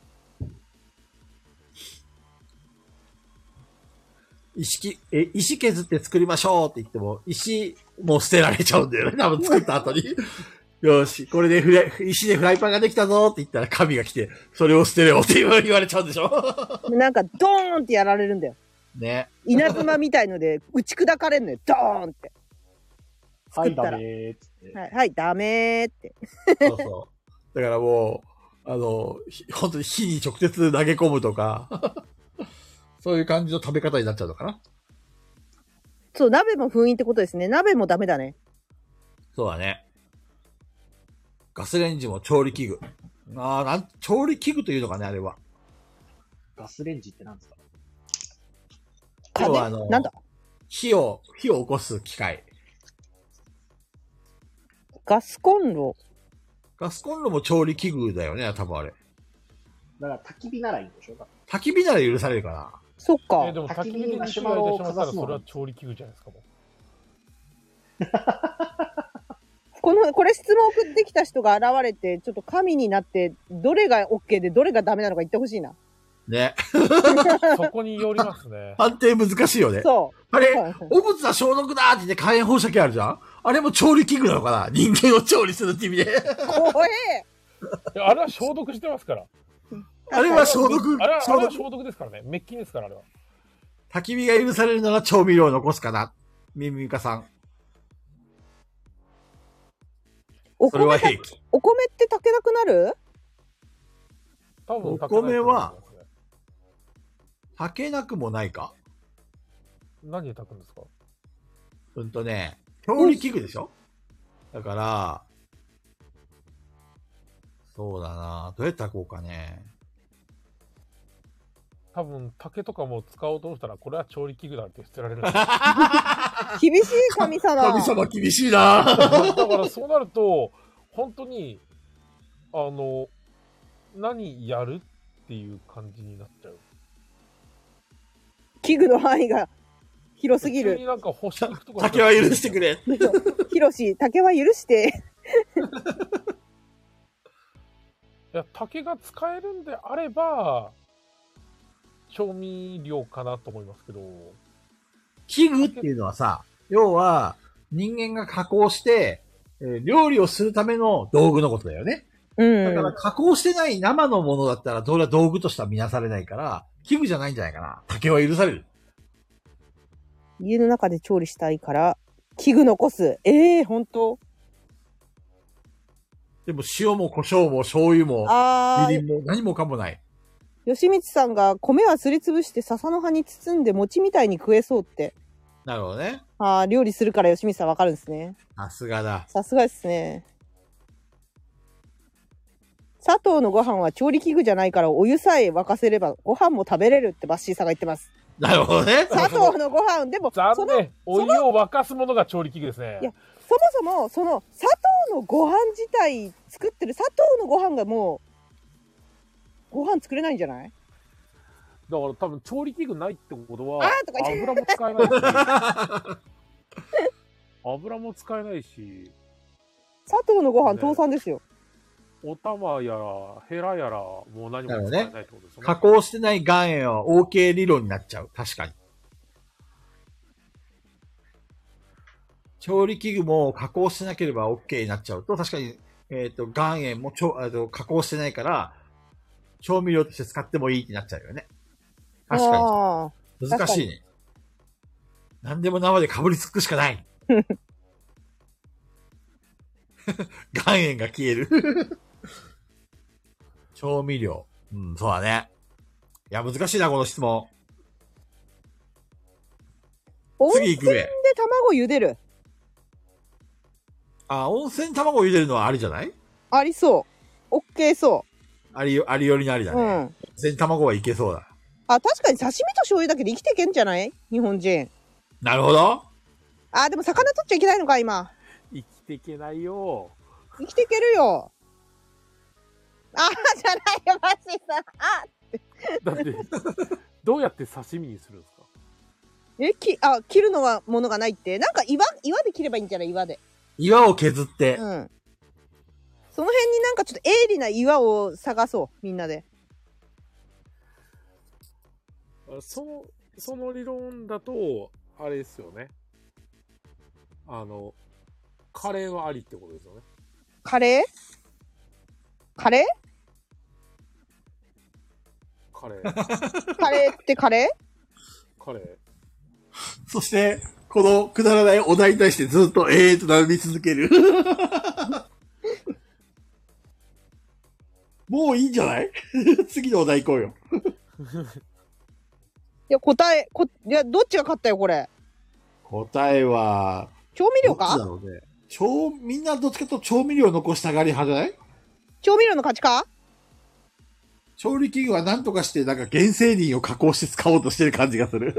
石削って作りましょうって言っても、石もう捨てられちゃうんだよね。多分作った後に。よし、これで石でフライパンができたぞって言ったら神が来て、それを捨てろって言われちゃうんでしょ？ なんかドーンってやられるんだよ。 ね。 稲妻みたいので打ち砕かれるのよ。ドーンって。 はい、ダメーって。 はい、ダメーって。 そうそう。だからもう、本当に火に直接投げ込むとか、そういう感じの食べ方になっちゃうのかな。 そう、鍋も封印ってことですね。鍋もダメだね。 そうだね。ガスレンジも調理器具。調理器具というのかね、あれは。 ガスレンジって何ですか？ 要はなんだ？ 火を起こす機械。 ガスコンロ。 ガスコンロも調理器具だよね、多分あれ。 だから焚き火ならいいんでしょ？焚き火なら許されるかな。 そっか。 でも焚き火にマシュマロをかざすのはそれは調理器具じゃないですかもう。 これ質問送ってきた人が現れて、ちょっと神になって、どれが OK でどれがダメなのか言ってほしいな。 ね。 そこによりますね。 判定難しいよね。 そう。 あれ、お物は消毒だって言って火炎放射器あるじゃん。あれも調理器具なのかな、人間を調理するって意味で。 怖え。 あれは消毒してますから。 あれは消毒。 あれは消毒ですからね。滅菌ですから、あれは。 焚き火が許されるなら調味料を残すかな。ミミカさん。それは平気。 お米って炊けなくなる？ 多分お米は、炊けなくもないか？ 何で炊くんですか？ 調理器具でしょ？だから、そうだな。どうやって炊こうかね。 多分、竹とかも使おうとしたら、これは調理器具だって捨てられる。 厳しい神様。 神様厳しいな。 だからそうなると、本当に、何やるっていう感じになっちゃう。 器具の範囲が広すぎる。 普通になんか干し肉とか。 竹は許してくれ。 ヒロシ、竹は許して。 いや、竹が使えるんであれば、調味料かなと思いますけど。 器具っていうのはさ、要は人間が加工して、料理をするための道具のことだよね。だから加工してない生のものだったら、それは道具としては見なされないから、器具じゃないんじゃないかな。竹は許される。 家の中で調理したいから、器具残す。本当？ でも塩も胡椒も醤油も、みりんも何もかもない。 吉光さんが米はすりつぶして笹の葉に包んで餅みたいに食えそうって。 なるほどね。 料理するから吉光さんわかるんですね。 さすがだ。 さすがですね。砂糖のご飯は調理器具じゃないからお湯さえ沸かせればご飯も食べれるってバッシーさんが言ってます。 なるほどね。 砂糖のご飯でも残念。お湯を沸かすものが調理器具ですね。 いや、そもそも砂糖のご飯自体作ってる砂糖のご飯がもうご飯作れないんじゃない？ だから多分調理器具ないってことは油も使えないし油も使えないし砂糖のご飯倒産ですよ。 お玉やらヘラやらもう何も使えないってことですね。 加工してない岩塩は OK 理論になっちゃう。確かに。調理器具も加工してなければ OK になっちゃうと、確かに、岩塩も加工してないから、調味料として使ってもいいってなっちゃうよね。確かに。難しいね。何でも生でかぶりつくしかない。岩塩が消える。調味料。そうだね。いや、難しいな、この質問。次行くべ。 温泉で卵茹でる。 温泉卵茹でるのはありじゃない？ ありそう。OK そう。 ありよりのありだね。温泉卵はいけそうだ。 確かに刺身と醤油だけで生きていけんじゃない？日本人。 なるほど。 でも魚取っちゃいけないのか、今。 生きていけないよ。 生きていけるよ。じゃないよ、マジさ。 だって、どうやって刺身にするんですか？切るのはものがないって。なんか岩で切ればいいんじゃない？岩で。 岩を削って。 その辺になんかちょっと鋭利な岩を探そう、みんなで。 その理論だと、あれですよね。カレーはありってことですよね。 カレーカレーってカレーそして、このくだらないお題に対してずっとと並び続ける。もういいんじゃない？次のお題行こうよ。 いや、どっちが勝ったよ、これ。 答えは、 調味料か？ どっちだろうね。みんなどっちかと調味料残したがり派じゃない？ 調味料の勝ちか？ 調理器具は何とかしてなんか原生林を加工して使おうとしてる感じがする。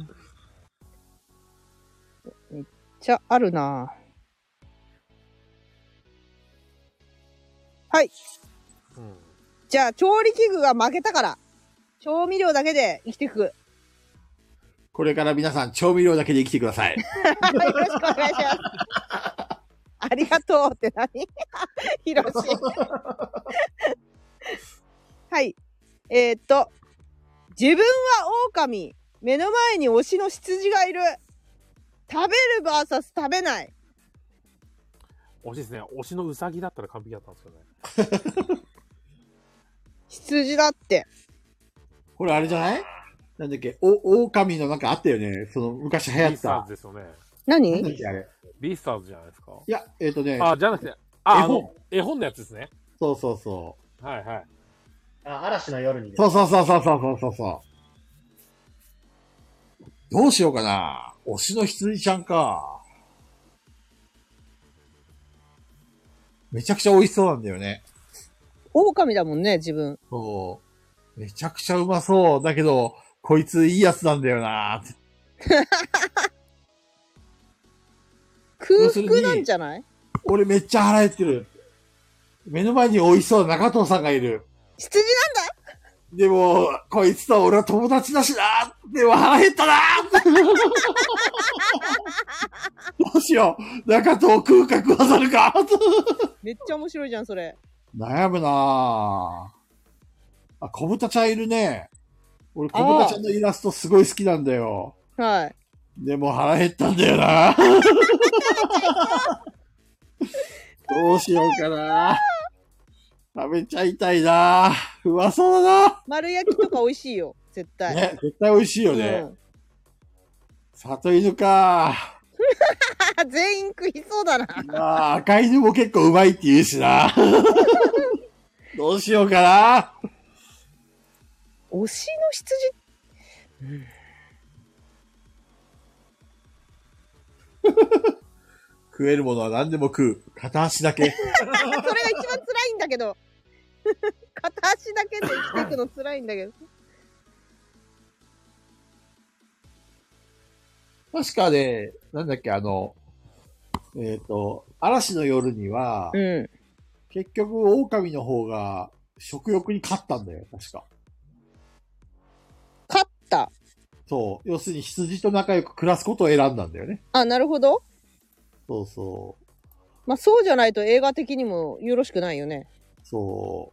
めっちゃあるな。はい。じゃあ、調理器具が負けたから、調味料だけで生きていく。 これから皆さん、調味料だけで生きてください。よろしくお願いします。ありがとうって何？ひろし。はい。 自分は狼。目の前に推しの羊がいる。食べる vs 食べない。 推しですね。推しのウサギだったら完璧だったんですよね。 羊だって。 これあれじゃない？なんだっけ、狼のなんかあったよね。その昔流行った。ビースターズですよね。 何？ なんだっけあれ。 ビースターズじゃないですか。 いや、 じゃなくて、絵本のやつですね。 そうそうそう。 はいはい。 嵐の夜に。 そう。どうしようかな。推しの羊ちゃんか。めちゃくちゃ美味しそうなんだよね。 狼だもんね、自分。 そう。めちゃくちゃうまそう。だけど、こいついいやつなんだよなって。 空腹なんじゃない？ 俺めっちゃ腹減ってる。目の前に美味しそうな中藤さんがいる。 羊なんだ？ でも、こいつと俺は友達だしな。でも腹減ったな。どうしよう。中藤食うか食わざるか。 めっちゃ面白いじゃん、それ。 悩むなぁ。小豚ちゃんいるね。俺小豚ちゃんのイラストすごい好きなんだよ。 はい。 でも腹減ったんだよな。どうしようかな。食べちゃいたいな。うまそうだな。 丸焼きとか美味しいよ。絶対。 ね、絶対美味しいよね。里犬か。 全員食いそうだな。赤犬も結構うまいって言うしな。どうしようかな。 推しの羊、 食えるものは何でも食う。片足だけ。 それが一番辛いんだけど。片足だけで生きていくの辛いんだけど。 確かね、なんだっけ、嵐の夜には、結局、狼の方が食欲に勝ったんだよ、確か。 勝った？ そう。要するに羊と仲良く暮らすことを選んだんだよね。 あ、なるほど。 そうそう。 まあ、そうじゃないと映画的にもよろしくないよね。 そう。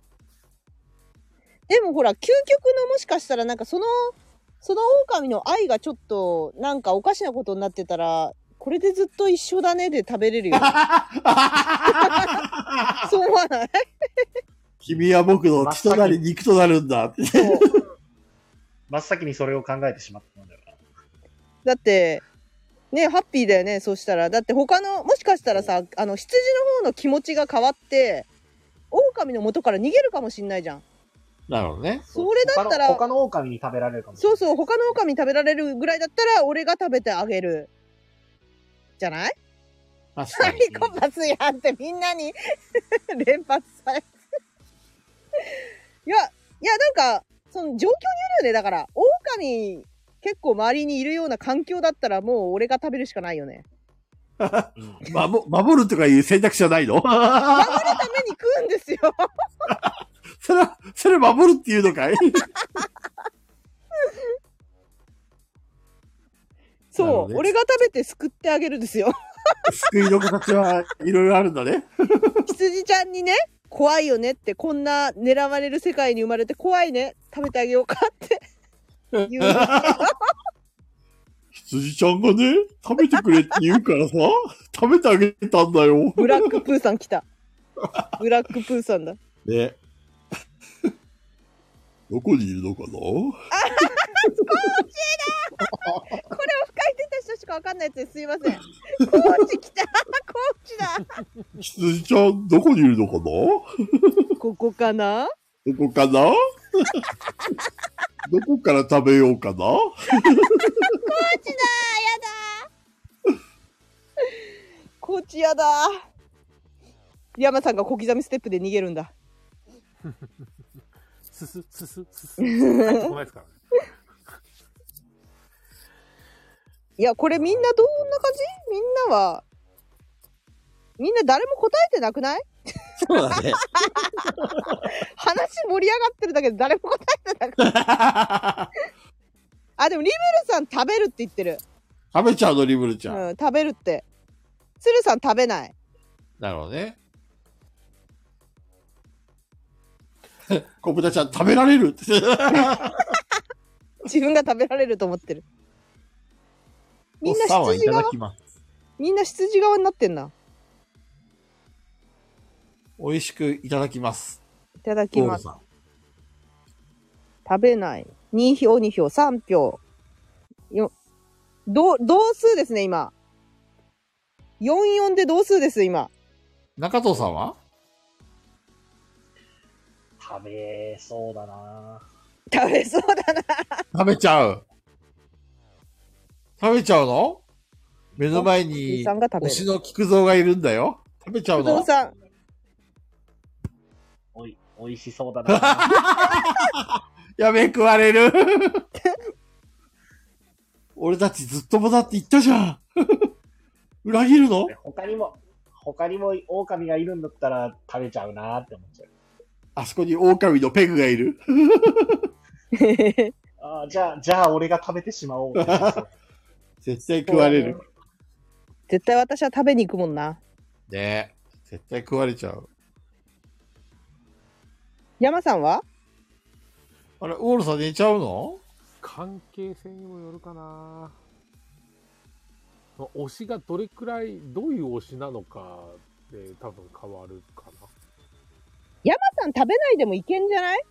でもほら、究極のもしかしたらなんかその狼の愛がちょっとなんかおかしなことになってたら、これでずっと一緒だねで食べれるよ。そう思わない？ 君は僕の血となり肉となるんだって。 真っ先にそれを考えてしまったんだよな。 だって、ね、ハッピーだよね、そしたら。だって他の、もしかしたらさ、羊の方の気持ちが変わって、狼の元から逃げるかもしんないじゃん。 なるほどね。 それだったら、他の狼に食べられるかもしれない。 そう、他の狼に食べられるぐらいだったら、俺が食べてあげる。じゃない？ 確かに。 サイコパスやんってみんなに連発されて。いや、なんか、その状況によるよね。だから、狼結構周りにいるような環境だったらもう俺が食べるしかないよね。 守るとかいう選択肢はないの？守るために食うんですよ。 それ守るっていうのかい？ そう、ね、俺が食べて救ってあげるんですよ。 救いの形はいろいろあるんだね。 羊ちゃんにね、怖いよねって、こんな狙われる世界に生まれて怖いね、食べてあげようかって言うんですよ。 羊ちゃんがね、食べてくれって言うからさ、食べてあげたんだよ。 ブラックプーさん来た。ブラックプーさんだ。 ね。どこにいるのかな？コーチだ！これを深いてた人しかわかんないやつですいません。コーチ来た！コーチだ！ 羊ちゃん、どこにいるのかな？ ここかな？ どこかな？どこから食べようかな？コーチだ！ やだ！コーチやだ！山さんが小刻みステップで逃げるんだ。 すす。入ってこないですからね。 いや、これみんなどんな感じ？みんな誰も答えてなくない？ そうだね。 話盛り上がってるだけで誰も答えてなくない？あ、でもリブルさん食べるって言ってる。 食べちゃうの、リブルちゃん。 うん、食べるって。鶴さん食べない。 なるほどね。小豚ちゃん食べられるって。 自分が食べられると思ってる。みんな羊側。みんな羊側になってんな。 美味しくいただきます。 いただきます。食べない。2票、2票、3票。同数ですね、今。44で同数です、今。 中藤さんは食べそうだな。 食べそうだな。 食べちゃう。食べちゃうの？目の前に推しの菊蔵がいるんだよ。食べちゃうの？菊蔵さん。 おいしそうだな。 やべえ、食われる。俺たちずっともだって言ったじゃん。裏切るの？ 他にも狼がいるんだったら食べちゃうなーって思っちゃう。 あそこに狼のペグがいる。 じゃあ俺が食べてしまおう。 絶対食われる。 絶対私は食べに行くもんな。 ねえ。絶対食われちゃう。 山さんは？ あれ、ウォールさん寝ちゃうの？ 関係性にもよるかな。推しがどれくらい、どういう推しなのかで多分変わるかな。 山さん食べないでもいけんじゃない？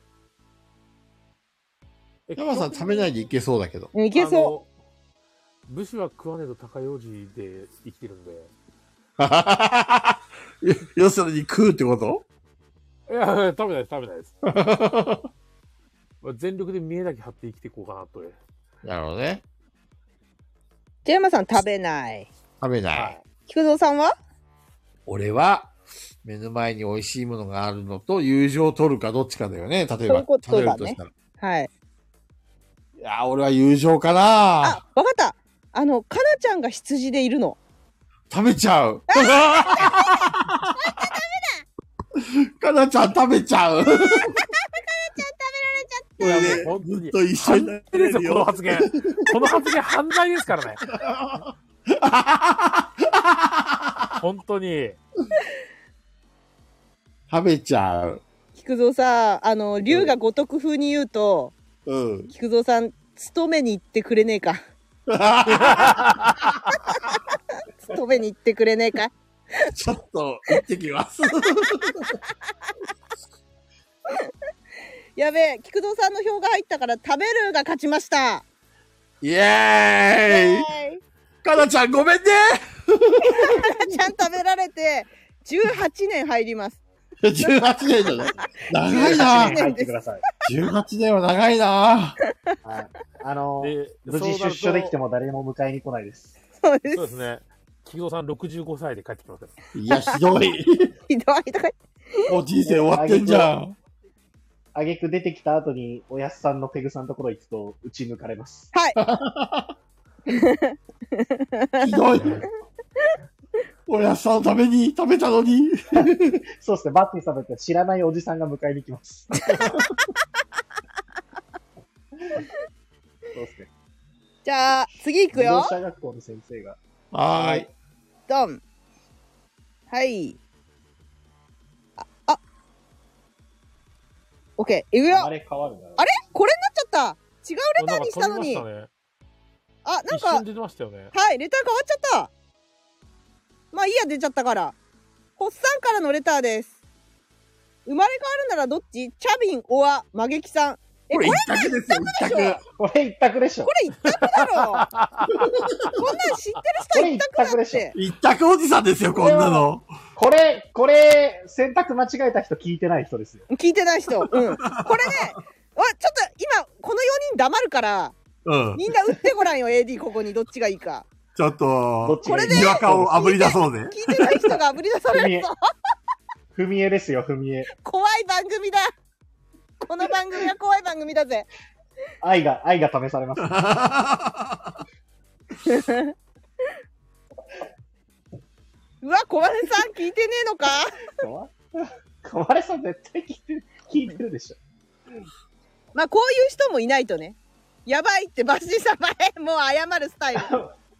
山さん食べないでいけそうだけど。 いけそう。 武士は食わねえと高用事で生きてるんで。 要するに食うってこと？ いや、食べないです。全力で見えだけ張って生きていこうかなと。 なるほどね。 じゃあ山さん食べない。 食べない。はい、 菊蔵さんは？ 俺は、目の前に美味しいものがあるのと友情を取るかどっちかだよね。例えば、 そういうことだね、食べるとしたら。はい。 いや、俺は友情かな。 あ、わかった。かなちゃんが羊でいるの。 食べちゃう。かなちゃん食べちゃう。かなちゃん食べられちゃった。これね、ずっと一緒になってるよ。 この発言犯罪ですからね。本当に。 食べちゃう。 菊蔵さん、龍が如く風に言うと、菊蔵さん、勤めに行ってくれねえか。勤めに行ってくれねえか。 ちょっと、行ってきます。 やべえ、菊蔵さんの票が入ったから食べるが勝ちました。 イエーイかなちゃんごめんね。かなちゃん食べられて、18年入ります。 18年じゃない？長いな。 18年入ってください。 18年は長いな。 はい。無事出所できても誰も迎えに来ないです。 そうです。 そうですね。菊蔵さん65歳で帰ってきます。 いや、ひどい。 ひどい。 もう人生終わってんじゃん。 あげく出てきた後に、おやすさんのペグさんのところ行くと、打ち抜かれます。 はい。 ひどい。おやすさんのために食べたのに。 そうですね、バッティさんだって知らないおじさんが迎えに来ます。そうですね。 じゃあ、次行くよ。 自動車学校の先生が。 はーい。 ドン。はい。オッケー。いくよ。 あれ変わるな。 あれこれになっちゃった。違うレターにしたのに。あ、なんか。 出てましたよね。 はい、レター変わっちゃった。まあいいや、出ちゃったから。ホッサンからのレターです。生まれ変わるならどっち？チャビン、オア、マゲキさん。 これ一択ですよ、一択。 これ一択でしょ。 これ一択だろ。こんなん知ってる人は一択だって。 一択おじさんですよ、こんなの。 これ、選択間違えた人聞いてない人ですよ。 聞いてない人。うん。これね、ちょっと今、この4人黙るから、みんな打ってごらんよ、AD ここにどっちがいいか。 ちょっと、 これで、 にわかを炙り出そうぜ。 聞いてない人が炙り出されるぞ。 踏み絵ですよ、踏み絵。 怖い番組だ。この番組は怖い番組だぜ。 愛が試されます。 うわ、小金さん聞いてねえのか？ 小金さん絶対聞いてるでしょ。 まあこういう人もいないとね。やばいってバッシー様へもう謝るスタイル。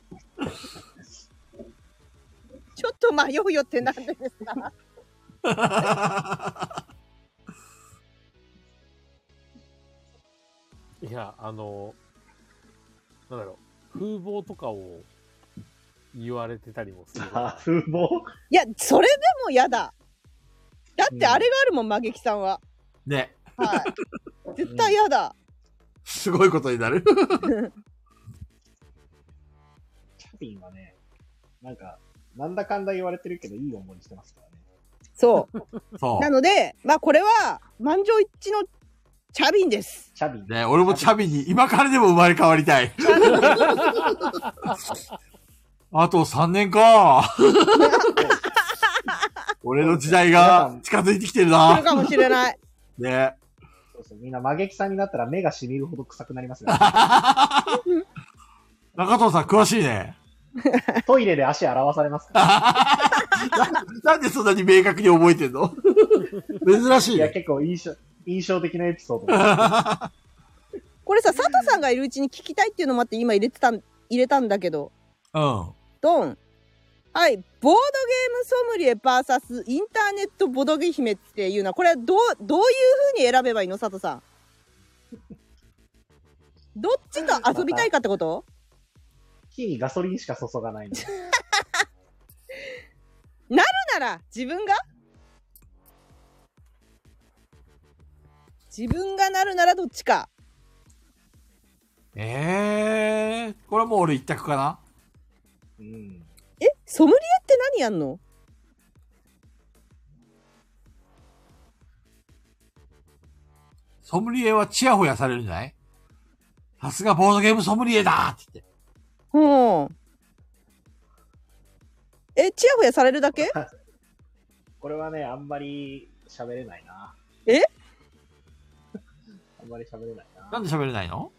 ちょっと迷うよってなんでですか？ いや、なんだろう、風貌とかを言われてたりもする。 風貌？ いや、それでも嫌だ。だってあれがあるもん、マゲキさんは。 ね。 はい。絶対嫌だ。 すごいことになる。 チャピンはね、なんか、なんだかんだ言われてるけど、いい思いしてますからね。 そう。そう。なので、まあこれは、満場一致のチャビンです。 チャビン。 ね、俺もチャビンに今からでも生まれ変わりたい。あと3年か。俺の時代が近づいてきてるな。 来るかもしれない。 ね。 そうそう、みんなマゲキさんになったら目が染みるほど臭くなりますよ、ね。 中藤さん詳しいね。 トイレで足洗わされますかなんでそんなに明確に覚えてんの？珍しい、ね。 いや、結構印象的なエピソード。 これさ、佐藤さんがいるうちに聞きたいっていうのもあって今入れたんだけど。 うん。 ドン。はい。ボードゲームソムリエ VS インターネットボドゲ姫っていうのは、これはどういう風に選べばいいの？佐藤さん。どっちと遊びたいかってこと？ 火にガソリンしか注がないの。 なるなら自分がなるならどっちか。 これはもう俺一択かな。 うん。 ソムリエって何やんの？ ソムリエはチヤホヤされるんじゃない？さすがボードゲームソムリエだって言って。 チヤホヤされるだけ？ これはね、あんまり喋れないな。あんまり喋れないな。 なんで喋れないの？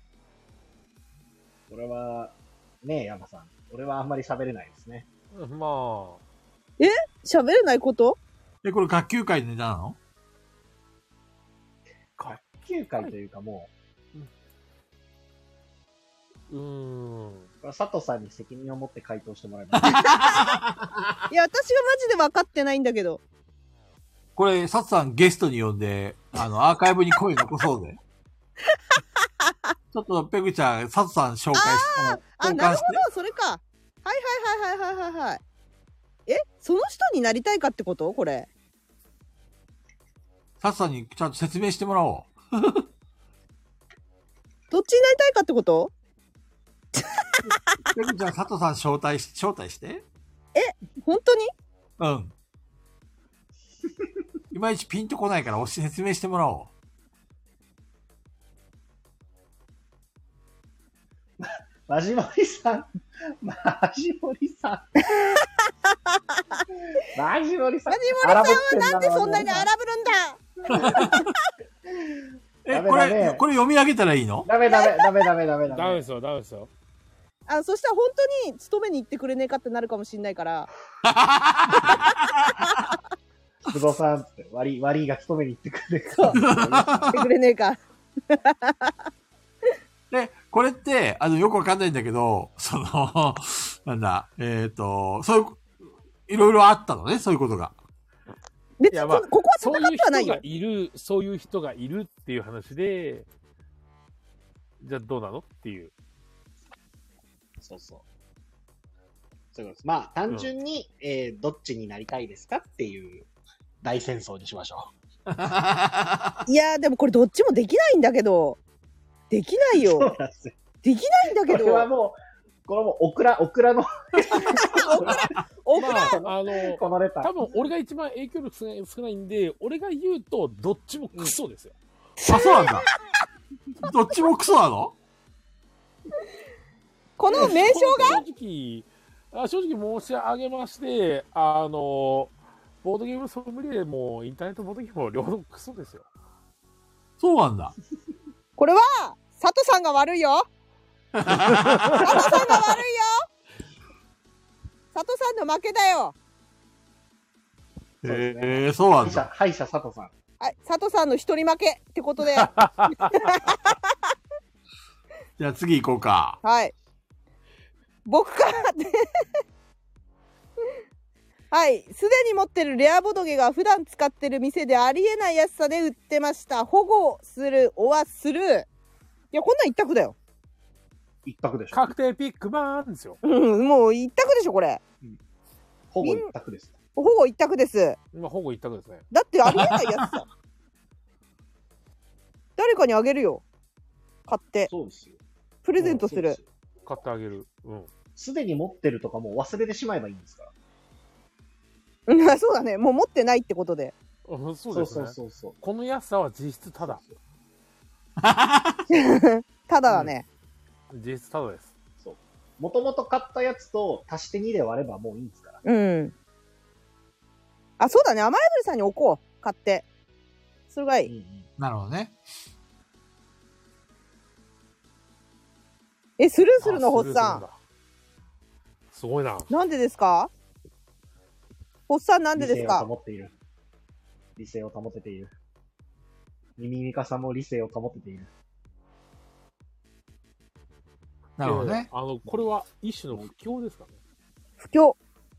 これは、ねえ、山さん。俺はあんまり喋れないですね。 まあ。 喋れないこと？ これ学級会のネタなの？ 学級会というかもう。佐藤さんに責任を持って回答してもらいます。いや、 私がマジで分かってないんだけど。 これ、佐藤さんゲストに呼んで、アーカイブに声残そうぜ。ちょっと、ペグちゃん、佐藤さん紹介して。 なるほど、それか。はい。その人になりたいかってこと？これ。 佐藤さんにちゃんと説明してもらおう。 どっちになりたいかってこと？ ペグちゃん、佐藤さん招待して。 本当に？ うん。いまいちピンとこないから説明してもらおう。 マジモリさん。マジモリさんはなんでそんなに荒ぶるんだ？ これ読み上げたらいいの？ ダメですよ。 そしたら本当に勤めに行ってくれねえかってなるかもしんないから。 菊蔵さんって、悪いが勤めに行ってくれねえか。 行ってくれねえか。 で、これって、よくわかんないんだけど、なんだ、そういう、いろいろあったのね、そういうことが。 別に、ここは戦ってはないよ。 そういう人がいるっていう話で、じゃあどうなのっていう。 そういうことです。まあ、単純に、どっちになりたいですかっていう大戦争にしましょう。 いやでもこれどっちもできないんだけど。できないよ。 そうなんですよ。 できないんだけど。 これはもうオクラの。オクラ。このレター。 多分俺が一番影響力少ないんで、俺が言うとどっちもクソですよ。 あ、そうなんだ。どっちもクソなの？ この名称が？ 正直申し上げまして、ボードゲームソムリエもインターネットボードゲームも両方クソですよ。 そうなんだ。 これは佐藤さんが悪いよ。佐藤さんが悪いよ。佐藤さんの負けだよ。 そうなんだ。 敗者佐藤さん。 はい、佐藤さんの一人負けってことで。 じゃあ次行こうか。 はい。僕からはい。すでに持ってるレアボドゲが普段使ってる店でありえない安さで売ってました。保護する、おはする。 いや、こんなん一択だよ。 一択でしょ。 確定ピックマンですよ。 うん、もう一択でしょ、これ。 ほぼ一択です。 ほぼ一択です。 今、ほぼ一択ですね。 だってありえないやつさ。誰かにあげるよ。買って。 そうですよ。 プレゼントする。 買ってあげる。うん。 すでに持ってるとかもう忘れてしまえばいいんですから。 そうだね。もう持ってないってことで。 そうですね。そう。この安さは実質ただ。 ただだね。 実質ただです。 そう。もともと買ったやつと足して2で割ればもういいんですから。 うん。あ、そうだね。雨宿りさんに置こう。買って。それがいい。 なるほどね。 スルーするの、ホッサン。 すごいな。 なんでですか？ホッサンなんでですか？ 理性を保てている。ミミミカさんも理性を保てている。 なるほどね。 これは一種の不況ですかね。 不況。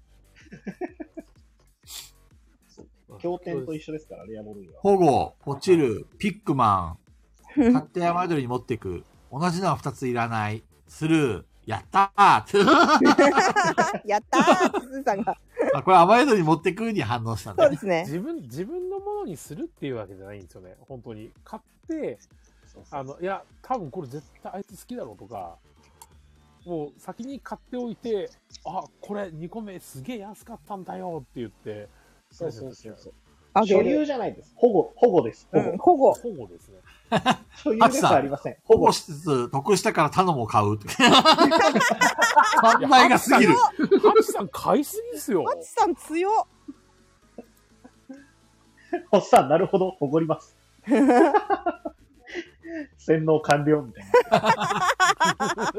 経典と一緒ですから、レアモルーは。 保護、ポチる、ピックマン、買って雨宿りに持っていく。同じのは2ついらない。スルー。やったーやったーってすーさんが。 これ雨宿りに持ってくに反応したんだね。そうですね。 自分のものにするっていうわけじゃないんですよね。本当に。買って、いや、多分これ絶対あいつ好きだろうとか、もう先に買っておいて、あ、これ2個目すげえ安かったんだよって言って、 そう。所有じゃないです。保護です。 保護ですね。 所有ではありません。 保護しつつ、得したから頼むを買う。販売がすぎる。 ハチさん買いすぎですよ。 ハチさん強っ。 おっさん、なるほど、おごります。洗脳完了みたいな。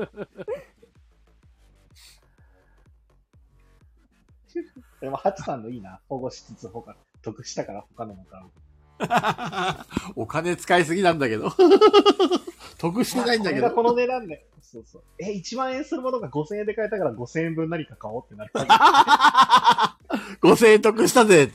でも、ハチさんのいいな。保護しつつ、得したから他のも買う。 お金使いすぎなんだけど。得してないんだけど。 この値段で。そう。1万円するものが5000円で買えたから5000円分何か買おうってなる。 5000円得したぜって。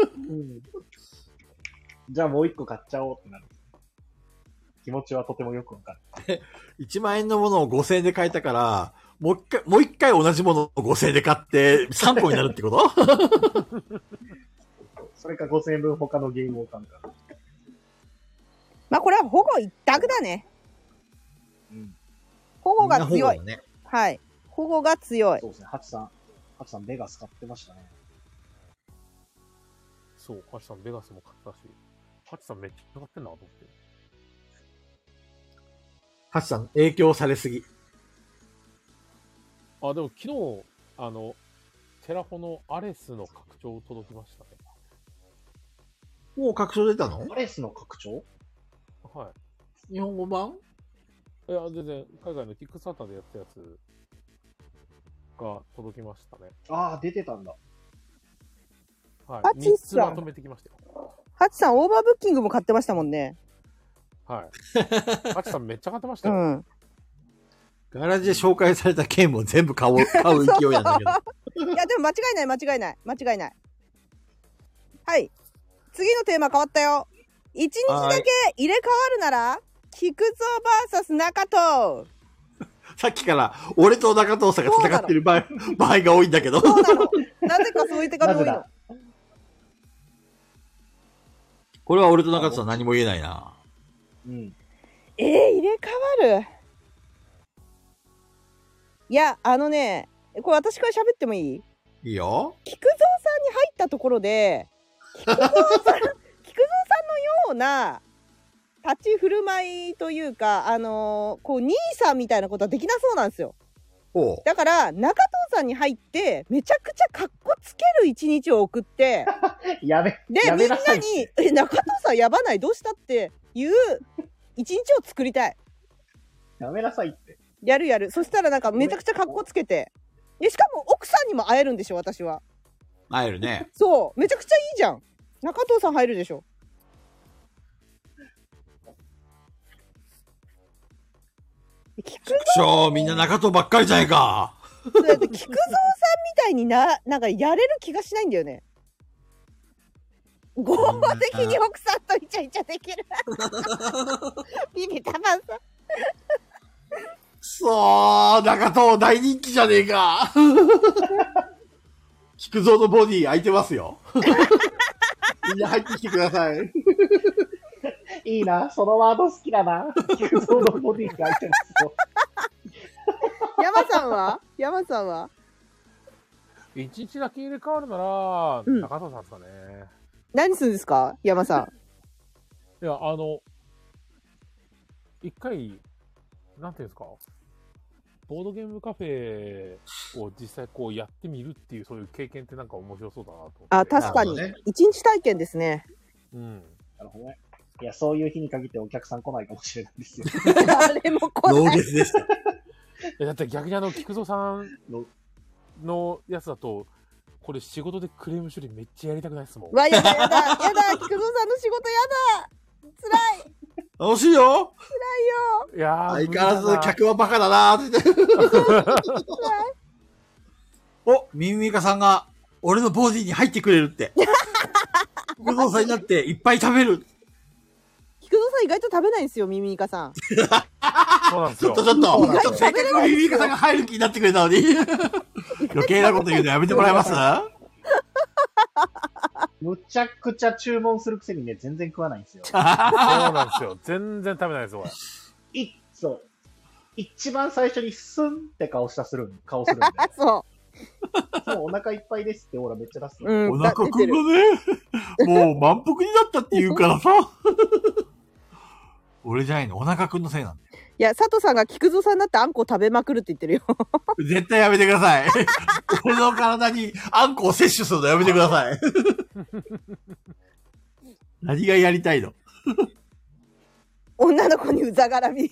じゃあもう1個買っちゃおうってなる。気持ちはとてもよくわかる。 1万円のものを5000円で買えたから、もう一回同じものを5000円で買って3個になるってこと？ それか5000円分他のゲームを買うから。 まあこれは保護一択だね。保護が強い。ね、はい。保護が強い。 そうですね。ハチさんベガス買ってましたね。 そう、ハチさんベガスも買ったし、ハチさんめっちゃ買ってんなと思って。 ハチさん影響されすぎ。 あ、でも昨日、テラフォのアレスの拡張届きましたね。 もう拡張出たの？ アレスの拡張？ はい。 日本語版？ いや、全然、海外のキックスターターでやったやつが届きましたね。 ああ、出てたんだ。 はい。3つまとめてきましたよ。 ハチさん、オーバーブッキングも買ってましたもんね。 はい。ハチさんめっちゃ買ってましたよ。 ガラジで紹介されたゲームを全部買う勢いなんだけど。 いや、でも間違いない。はい。次のテーマ変わったよ。1日だけ入れ替わるなら、菊蔵 VS 中藤。 さっきから俺と中藤さんが戦ってる場合が多いんだけど。 そうなの。なぜかそういう手紙多いの。 これは俺と中藤さん何も言えないな。 入れ替わる。いや、これ私から喋ってもいい？ いいよ。 菊蔵さんに入ったところで、菊蔵さんのような立ち振る舞いというか、兄さんみたいなことはできなそうなんですよ。だから中藤さんに入ってめちゃくちゃカッコつける一日を送ってでみんなに中藤さんやばないどうしたっていう一日を作りたい。 やめなさいって。 やる。そしたらなんかめちゃくちゃカッコつけて、しかも奥さんにも会えるんでしょ私は。 会えるね。 そうめちゃくちゃいいじゃん。中藤さん入るでしょ。 みんな中藤ばっかりじゃないか。 だって菊蔵さんみたいになんかやれる気がしないんだよね。合法的に奥さんとイチャイチャできる。ビビタマンさん。 そー、中藤大人気じゃねえか。菊蔵のボディ空いてますよ。みんな入ってきてください。 いいな、そのワード好きだな。菊蔵のボディが空いてますよ。 山さんは一日だけ入れ替わるなら、中藤さんですかね。 何するんですか山さん。いや、一回、なんていうんですか、ボードゲームカフェを実際こうやってみるっていう、そういう経験ってなんか面白そうだなと。 あ、確かに。一日体験ですね。 うん。なるほどね。いや、そういう日に限ってお客さん来ないかもしれないですよ。 誰も来ない。 老月でした。 だって逆に菊蔵さんのやつだと、これ仕事でクレーム処理めっちゃやりたくないですもん。 わ、やだ、菊蔵さんの仕事やだ。辛い。 楽しいよ。 辛いよ。いや相変わらず客はバカだなーって。お、ミミカさんが俺のボディに入ってくれるって。菊蔵さんになっていっぱい食べる。 菊蔵さん意外と食べないんですよ、ミミカさん。 そうなんですよ。 ちょっと、せっかくミミカさんが入る気になってくれたのに。余計なこと言うのやめてもらえます？ むちゃくちゃ注文するくせにね、全然食わないんですよ。 そうなんですよ。全然食べないですよ、 そう。一番最初にスンって顔するんで。 そう。 もうお腹いっぱいですってオーラめっちゃ出す。 お腹くんがね、もう満腹になったって言うからさ。俺じゃないの、お腹くんのせいなんだよ。 いや、佐藤さんが菊蔵さんになってあんこ食べまくるって言ってるよ。 絶対やめてください。俺の体にあんこを摂取するのやめてください。何がやりたいの？ 女の子にうざがらみ。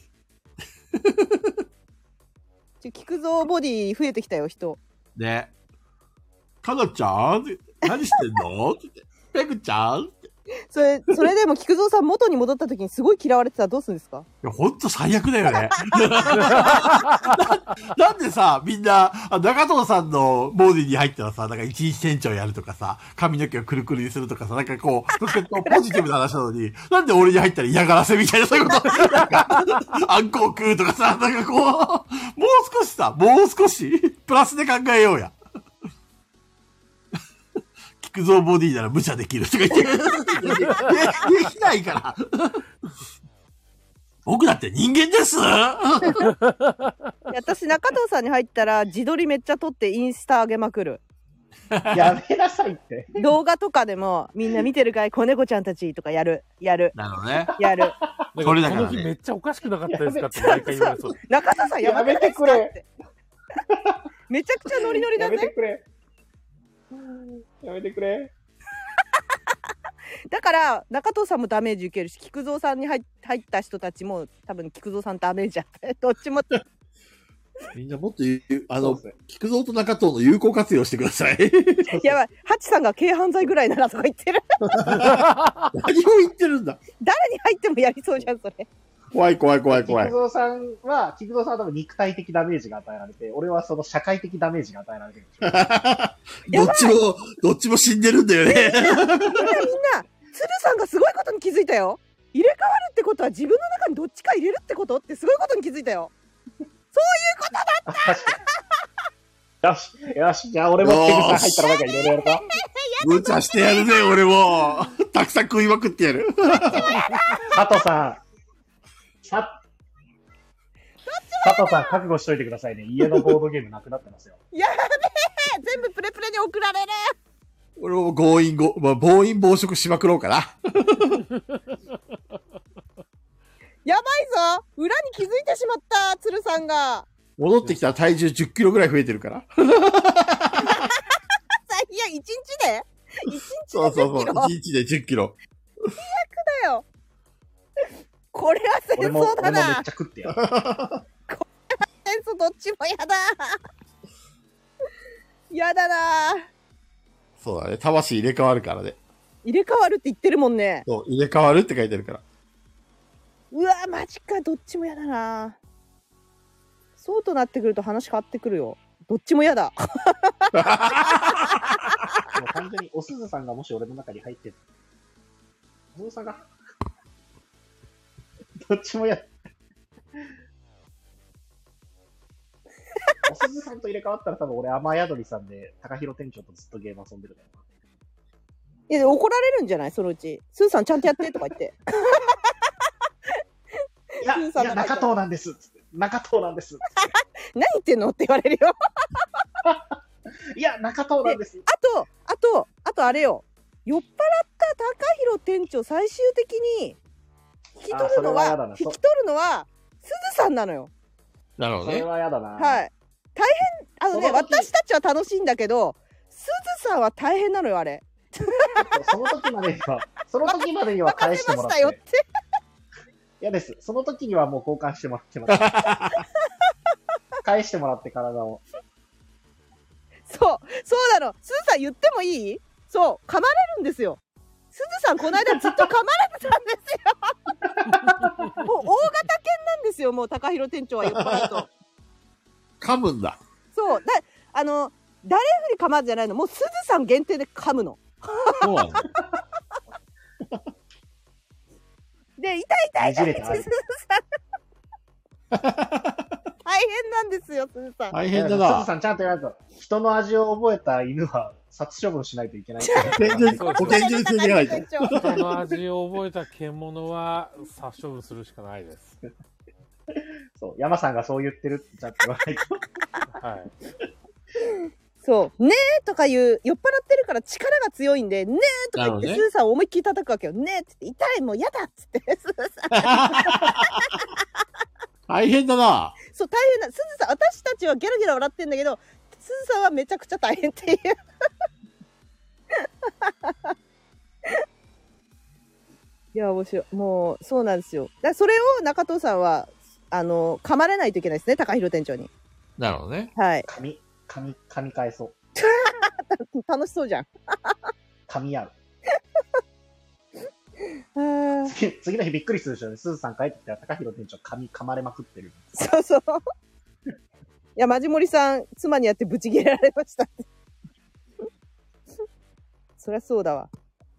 菊蔵ボディ増えてきたよ、人。 ね。かなちゃん何してんのって。ペグちゃんそれでも菊蔵さん元に戻った時にすごい嫌われてたらどうするんですか？ いや、ほんと最悪だよね。なんでさ、みんな、中藤さんのボディに入ったらさ、なんか一日店長やるとかさ、髪の毛をくるくるにするとかさ、なんかこう、ポジティブな話なのに、なんで俺に入ったら嫌がらせみたいな、そういうこと、なんか、あんこを食うとかさ、なんかこう、もう少し、プラスで考えようや。菊蔵ボディなら無茶できるとか言って。できないから。僕だって人間です私、中藤さんに入ったら自撮りめっちゃ撮ってインスタ上げまくる。 やめなさいって。 動画とかでもみんな見てるかい子猫ちゃんたちとかやる。 なるほどね。 やる。 これだから、ね。この日めっちゃおかしくなかったですかって毎回言われそう。 中藤さんやめてくれ。めちゃくちゃノリノリだぜ。 やめてくれ。やめてくれ。 だから中藤さんもダメージ受けるし、菊蔵さんに入った人たちも多分菊蔵さんダメージあってどっちも。 みんなもっと菊蔵と中藤の有効活用してください。 やばい、ハチさんが軽犯罪ぐらいならとか言ってる。 何を言ってるんだ。 誰に入ってもやりそうじゃんそれ。 怖い。菊蔵さんは多分肉体的ダメージが与えられて、俺はその社会的ダメージが与えられてるんでしょ。どっちも死んでるんだよね。みんな、 鶴さんがすごいことに気づいたよ。入れ替わるってことは自分の中にどっちか入れるってことってすごいことに気づいたよ。そういうことだったよし、じゃあ俺もペグさん入ったらなんかいろいろやるか。 無茶してやるね、俺も。たくさん食いまくってやる。 佐藤さん。佐藤さん、覚悟しといてくださいね。家のボードゲームなくなってますよ。 やべえ、全部プレプレに送られる。 俺も暴飲暴食しまくろうかな。 やばいぞ、裏に気づいてしまった、鶴さんが。 戻ってきたら体重10キロぐらい増えてるから。 いや、1日でそう1日で10キロ。 最悪だよ。これは戦争だな。 俺もめっちゃ食ってやる。これは戦争どっちもやだ。やだな。 そうだね。魂入れ替わるからね。 入れ替わるって言ってるもんね。 そう、入れ替わるって書いてるから。 うわ、マジか。どっちもやだな。そうとなってくると話変わってくるよ。どっちもやだ。 もう完全におすずさんがもし俺の中に入ってる。おすずさんが。どっちもや。 すずさんと入れ替わったら多分俺、雨宿りさんで、高弘店長とずっとゲーム遊んでるからな。 いや、怒られるんじゃないそのうち。すずさんちゃんとやってとか言って。 いや、中藤なんです。中藤なんです。 何言ってんのって言われるよ。 いや、中藤なんです。 あとあれよ。酔っ払った高弘店長最終的に引き取るのはすずさんなのよ。 なるほどね。 それは嫌だな。 はい。大変、私たちは楽しいんだけど、すずさんは大変なのよ、あれ。 その時までには返してもらって。よって。嫌です。その時にはもう交換してもらってます。返してもらって体を。 そうなの。すずさん言ってもいい？そう、噛まれるんですよ。すずさんこの間ずっと噛まれてたんですよ。もう大型犬なんですよ、もう高弘店長は酔っ払うと。 噛むんだ。 そう。誰ふり噛まずじゃないの。もうすずさん限定で噛むの。そうなんだ。で、痛いすずさん。大変なんですよ、すずさん。 大変だな。 すずさんちゃんと言わないと、人の味を覚えた犬は殺処分しないといけない。 保健所に連れていかないと。 人の味を覚えた獣は殺処分するしかないです。 そう、山さんがそう言ってるってちゃんと言わないと。はい。 そう、ねーとか言う、酔っ払ってるから力が強いんで、ねーとか言って、すずさんを思いっきり叩くわけよ。ねーって言って、痛い、もう嫌だっつって、すずさん。 大変だな。 そう、大変だ。すずさん、私たちはゲラゲラ笑ってんだけど、すずさんはめちゃくちゃ大変っていう。いや、面白い。もう、そうなんですよ。それを中藤さんは、噛まれないといけないですね、高弘店長に。 なるほどね。 はい。 噛み返そう。 楽しそうじゃん。 噛み合う。次の日びっくりするでしょうね。すずさん帰ってきたら高弘店長噛まれまくってる。 そうそう。いや、マジモリさん、妻にやってブチ切れられました。そりゃそうだわ。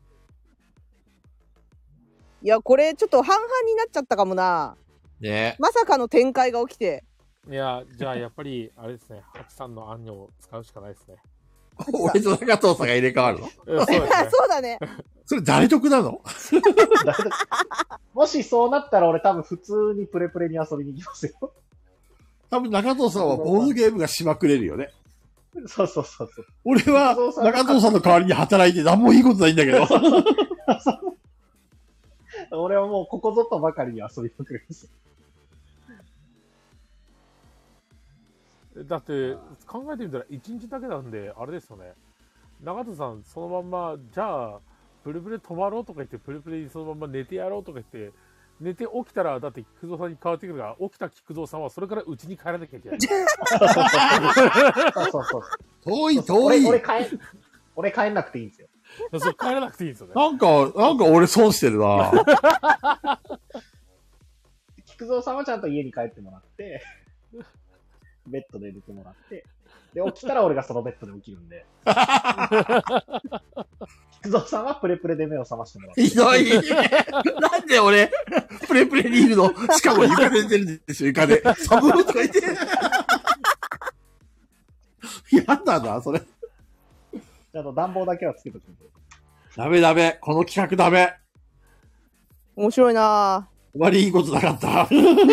いや、これちょっと半々になっちゃったかもな。 ね。 まさかの展開が起きて。 いや、じゃあやっぱり、あれですね、ハチさんの暗を使うしかないですね。 俺と中藤さんが入れ替わるの？ そうだね。 それ誰得なの？ もしそうなったら俺多分普通にプレプレに遊びに行きますよ。 多分中藤さんはボードゲームがしまくれるよね。 そう。 俺は中藤さんの代わりに働いて何もいいことないんだけど。 俺はもうここぞとばかりに遊びまくります。 だって考えてみたら1日だけなんであれですよね。中田さんそのまんまじゃあプレプレ泊まろうとか言ってプレプレにそのまま寝てやろうとか言って寝て起きたらだって菊蔵さんに変わってくるから起きた菊蔵さんはそれから家に帰らなきゃいけない。 そう。 遠い。 俺帰んなくていいんですよ。 そう帰らなくていいんですよね。 なんか俺損してるな。 菊蔵さんはちゃんと家に帰ってもらって。ベッドで寝てもらって、で、起きたら俺がそのベッドで起きるんで。菊蔵さんはプレプレで目を覚ましてもらって。 ひどい。なんで俺、プレプレにいるの？しかも床で寝てるんですよ、床で。寒いとか言って。やだな、それ。 ちゃんと暖房だけはつけとくんで。 ダメ。この企画ダメ。 面白いなぁ。 終わりいいことなかった。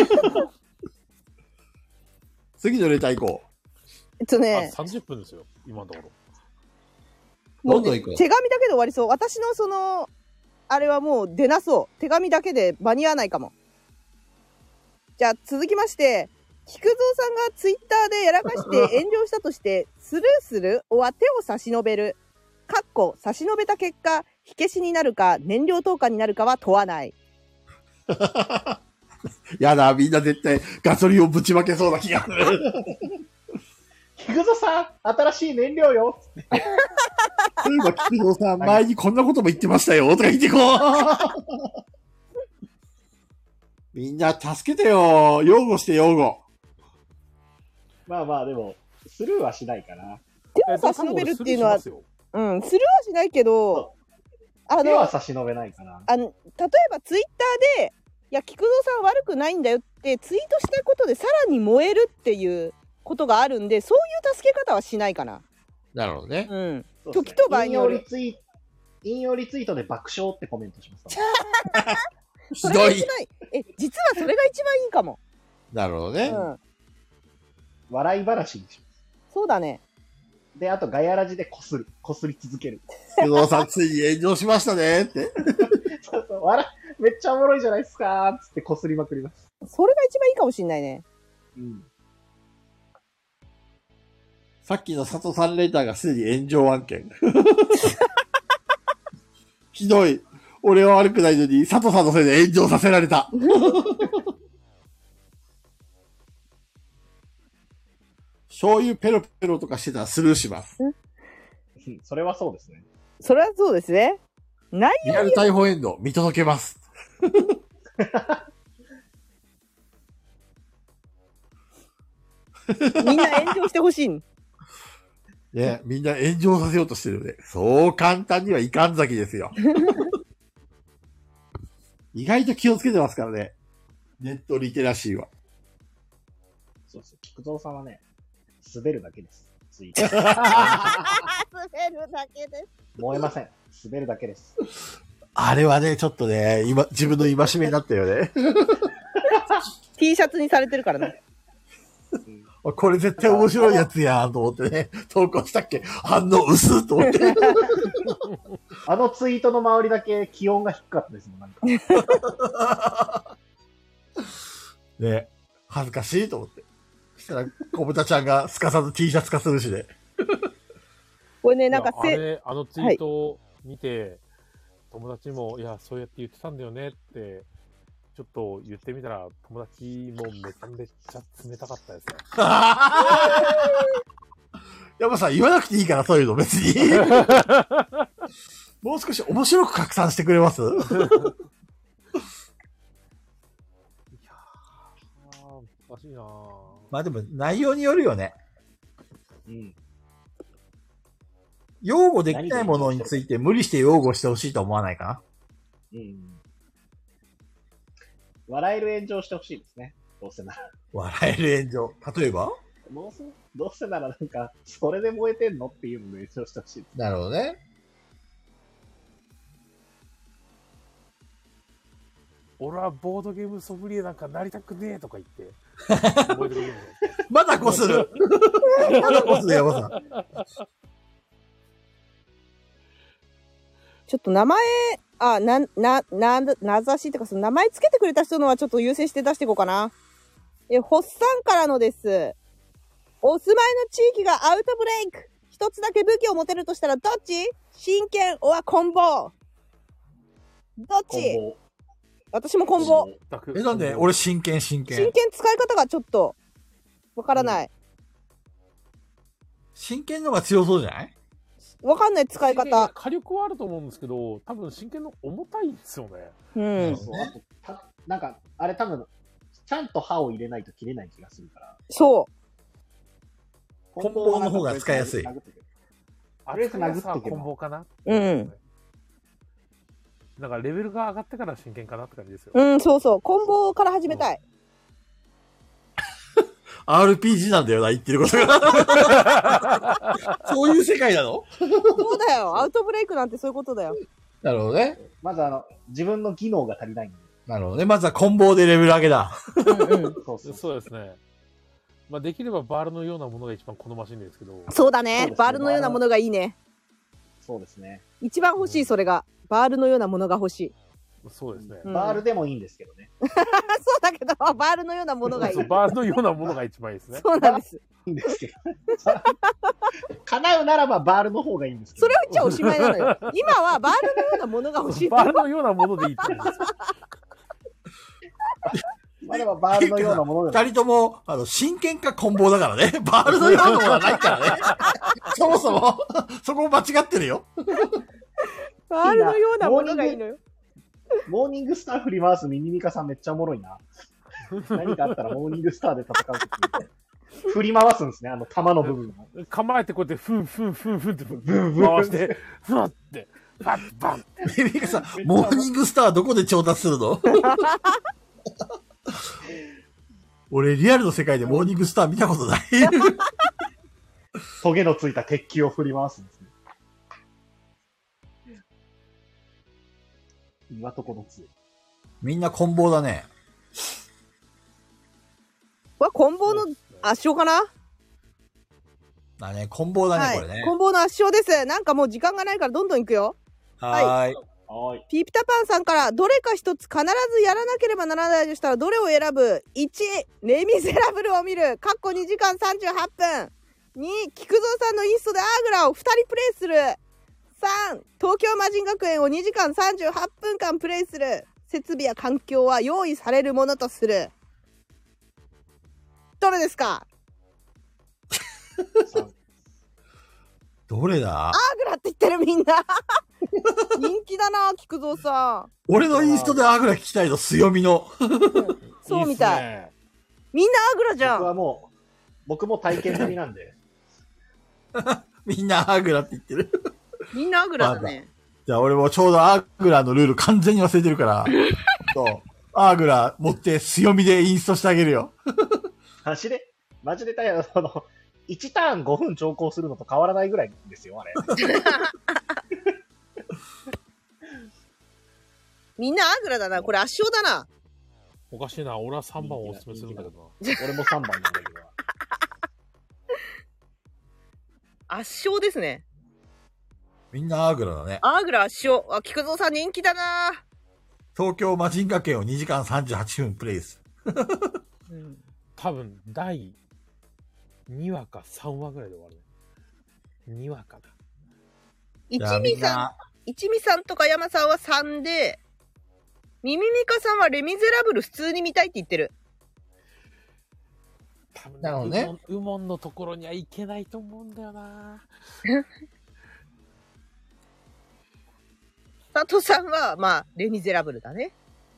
次のレター行こう。 30分ですよ、今のところ。どんどん行こう。 手紙だけで終わりそう。私のあれはもう出なそう。手紙だけで間に合わないかも。じゃあ続きまして、菊蔵さんがツイッターでやらかして炎上したとして、スルーするは手を差し伸べる。差し伸べた結果、火消しになるか燃料投下になるかは問わない。 やだ、みんな絶対ガソリンをぶちまけそうな気がする。 菊蔵さん、新しい燃料よ。 そういえば菊蔵さん、前にこんなことも言ってましたよ。とか言ってこう。みんな助けてよ。擁護して擁護。 まあでも、スルーはしないかな。 手を差し伸べるっていうのは、スルーはしないけど、 手は差し伸べないかな。 例えばツイッターで、いや、菊蔵さん悪くないんだよってツイートしたことでさらに燃えるっていうことがあるんで、そういう助け方はしないかな。 なるほどね。 うん。時と場合による。 引用リツイートで爆笑ってコメントします。 ひどい。実はそれが一番いいかも。 なるほどね。 笑い話にします。 そうだね。 で、あとガヤラジでこすり続ける。 工藤さんついに炎上しましたねって。 そうそう、めっちゃおもろいじゃないですかーっつってこすりまくります。 それが一番いいかもしんないね。 うん。 さっきの佐藤さんレーターがすでに炎上案件。ひどい。俺は悪くないのに、佐藤さんのせいで炎上させられた。醤油ペロペロとかしてたらスルーします。 それはそうですね。 それはそうですね。内容リアル逮捕エンド見届けます。 みんな炎上してほしい。 ね、みんな炎上させようとしてるので、そう簡単にはいかんざきですよ。意外と気をつけてますからね。ネットリテラシーは。 そうです。菊蔵さんはね、滑るだけです。滑るだけです。 燃えません。滑るだけです。 あれはね、ちょっとね、自分の戒めになったよね。 T シャツにされてるからね。 これ絶対面白いやつやと思ってね、投稿したっけ反応薄っと思って。 あのツイートの周りだけ気温が低かったですもん、なんか。 ね、恥ずかしいと思って。そしたら、小豚ちゃんがすかさず T シャツ化するしね。 これね、なんかあのツイートを見て、はい、友達も、いや、そうやって言ってたんだよねって、ちょっと言ってみたら、友達もめちゃめちゃ冷たかったですね。 やっぱさ、言わなくていいから、そういうの別に。もう少し面白く拡散してくれます？いやー、難しいなぁ。 まあでも、内容によるよね。 うん。 擁護できないものについて無理して擁護してほしいと思わないかな。 うん。笑える炎上してほしいですね。どうせなら。 笑える炎上。例えばどうせならなんか、それで燃えてんのっていうので炎上してほしいです。 なるほどね。 俺はボードゲームソムリエなんかなりたくねえとか言って。 まだこする。まだこする、山さん。 ちょっと名前、名指しってか、その名前つけてくれた人のはちょっと優先して出していこうかな。ホッサンからのです。お住まいの地域がアウトブレイク。一つだけ武器を持てるとしたらどっち？真剣オアコンボ。どっち？私もコンボ。 なんで俺真剣。真剣使い方がちょっと、わからない。 真剣のが強そうじゃない？ わかんない使い方。 火力はあると思うんですけど、多分真剣の重たいんですよね。 うん。 あとなんか、あれ多分、ちゃんと刃を入れないと切れない気がするから。 そう。 コンボの方が使いやすい。 あれ殴ってけばコンボかな。 うん。 なんかレベルが上がってから真剣かなって感じですよ。 うん、そうそう。コンボから始めたい。 RPG なんだよな、言ってることが。そういう世界なの？ そうだよ。アウトブレイクなんてそういうことだよ。 なるほどね。 まず自分の技能が足りないんで。 なるほどね。まずはコンボでレベル上げだ。 そうですね。まあできればバールのようなものが一番好ましいんですけど。 そうだね。バールのようなものがいいね。 そうですね。 一番欲しい、それが。バールのようなものが欲しい。 そうですね。 バールでもいいんですけどね。 そうだけど、バールのようなものがいい。 バールのようなものが一番いいですね。 そうなんです。 いいんですけど。叶うならばバールの方がいいんですけど。 それを言っちゃおしまいなのよ。今はバールのようなものが欲しい。 バールのようなものでいいって言うんですよ。 あれはバールのようなもの二人とも、真剣かコンボだからね。バールのようなものはないからね。そもそも、そこ間違ってるよ。 バールのようなものがいいのよ。 モーニングスター振り回すミニミカさんめっちゃおもろいな。何かあったらモーニングスターで戦うとき振り回すんですね、弾の部分を。 構えてこうやってフンって回して、ふわって、バッバンって。 ミニミカさん、モーニングスターどこで調達するの？ 俺、リアルの世界でモーニングスター見たことない。 トゲのついた鉄球を振り回すんですね。今とこの強い。 みんな棍棒だね。 これ棍棒の圧勝かな？ だね、棍棒だね、これね。 棍棒の圧勝です。なんかもう時間がないからどんどん行くよ。 はい。 ピピタパンさんから、どれか一つ必ずやらなければならないとしたらどれを選ぶ？ 1、レ・ミゼラブルを見る。かっこ2時間38分。2、菊蔵さんのインストでアーグラを2人プレイする。3、東京魔人学園を2時間38分間プレイする。設備や環境は用意されるものとする。どれですか？ どれだ？ アーグラって言ってるみんな。人気だな、菊蔵さん。 俺のインストでアーグラ聞きたいの、強みの。 そうみたい。みんなアーグラじゃん。 僕も体験済みなんで。 みんなアーグラって言ってる。 みんなアーグラだね。 じゃあ俺もちょうどアーグラのルール完全に忘れてるから、アーグラ持って強みでインストしてあげるよ。 マジで1ターン5分長考するのと変わらないぐらいですよ、あれ。 みんなアーグラだな。これ圧勝だな。 おかしいな。俺は3番をおすすめするんだけどな。俺も3番なんだけどな。 圧勝ですね。 みんなアーグラだね。 アーグラ圧勝。あ、菊蔵さん人気だな。 東京魔人学園を2時間38分プレイス。 多分、第2話か3話ぐらいで終わる。2話かな。 一味さんとか山さんは3で、ミミミカさんはレ・ミゼラブル普通に見たいって言ってる。 多分なるほどね。ウモンのところには行けないと思うんだよな。 佐藤さんは、まあ、レ・ミゼラブルだね。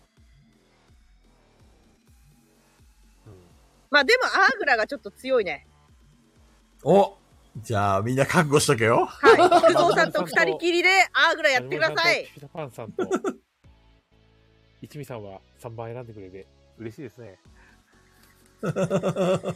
まあでも、アーグラがちょっと強いね。 お、じゃあみんな覚悟しとけよ。 はい。菊蔵さんと二人きりでアーグラやってください。 ピタパンさんと一味さんは3番選んでくれて嬉しいですね。 菊蔵さん、あれはや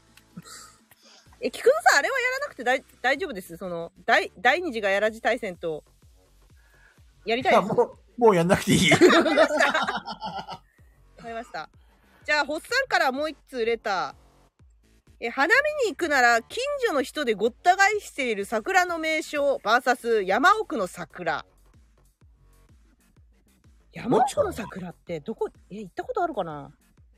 らなくて大丈夫です。その、第二次がやらじ対戦と、やりたいです。 もうやんなくていい。 わかりました。わかりました。じゃあ、ホッサンからもう一通レター。花見に行くなら近所の人でごった返している桜の名所 VS 山奥の桜。山奥の桜ってどこ、行ったことあるかな？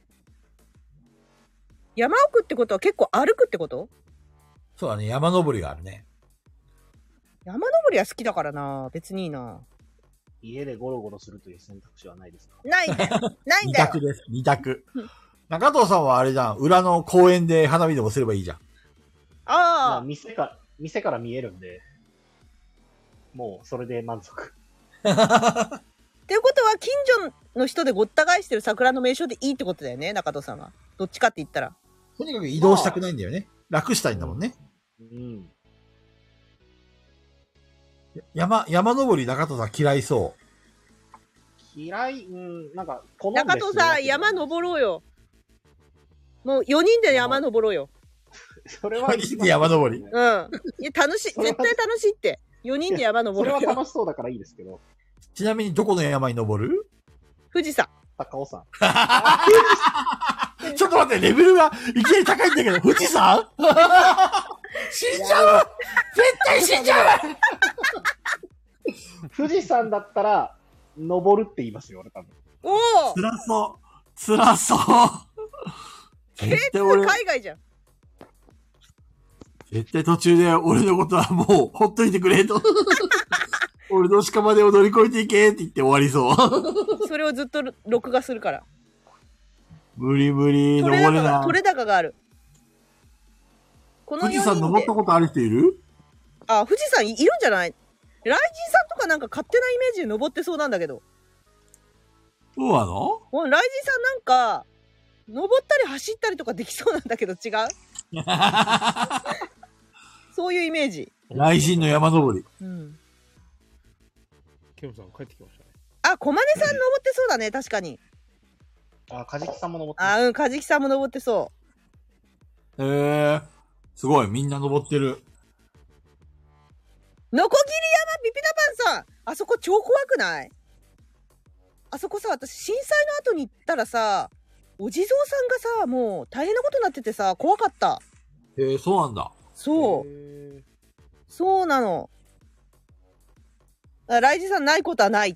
山奥ってことは結構歩くってこと？ そうだね、山登りがあるね。 山登りは好きだからな、別にいいな。 家でゴロゴロするという選択肢はないですか？ ないんだよ。ないんだよ。 2択です、2択。中藤さんはあれじゃん、裏の公園で花見でもすればいいじゃん。 ああ。店から見えるんで、もうそれで満足。 っていうことは、近所の人でごった返してる桜の名所でいいってことだよね、中藤さんは。どっちかって言ったら。 とにかく移動したくないんだよね。楽したいんだもんね。 うん。 山登り中藤さん嫌いそう。 嫌い、なんか、 中藤さん、山登ろうよ。もう4人で山登ろうよ。 それは。 4人で山登り。 うん。いや、楽しい。絶対楽しいって。4人で山登ろうよ。 それは楽しそうだからいいですけど。 ちなみにどこの山に登る？ 富士山。 高尾山。 ちょっと待って、レベルがいきなり高いんだけど、富士山？死んじゃう！絶対死んじゃう！ 富士山だったら、登るって言いますよ、俺多分。 おお！辛そう。 絶対俺海外じゃん。 絶対途中で俺のことはもうほっといてくれと。俺の鹿までを乗り越えていけって言って終わりそう。 それをずっと録画するから。 無理、登れない。 取れ高がある。 この富士山登ったことある人いる？ あ、富士山いるんじゃない？ライジンさんとかなんか勝手なイメージで登ってそうなんだけど。 そうなの？ ライジンさんなんか、登ったり走ったりとかできそうなんだけど違う？そういうイメージ。 雷神の山登り。 うん。 ケムさん帰ってきましたね。 あ、小金さん登ってそうだね、確かに。 あ、カジキさんも登ってる。 カジキさんも登ってそう。 すごい、みんな登ってる。 ノコギリ山ピピタパンさん、あそこ超怖くない？あそこさ、私震災の後に行ったらさ、お地蔵さんがさ、もう大変なことになっててさ、怖かった。 そうなんだ。 そう。そうなの。ライジさんないことはないって。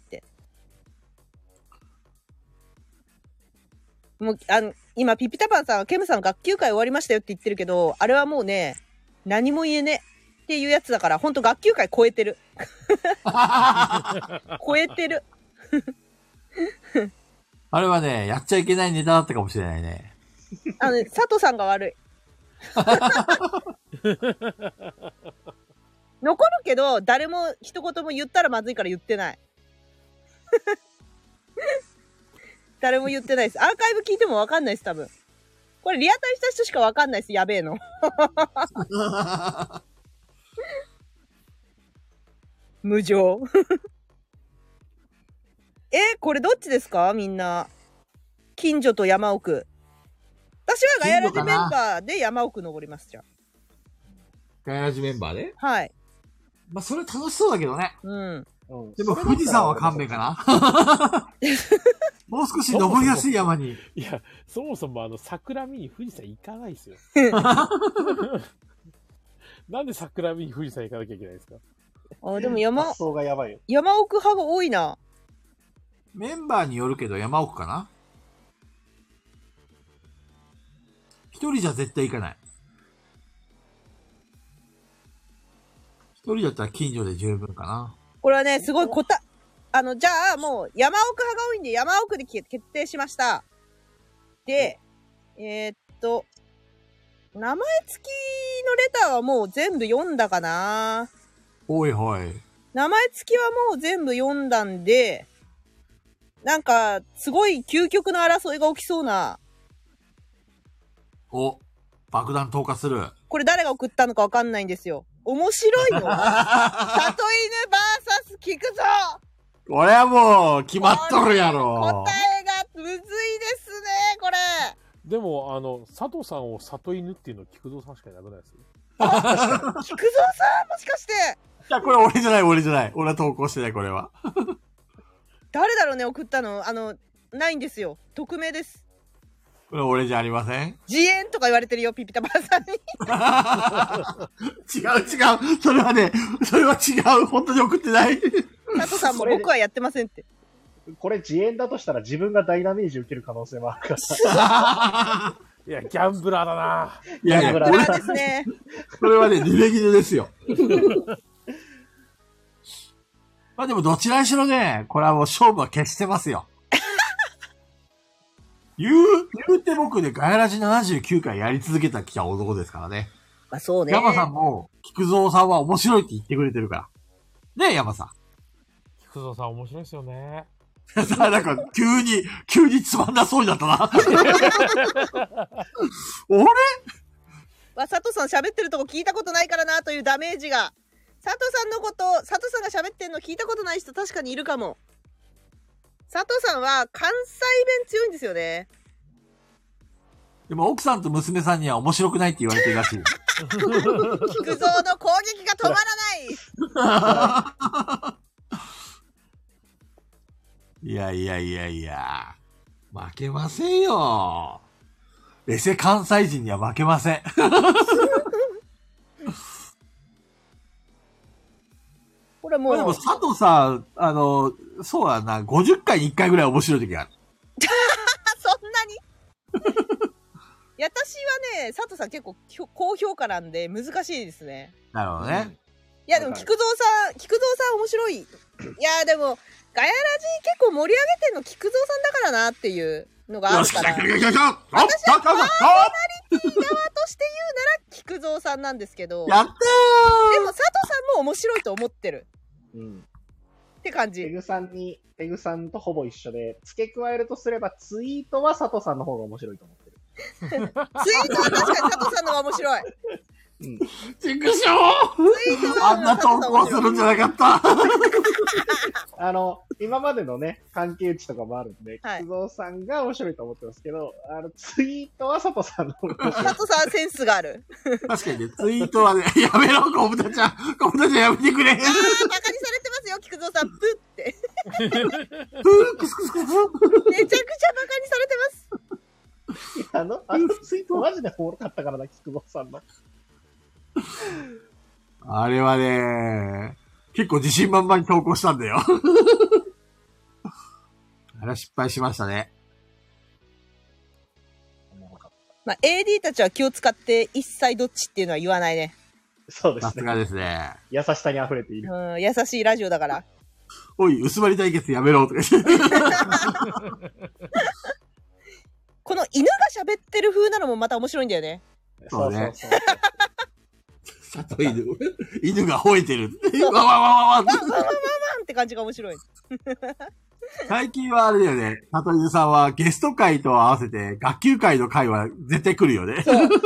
もう、今、ピピタパンさんはケムさん学級会終わりましたよって言ってるけど、あれはもうね、何も言えねっていうやつだから、ほんと学級会超えてる。超えてる。 あれはね、やっちゃいけないネタだったかもしれないね。 佐藤さんが悪い。残るけど、誰も一言も言ったらまずいから言ってない。誰も言ってないです。アーカイブ聞いてもわかんないです、多分。これリアタイした人しかわかんないです、やべえの。無情。これどっちですかみんな。近所と山奥。私はガヤラジメンバーで山奥登ります、じゃあ。 ガヤラジメンバーで？ はい。 まあ、それ楽しそうだけどね。 うん。 でも富士山は勘弁かな。もう少し登りやすい山に。 いや、そもそも桜見に富士山行かないですよ。なんで桜見に富士山行かなきゃいけないですか？ でも山奥派が多いな。 メンバーによるけど山奥かな？一人じゃ絶対行かない。一人だったら近所で十分かな。 これはね、すごいじゃあもう山奥派が多いんで山奥で決定しました。で、名前付きのレターはもう全部読んだかな。 ほいほい。 名前付きはもう全部読んだんで、なんか、すごい究極の争いが起きそうな。 爆弾投下する。 これ誰が送ったのかわかんないんですよ。面白いよ。里犬バーサス菊蔵。 これはもう、決まっとるやろ。 答えがむずいですね、これ。 でも、佐藤さんを里犬っていうの菊蔵さんしかいなくないですよ。 菊蔵さんもしかして。 いや、これ俺じゃない。俺は投稿してない、これは。 誰だろうね、送ったの。ないんですよ。匿名です。 これ俺じゃありません？ 自演とか言われてるよ、ピピタパンさんに。 違う。それは違う。本当に送ってない。 佐藤さんも僕はやってませんって。 これ自演だとしたら自分がダイダメージ受ける可能性もあるから。 いや、ギャンブラーだな。 ギャンブラーですね。 これはね、濡れ衣ですよ。まあでもどちらにしろね、これはもう勝負は決してますよ。言うて僕ね、ガヤラジ79回やり続けたきた男ですからね。 まあそうね。 山さんも、菊蔵さんは面白いって言ってくれてるから。ねえ、山さん。 菊蔵さん面白いですよね。 なんか、急につまんなそうになったな。あれ佐藤さん喋ってるとこ聞いたことないからなというダメージが。佐藤さんが喋ってんの聞いたことない人確かにいるかも。佐藤さんは関西弁強いんですよね。 でも奥さんと娘さんには面白くないって言われてるらしい。 菊蔵の攻撃が止まらない。 いや。負けませんよ。エセ関西人には負けません。 これもう。 でも佐藤さん、そうだな、50回に1回ぐらい面白い時がある。 そんなにいや、私はね、佐藤さん結構高評価なんで難しいですね。 なるほどね。 いや、でも菊蔵さん面白い。いや、でも、ガヤラジ結構盛り上げてんの菊蔵さんだからなっていうのがあるから。私はパーソナリティ側として言うなら菊蔵さんなんですけど。 やったー。 でも佐藤さんも面白いと思ってる。 うん。 って感じ。 ペグさんとほぼ一緒で、付け加えるとすればツイートは佐藤さんの方が面白いと思ってる。 ツイートは確かに佐藤さんの方が面白い。 チクショーあんな投稿するんじゃなかった今までのね、関係値とかもあるんで、菊蔵さんが面白いと思ってますけど、ツイートは佐藤さんの面白い。 佐藤さんセンスがある。 確かにね、ツイートはね、やめろ、コブタちゃんやめてくれ。 バカにされてますよ、菊蔵さん、プって。 クスクスクス。 めちゃくちゃバカにされてます。いや、ツイートマジでおもろかったからな、菊蔵さんの。 あれはね、結構自信満々に投稿したんだよ。あれは失敗しましたね。 まあ、AD たちは気を使って一切どっちっていうのは言わないね。 そうですね。 さすがですね。 優しさに溢れている。 優しいラジオだから。 おい、薄まり対決やめろとか言って。 この犬が喋ってる風なのもまた面白いんだよね。 そうね。 里犬が吠えてる。ワンワンワンワンワンって感じが面白い。 最近はあれだよね。里犬さんはゲスト会と合わせて学級会の会は絶対来るよね。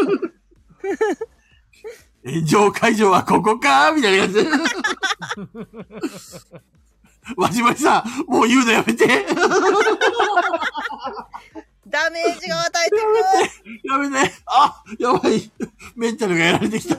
炎上会場はここかみたいな感じで。わじまじさん、もう言うのやめて。 ダメージが与えてくる。やめて。あ、やばい。メンタルがやられてきた。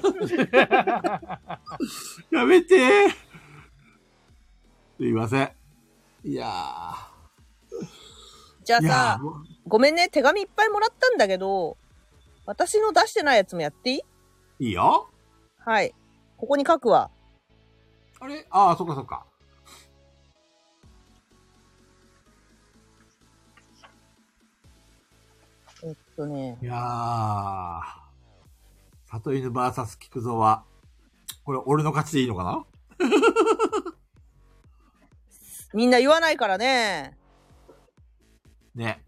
やめて。すいません。いやー。 じゃあさ、ごめんね、手紙いっぱいもらったんだけど、私の出してないやつもやっていい？ いいよ。 はい。ここに書くわ。 あれ？ああ、そっかそっか。いやー。里犬 VS 菊蔵は、これ俺の勝ちでいいのかな？ みんな言わないからね。 ね。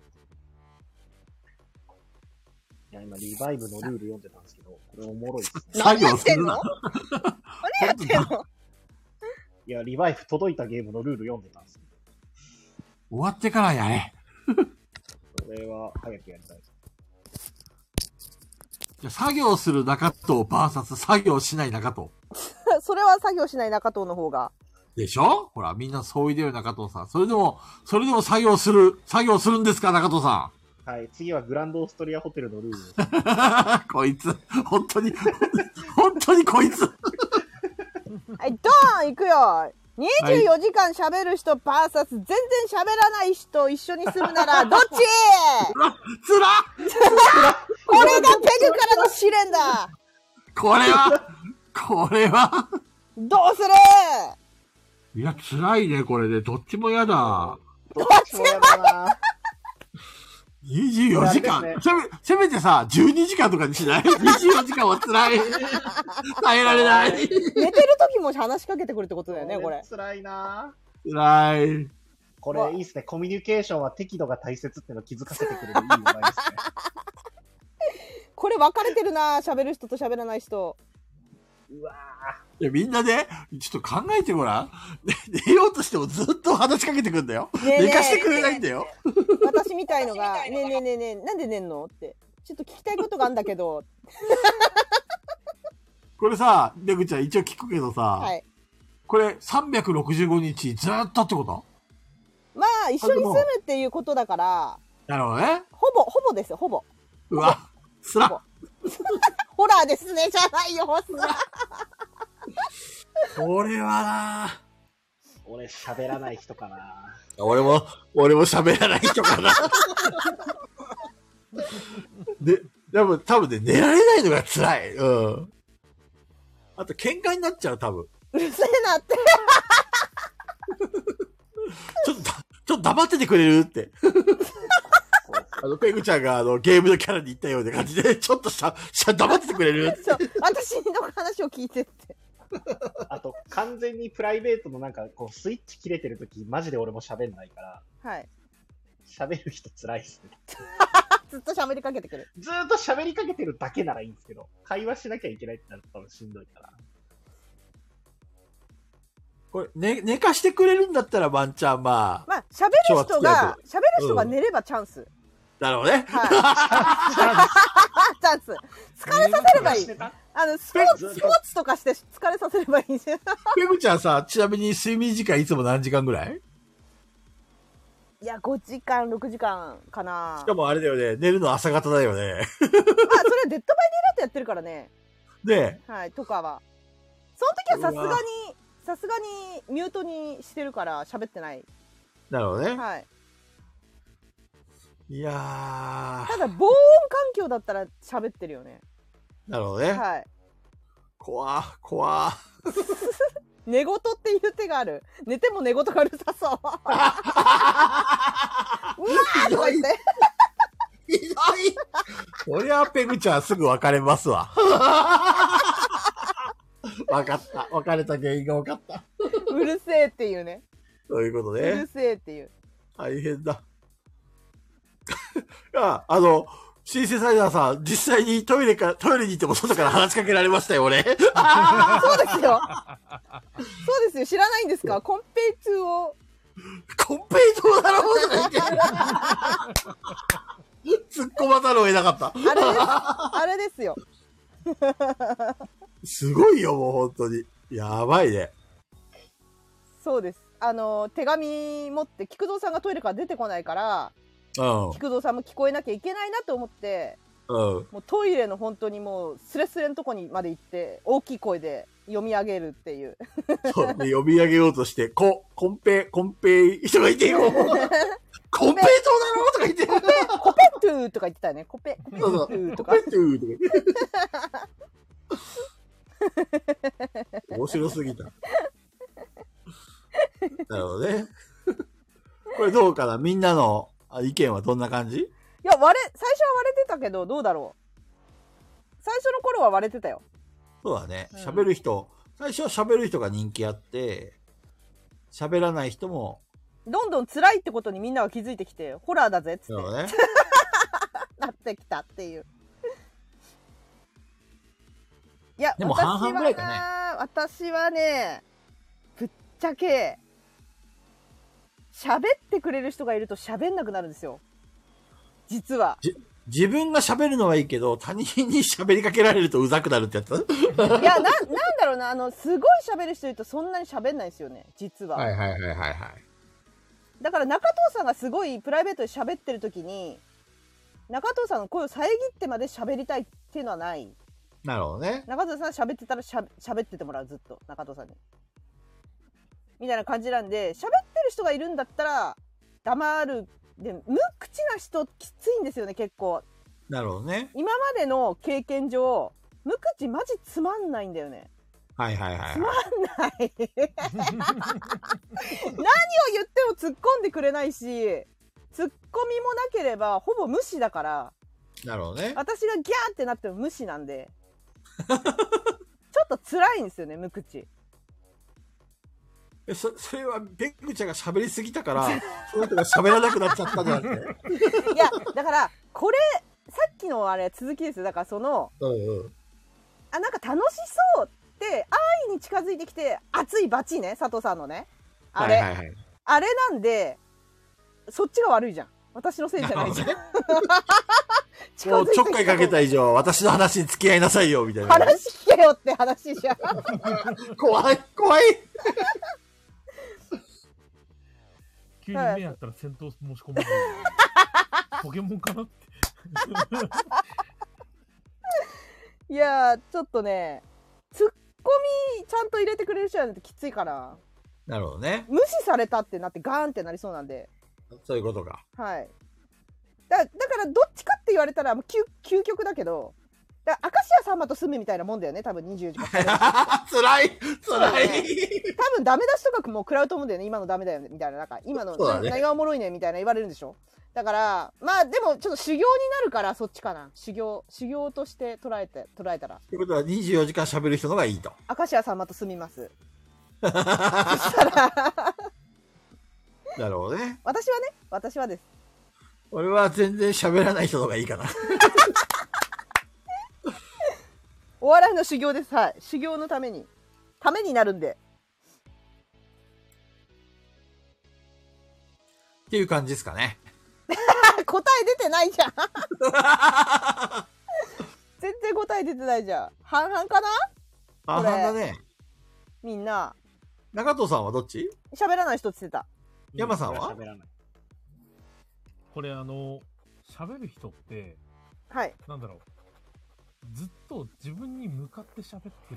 いや、今、リバイブのルール読んでたんですけど、これおもろいですね。何やってんの？何やってんの？ いや、リバイブ届いたゲームのルール読んでたんですよ。 終わってからやれ。 これは早くやりたい。 じゃ作業する中藤 VS 作業しない中藤。 それは作業しない中藤の方が。 でしょ？ほら、みんなそういでよ中藤さん。それでも作業するんですか中藤さん。はい、次はグランドオーストリアホテルのルール。 こいつ、本当にこいつ。 はい、ドーン行くよ。24時間喋る人 VS 全然喋らない人一緒に住むならどっち？ つらこれがペグからの試練だ。 これはどうする？ いや、辛いね、これで。どっちも嫌だ。 どっちも嫌だな。 24時間、ね、せめてさ、12時間とかにしない？ 24 時間は辛い。耐えられない。寝てる時も話しかけてくるってことだよね、これ。 辛いなぁ。辛い。 これいいっすね。コミュニケーションは適度が大切ってのを気づかせてくれるいい話題ですね。 これ分かれてるなぁ。喋る人と喋らない人。 うわいや、みんなね、ちょっと考えてごらん。寝ようとしてもずっと話しかけてくんだよ。寝かしてくれないんだよ。 私みたいのが、ねえねえねえねえ、なんで寝んのって。ちょっと聞きたいことがあるんだけど。 これさ、出口ちゃん一応聞くけどさ、はい、これ365日ずっとってこと？ まあ、一緒に住むっていうことだから。 なるほどね。 ほぼですよ、ほぼ。 うわ、つら。 ホラーですね、じゃないよ、つら。 これはな俺喋らない人かな。 俺も喋らない人かな。でも多分ね、寝られないのが辛い。うん。あと喧嘩になっちゃう、多分。 うるせえなって。 ちょっと黙っててくれるって。ペグちゃんがゲームのキャラに言ったような感じで、ちょっと黙っててくれるって。 そう、私の話を聞いてって。 あと、完全にプライベートのなんか、こう、スイッチ切れてるとき、マジで俺も喋んないから。 はい。 喋る人辛いっすね。 ずっと喋りかけてくる。 ずーっと喋りかけてるだけならいいんですけど、会話しなきゃいけないってなると多分しんどいから。 これ、寝かしてくれるんだったらワンチャンまあ、喋る人が寝ればチャンス。 なるほどね。 はい。チャンス。疲れさせればいい。スポーツとかして疲れさせればいいんですよ。 ペグちゃんさ、ちなみに睡眠時間いつも何時間ぐらい？ いや、5時間、6時間かな。 しかもあれだよね、寝るの朝方だよね。 まあ、それはデッドバイデイライトやってるからね。 で、 はい、とかは。その時はさすがにミュートにしてるから喋ってない。 なるほどね。 はい。 いやー。 ただ、防音環境だったら喋ってるよね。 なるほどね。 はい。 怖寝言っていう手がある。寝ても寝言がうるさそう。うわーとか言って。 ひどい。こりゃペグちゃんすぐ別れますわ。わかった。別れた原因がわかった。 うるせえっていうね。 そういうことね。 うるせえっていう。 大変だ。シンセサイザーさん、実際にトイレに行っても外から話しかけられましたよ、俺。 そうですよ。そうですよ。知らないんですか？コンペイトゥを。 コンペイトゥだろうとか言って。突っ込まざるを得なかった。 あれですよ。 すごいよ、もう本当に。やばいね。 そうです。手紙持って、菊蔵さんがトイレから出てこないから、菊蔵さんも聞こえなきゃいけないなと思って、もうトイレの本当にもうスレスレのとこにまで行って大きい声で読み上げるっていう。 そうね、読み上げようとして、コンペ人がいてよ。コンペイトだろとか言って。 コペトゥーとか言ってたよね。コペトゥーとか。 コペトゥーとか言って。面白すぎた。なるほどね。これどうかな？みんなの意見はどんな感じ？ いや、最初は割れてたけど、どうだろう。最初の頃は割れてたよ。 そうだね。喋る人、最初は喋る人が人気あって、喋らない人も。 どんどん辛いってことにみんなは気づいてきて、ホラーだぜっつって。そうね。なってきたっていう。いや、 でも半々ぐらいかね。 私はね、ぶっちゃけ、喋ってくれる人がいると喋んなくなるんですよ。実は。 自分が喋るのはいいけど、他人に喋りかけられるとうざくなるってやつ？いや、なんだろうな、すごい喋る人いるとそんなに喋んないんですよね、実は。 はい。 だから中藤さんがすごいプライベートで喋ってる時に、中藤さんの声を遮ってまで喋りたいっていうのはない。 なるほどね。 中藤さん喋ってたら喋っててもらう、ずっと、中藤さんに。みたいな感じなんで、喋ってる人がいるんだったら、黙る。で、無口な人きついんですよね、結構。 なるほどね。 今までの経験上、無口マジつまんないんだよね。 はい。 つまんない。何を言っても突っ込んでくれないし、突っ込みもなければほぼ無視だから。 なるほどね。 私がギャーってなっても無視なんで。ちょっと辛いんですよね、無口。 それはペグちゃんが喋りすぎたからその人が喋らなくなっちゃったんじゃなくて。 いやだからこれさっきのあれ続きですよ。だからなんか楽しそうって安易に近づいてきて、熱いバチね、佐藤さんのねあれ、あれなんでそっちが悪いじゃん、私のせいじゃないじゃん。 もうちょっかいかけた以上私の話に付き合いなさいよみたいな。 話聞けよって話じゃん。 怖い。 急に目やったら戦闘申し込まれる。ポケモンかなって。 いやー、ちょっとね、ツッコミちゃんと入れてくれる人じゃないときついから。 なるほどね。 無視されたってなってガーンってなりそうなんで。 そういうことか。 はい。だからどっちかって言われたら究極だけど、明石家さんまと住むみたいなもんだよね、多分24時間。 つらい。 多分ダメ出しとかも食らうと思うんだよね、今のダメだよねみたいな、なんか今の何がおもろいねみたいな言われるんでしょ。だからまあでもちょっと修行になるからそっちかな。修行として捉えたら。 ということは24時間喋る人のがいいと。 明石家さんまと住みます。そしたらなるほどね。 私はです。 俺は全然喋らない人の方がいいかな。 お笑いの修行です。はい。修行のためになるんで。 っていう感じですかね。 答え出てないじゃん。全然答え出てないじゃん。半々かな？ 半々だね。 みんな。 中藤さんはどっち？ 喋らない人って言ってた。 山さんは？ 喋らない。 これ喋る人って、 はい。 なんだろう。ずっと自分に向かって喋ってる。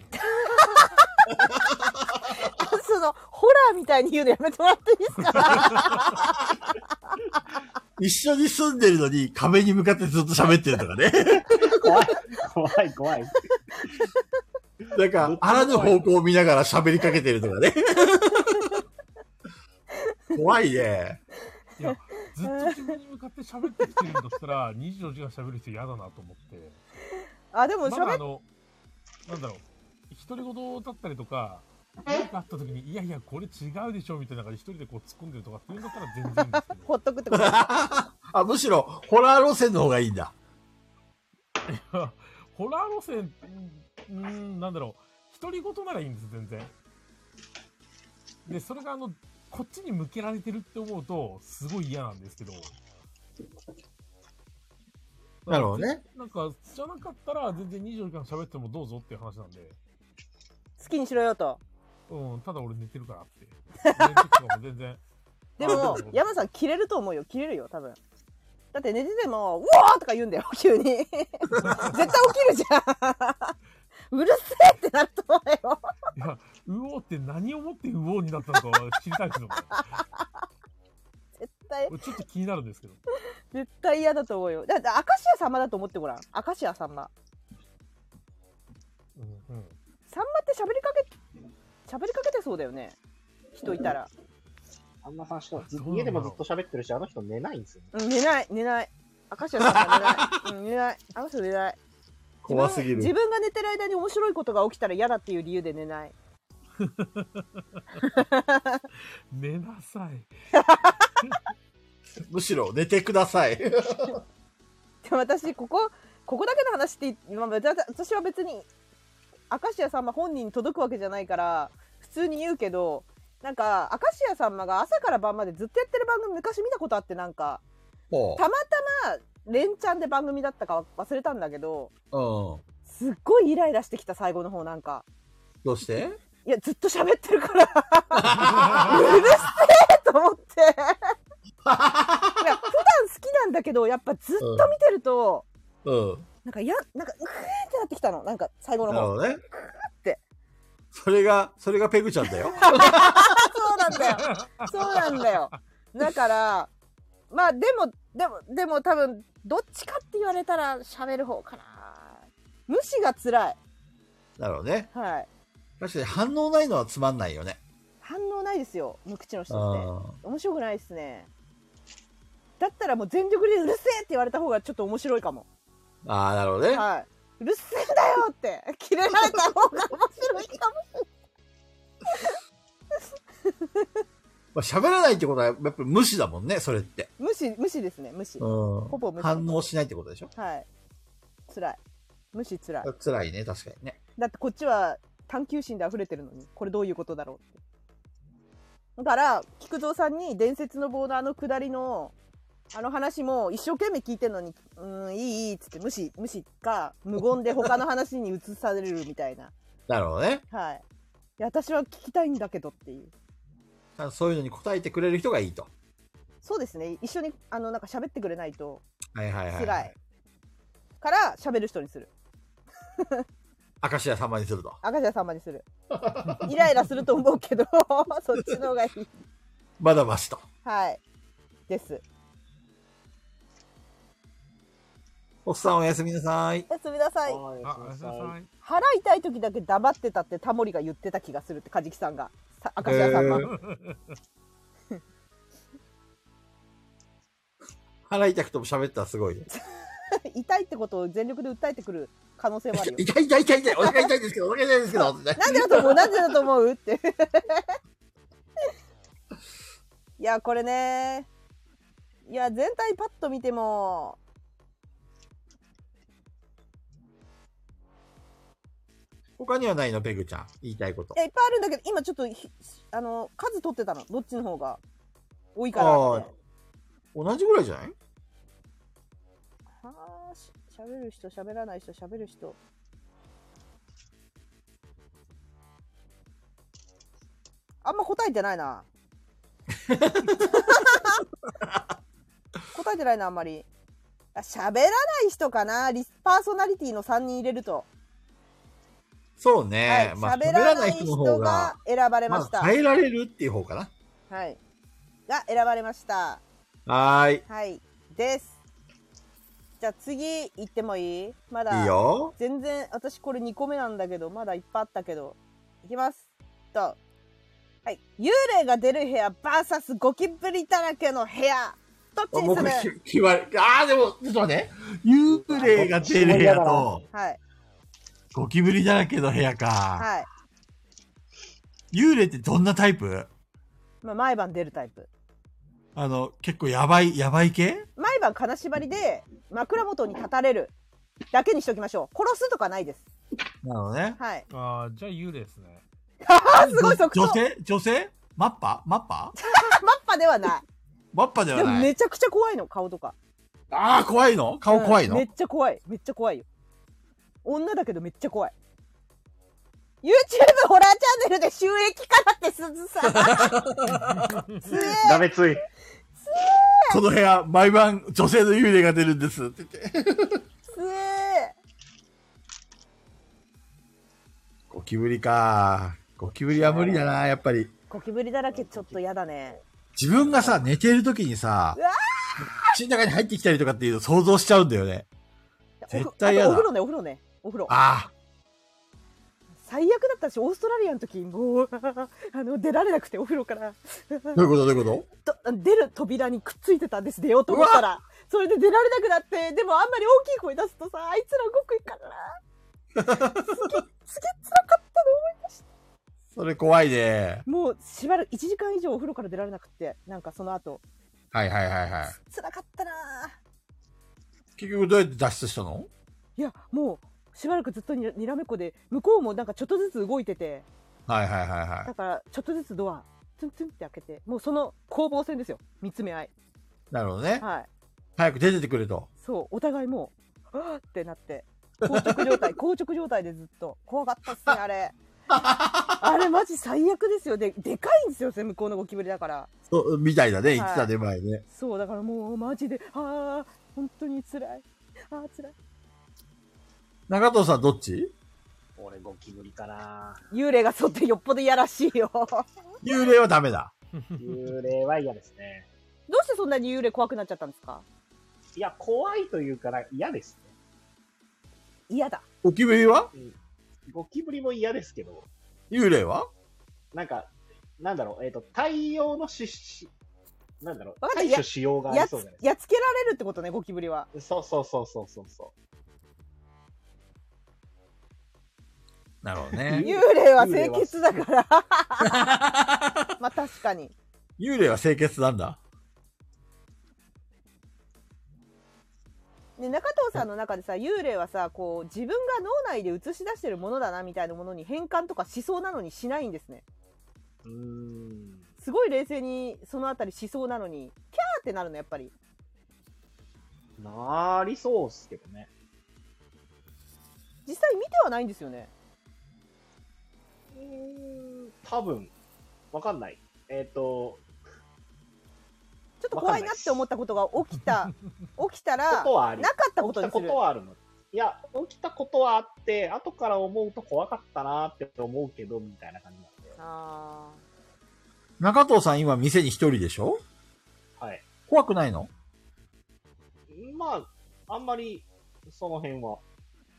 ホラーみたいに言うのやめてもらっていいですか？ 一緒に住んでるのに壁に向かってずっと喋ってるとかね。 怖い。 なんか、あらぬ方向を見ながら喋りかけてるとかね。怖いね。 いや、ずっと自分に向かって喋ってきてるんだったら、24時間喋る人嫌だなと思って。 あ、でもなんだろう、独り言だったりとか、何かあった時に、いやいや、これ違うでしょみたいな感じで一人でこう突っ込んでるとかっていうんだったら全然いいんですけど。 ほっとくってことあ、むしろ、ホラー路線の方がいいんだ。 いや、ホラー路線、なんだろう、独り言ならいいんです、全然。で、それがこっちに向けられてるって思うと、すごい嫌なんですけど。 なるほどね。 なんか、じゃなかったら、全然24時間喋ってもどうぞっていう話なんで。 好きにしろよと。 うん、ただ俺寝てるからって。寝てるからも全然。 でも、山さん切れると思うよ。切れるよ、多分。だって寝てても、うわーとか言うんだよ、急に。絶対起きるじゃん。うるせえってなると思うよ。 いや、うおーって何をもってうおーになったのか知りたいですよ。 絶対。 ちょっと気になるんですけど。 絶対嫌だと思うよ。だって明石家さんまだと思ってごらん。明石家さんま。さんまって喋りかけてそうだよね。人いたら。 さんまさん家でもずっと喋ってるし、あの人寝ないんですよね。 寝ない。明石家さんま寝ない。あの人寝ない。 怖すぎる。 自分が寝てる間に面白いことが起きたら嫌だっていう理由で寝ない。 寝なさい。 むしろ寝てください。でも私ここだけの話って私は別に明石家さんま本人に届くわけじゃないから普通に言うけど、なんか明石家さんまが朝から晩までずっとやってる番組昔見たことあって、なんかたまたま連チャンで番組だったか忘れたんだけど、すっごいイライラしてきた最後の方。なんかどうして？ いやずっと喋ってるからうるせえと思って。いや普段好きなんだけどやっぱずっと見てると、なんかうえーってなってきたの。なんか最後の方。 なるほどね。 って。 それがペグちゃんだよ。 そうなんだよ。だからまあでも多分どっちかって言われたら喋る方かな。無視が辛い。 なるほどね。 はい。 確かに反応ないのはつまんないよね。 反応ないですよ、無口の人って。面白くないですね。だったらもう全力でうるせえって言われた方がちょっと面白いかも。 ああ、なるほどね。 はい。うるせえんだよってキレられた方が面白いかもしれない。 まあ喋らないってことはやっぱり無視だもんね、それって。 無視ですね、無視。ほぼ無視。 反応しないってことでしょ？ はい。辛い。無視辛い。 辛いね、確かにね。 だってこっちは探求心で溢れてるのに、これどういうことだろうって。だから菊蔵さんに伝説の棒の下りの話も一生懸命聞いてんのに、いいっつって無視か無言で他の話に移されるみたいな。 なるほどね。 はい。いや私は聞きたいんだけどっていう。 そういうのに答えてくれる人がいいと。 そうですね。一緒になんか喋ってくれないと辛いから喋る人にする。 明石家さんまにすると。 明石家さんまにする。イライラすると思うけどそっちの方がいい。 まだましと。 はいです。 おっさんおやすみなさい。 おやすみなさい。腹痛い時だけ黙ってたってタモリが言ってた気がするってカジキさんが。明石家さんま。 腹痛くても喋ったらすごいね。 痛いってことを全力で訴えてくる可能性もあるよ。 痛い。お腹痛いですけど、お腹痛いですけど。 なんでだと思うって。いや、これね。いや、全体パッと見ても。 他にはないの、ペグちゃん。言いたいこと。 いっぱいあるんだけど、今ちょっと、数取ってたの。どっちの方が多いかなって。 同じぐらいじゃない？ 喋る人、喋らない人、喋る人。あんま答えてないな。答えてないな、あんまり。喋らない人かな、パーソナリティの3人入れると。 そうね。 はい、喋らない人が選ばれました。 変えられるっていう方かな。 はい。が選ばれました。 はい。 はい。です。じゃあ次行ってもいい？まだ。 いいよ。 全然、私これ2個目なんだけど、まだいっぱいあったけど。いきます。はい。幽霊が出る部屋 VS ゴキブリだらけの部屋。どっちにする？ でも、ちょっと待って。幽霊が出る部屋と、 はい。 ゴキブリだらけの部屋か。 はい。 幽霊ってどんなタイプ？ 毎晩出るタイプ。 結構やばい系？ 毎晩金縛りで枕元に立たれるだけにしときましょう。殺すとかないです。 なるほどね。 はい。 じゃあ幽霊ですね。 すごい即答。 女性マッパマッパではない。 マッパではない。 でもめちゃくちゃ怖いの、顔とか。 怖いの？顔怖いの？ めっちゃ怖い。めっちゃ怖いよ。女だけどめっちゃ怖い。YouTube ホラーチャンネルで収益化だって、鈴さん。 ダメつい。 この部屋、毎晩女性の幽霊が出るんですって言って。ゴキブリか。ゴキブリは無理だな、やっぱり。 ゴキブリだらけちょっと嫌だね。 自分がさ、寝てる時にさ、口の中に入ってきたりとかっていうの想像しちゃうんだよね。絶対嫌だ。 お風呂ね。お風呂。最悪だったし、オーストラリアの時、もう、出られなくて、お風呂から。 どういうこと出る扉にくっついてたんです、出ようと思ったら。それで出られなくなって、でもあんまり大きい声出すとさ、あいつら動くからな。すげえ辛かったの思い出した。 それ怖いね。 もう、しばらく1時間以上お風呂から出られなくて、なんかその後。 はい。 辛かったな。 結局どうやって脱出したの？ いや、もう、しばらくずっとにらめっこで、向こうもなんかちょっとずつ動いてて。 はい。 だから、ちょっとずつドア、ツンツンって開けて、もうその攻防戦ですよ。見つめ合い。 なるほどね。 はい。 早く出ててくれと。 そう、お互いもう、ってなって、硬直状態でずっと。怖かったっすね、あれ。あれマジ最悪ですよ。でかいんですよ、向こうのゴキブリだから。 そう、みたいだね、言ってたね、前ね。 そう、だからもうマジで、本当に辛い。辛い。 中藤さんどっち？ 俺ゴキブリかな。 幽霊がそってよっぽどいやらしいよ。 幽霊はダメだ。 幽霊は嫌ですね。 どうしてそんなに幽霊怖くなっちゃったんですか？ いや、怖いというから嫌ですね。 嫌だ。 ゴキブリは？ ゴキブリも嫌ですけど。 幽霊は？ なんだろう、対応の対処しようがありそうじゃないですか。 やっつけられるってことね、ゴキブリは。 そう。 なるほどね。 幽霊は清潔だから。まあ確かに。 幽霊は清潔なんだ。 で、中藤さんの中でさ、幽霊はさ、こう、自分が脳内で映し出してるものだな、みたいなものに変換とかしそうなのにしないんですね。すごい冷静にそのあたりしそうなのに、キャーってなるの、やっぱり。 なりそうっすけどね。 実際見てはないんですよね。 多分、わかんない。 ちょっと怖いなって思ったことが起きたら、なかったことにする。 起きたことはあるの。いや、起きたことはあって、後から思うと怖かったなって思うけど、みたいな感じなんで。 中藤さん今店に一人でしょ？ はい。 怖くないの？ まあ、あんまり、その辺は。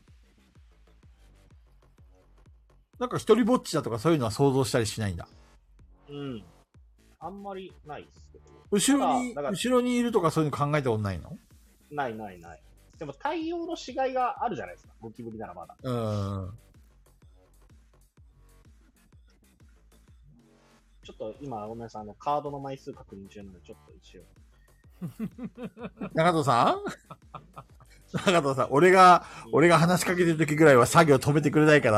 なんか一人ぼっちだとかそういうのは想像したりしないんだ。 あんまりないですけど。 後ろにいるとかそういうの考えたことないの？ ない。でも対応のしがいがあるじゃないですか。ゴキブリならまだ。ちょっと今、ごめんなさい、カードの枚数確認中なので、ちょっと一応。 中藤さん、俺が話しかけてる時ぐらいは作業止めてくれないから。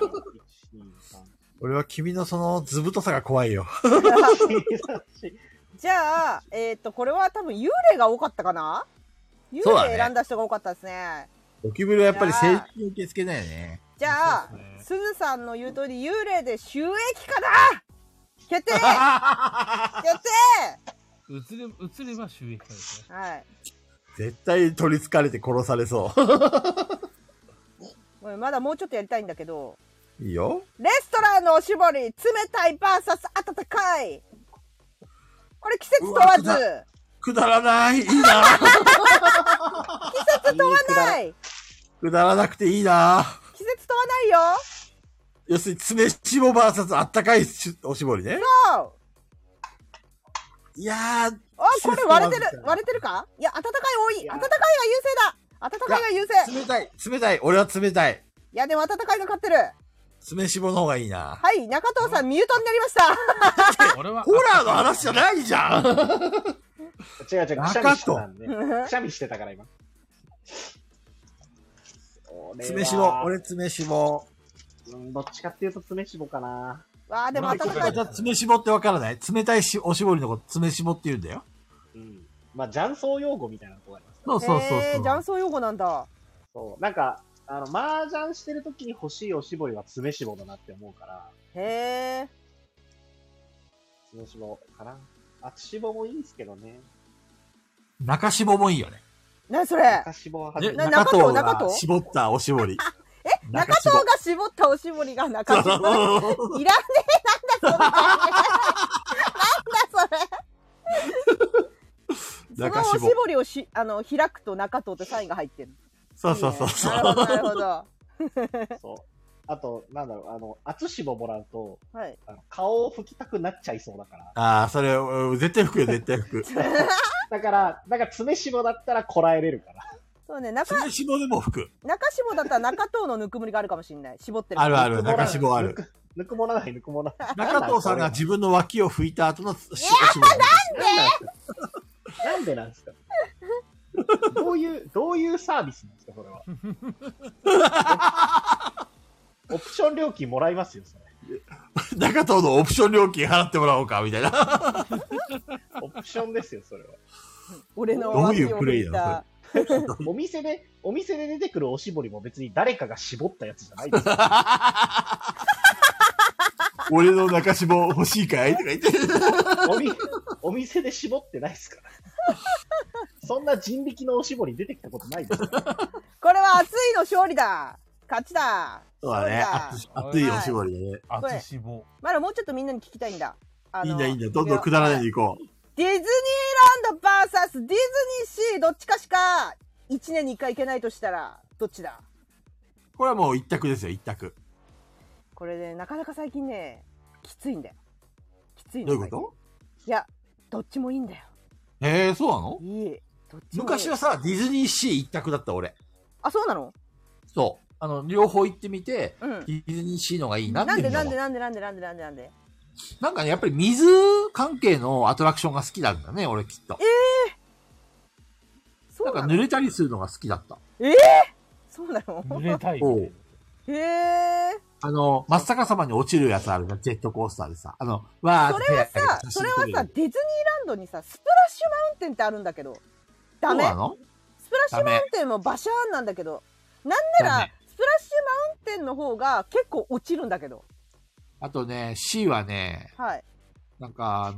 俺は君のその図太さが怖いよ。 じゃあ、これは多分幽霊が多かったかな？ 幽霊選んだ人が多かったですね。 ゴキブリはやっぱり正式に受け付けないよね。 じゃあ、すずさんの言う通り、幽霊で収益化だ決定決定映れば収益化ですね。 はい。 絶対取り憑かれて殺されそう。 まだもうちょっとやりたいんだけど。 いいよ。 レストランのおしぼり、冷たい VS 温かい。これ季節問わず。 くだらない。いいな。季節問わない。 くだらなくていいな。 季節問わないよ。 要するに、詰めしぼ VS あったかいおしぼりね。 そう。 いやー。 あ、これ割れてるか？いや、温かい多い。温かいが優勢だ。温かいが優勢。 冷たい。俺は冷たい。 いや、でも温かいが勝ってる。 詰めしぼの方がいいな。 はい、中藤さんミュートになりました。 ホラーの話じゃないじゃん。 違う、くしゃみしてたんで。くしゃみしてたから今。 詰めしぼ、俺詰めしぼ。 どっちかっていうと詰めしぼかな。 わあ、でも温かい。 詰めしぼってわからない？冷たいおしぼりのこと詰めしぼって言うんだよ。 うん。まあ、雀荘用語みたいなとこあります。 そう。 雀荘用語なんだ。 そう。なんか、麻雀してる時に欲しいおしぼりは詰めしぼだなって思うから。 へー。 詰めしぼかな。厚しぼもいいんですけどね。 中しぼもいいよね。 なにそれ？ 中しぼは初めて。 中藤が絞ったおしぼり。 中藤が絞ったおしぼりが中しぼ。いらねえ、なんだそれ。なんだそれ。そのおしぼりを開くと中藤ってサインが入ってる。 そう。 なるほど。 そう。あと、なんだろう、厚しぼもらうと、 はい、 顔を拭きたくなっちゃいそうだから。 ああ、それ、絶対拭くよ、絶対拭く。 だから、詰めしぼだったらこらえれるから。 そうね、 詰めしぼでも拭く。 中しぼだったら中藤のぬくもりがあるかもしれない。絞ってる。 ある、中しぼある。 ぬくもらない。 中藤さんが自分の脇を拭いた後のしぼ。 なんでなんですかどういうサービスなんですか、それは。オプション料金もらいますよ、それ。 中藤のオプション料金払ってもらおうか、みたいな。 オプションですよ、それは。 俺のどういうプレイなのお店で出てくるおしぼりも別に誰かが絞ったやつじゃないですよ。 俺の中しぼ欲しいかいとか言って。 お店で絞ってないですから。そんな人力のおしぼり出てきたことないですよ。 これは熱いの勝利だ。勝ちだ。 そうだね。熱いおしぼりだね。 熱しぼ。 まだもうちょっとみんなに聞きたいんだ。 いいんだ。どんどんくだらないでいこう。 ディズニーランド VS ディズニーシーどっちかしか1年に1回行けないとしたらどっちだ？ これはもう一択ですよ、一択。 これね、なかなか最近ね、きついんだよ。きついの。 どういうこと？ いや、どっちもいいんだよ。 そうなの？ いい。 どっちもいい。昔はさ、ディズニーシー一択だった俺。 あ、そうなの？ そう。両方行ってみて、ディズニーシーのがいいなって。 なんでなんかね、やっぱり水関係のアトラクションが好きなんだね、俺きっと。 そうなの？ なんか濡れたりするのが好きだった。 そうなの？ 濡れたい。 真っ逆さまに落ちるやつあるじゃん、ジェットコースターでさ。 それはさ、ディズニーランドにさ、スプラッシュマウンテンってあるんだけど。ダメ？ そうなの？ スプラッシュマウンテンもバシャーンなんだけど。なんなら、スプラッシュマウンテンの方が結構落ちるんだけど。 あとね、C はね、 はい。 なんか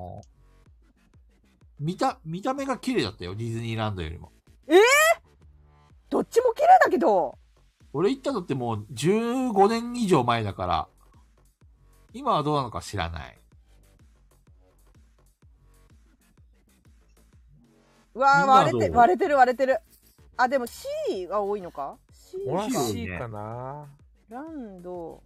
見た目が綺麗だったよ、ディズニーランドよりも。 どっちも綺麗だけど。 俺行ったのってもう15年以上前だから、今はどうなのか知らない。 うわー、割れてる。あ、でも C が多いのか？ C かな。 ランド。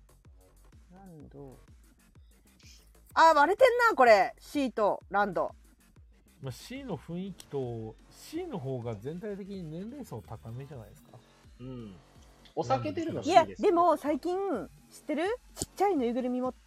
あ、割れてんな、これ。C とランド。 まあ、C の雰囲気と、C の方が全体的に年齢層高めじゃないですか。 うん。お酒出るの C です。いや、 でも最近、知ってる？ちっちゃいぬいぐるみ持って、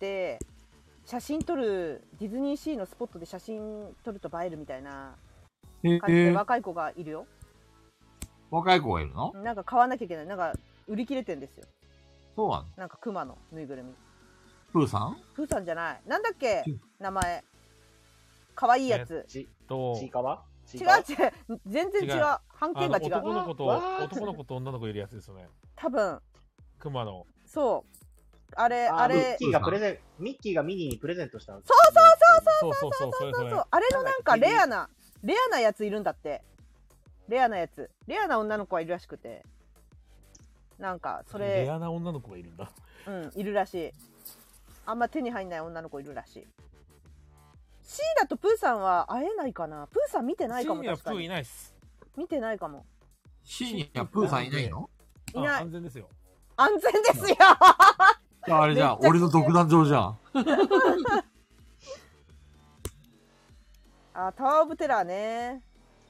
写真撮る、ディズニーシーのスポットで写真撮ると映えるみたいな感じで若い子がいるよ。 若い子がいるの？ なんか買わなきゃいけない。なんか売り切れてんですよ。 そうなの？ なんかクマのぬいぐるみ。 プーさん？ プーさんじゃない。なんだっけ名前。かわいいやつ。 ちいかわ？ 違う。全然違う。半径が違う。 男の子と女の子いるやつですよね。 多分。 熊の。 そう。あれ。 ミッキーがミニーにプレゼントした。 そう。あれのなんかレアなやついるんだって。レアなやつ。レアな女の子はいるらしくて。なんか、それ。 レアな女の子がいるんだ。 うん、いるらしい。あんま手に入んない女の子いるらしい。シーラとプーさんは会えないかな。プーさん見てないかも。 シーにはプーいないっす。 見てないかも。 シーにはプーさんいないの？ いない。 安全ですよ。 安全ですよ。 あれじゃん、俺の独壇場じゃん。 タワーオブテラーね。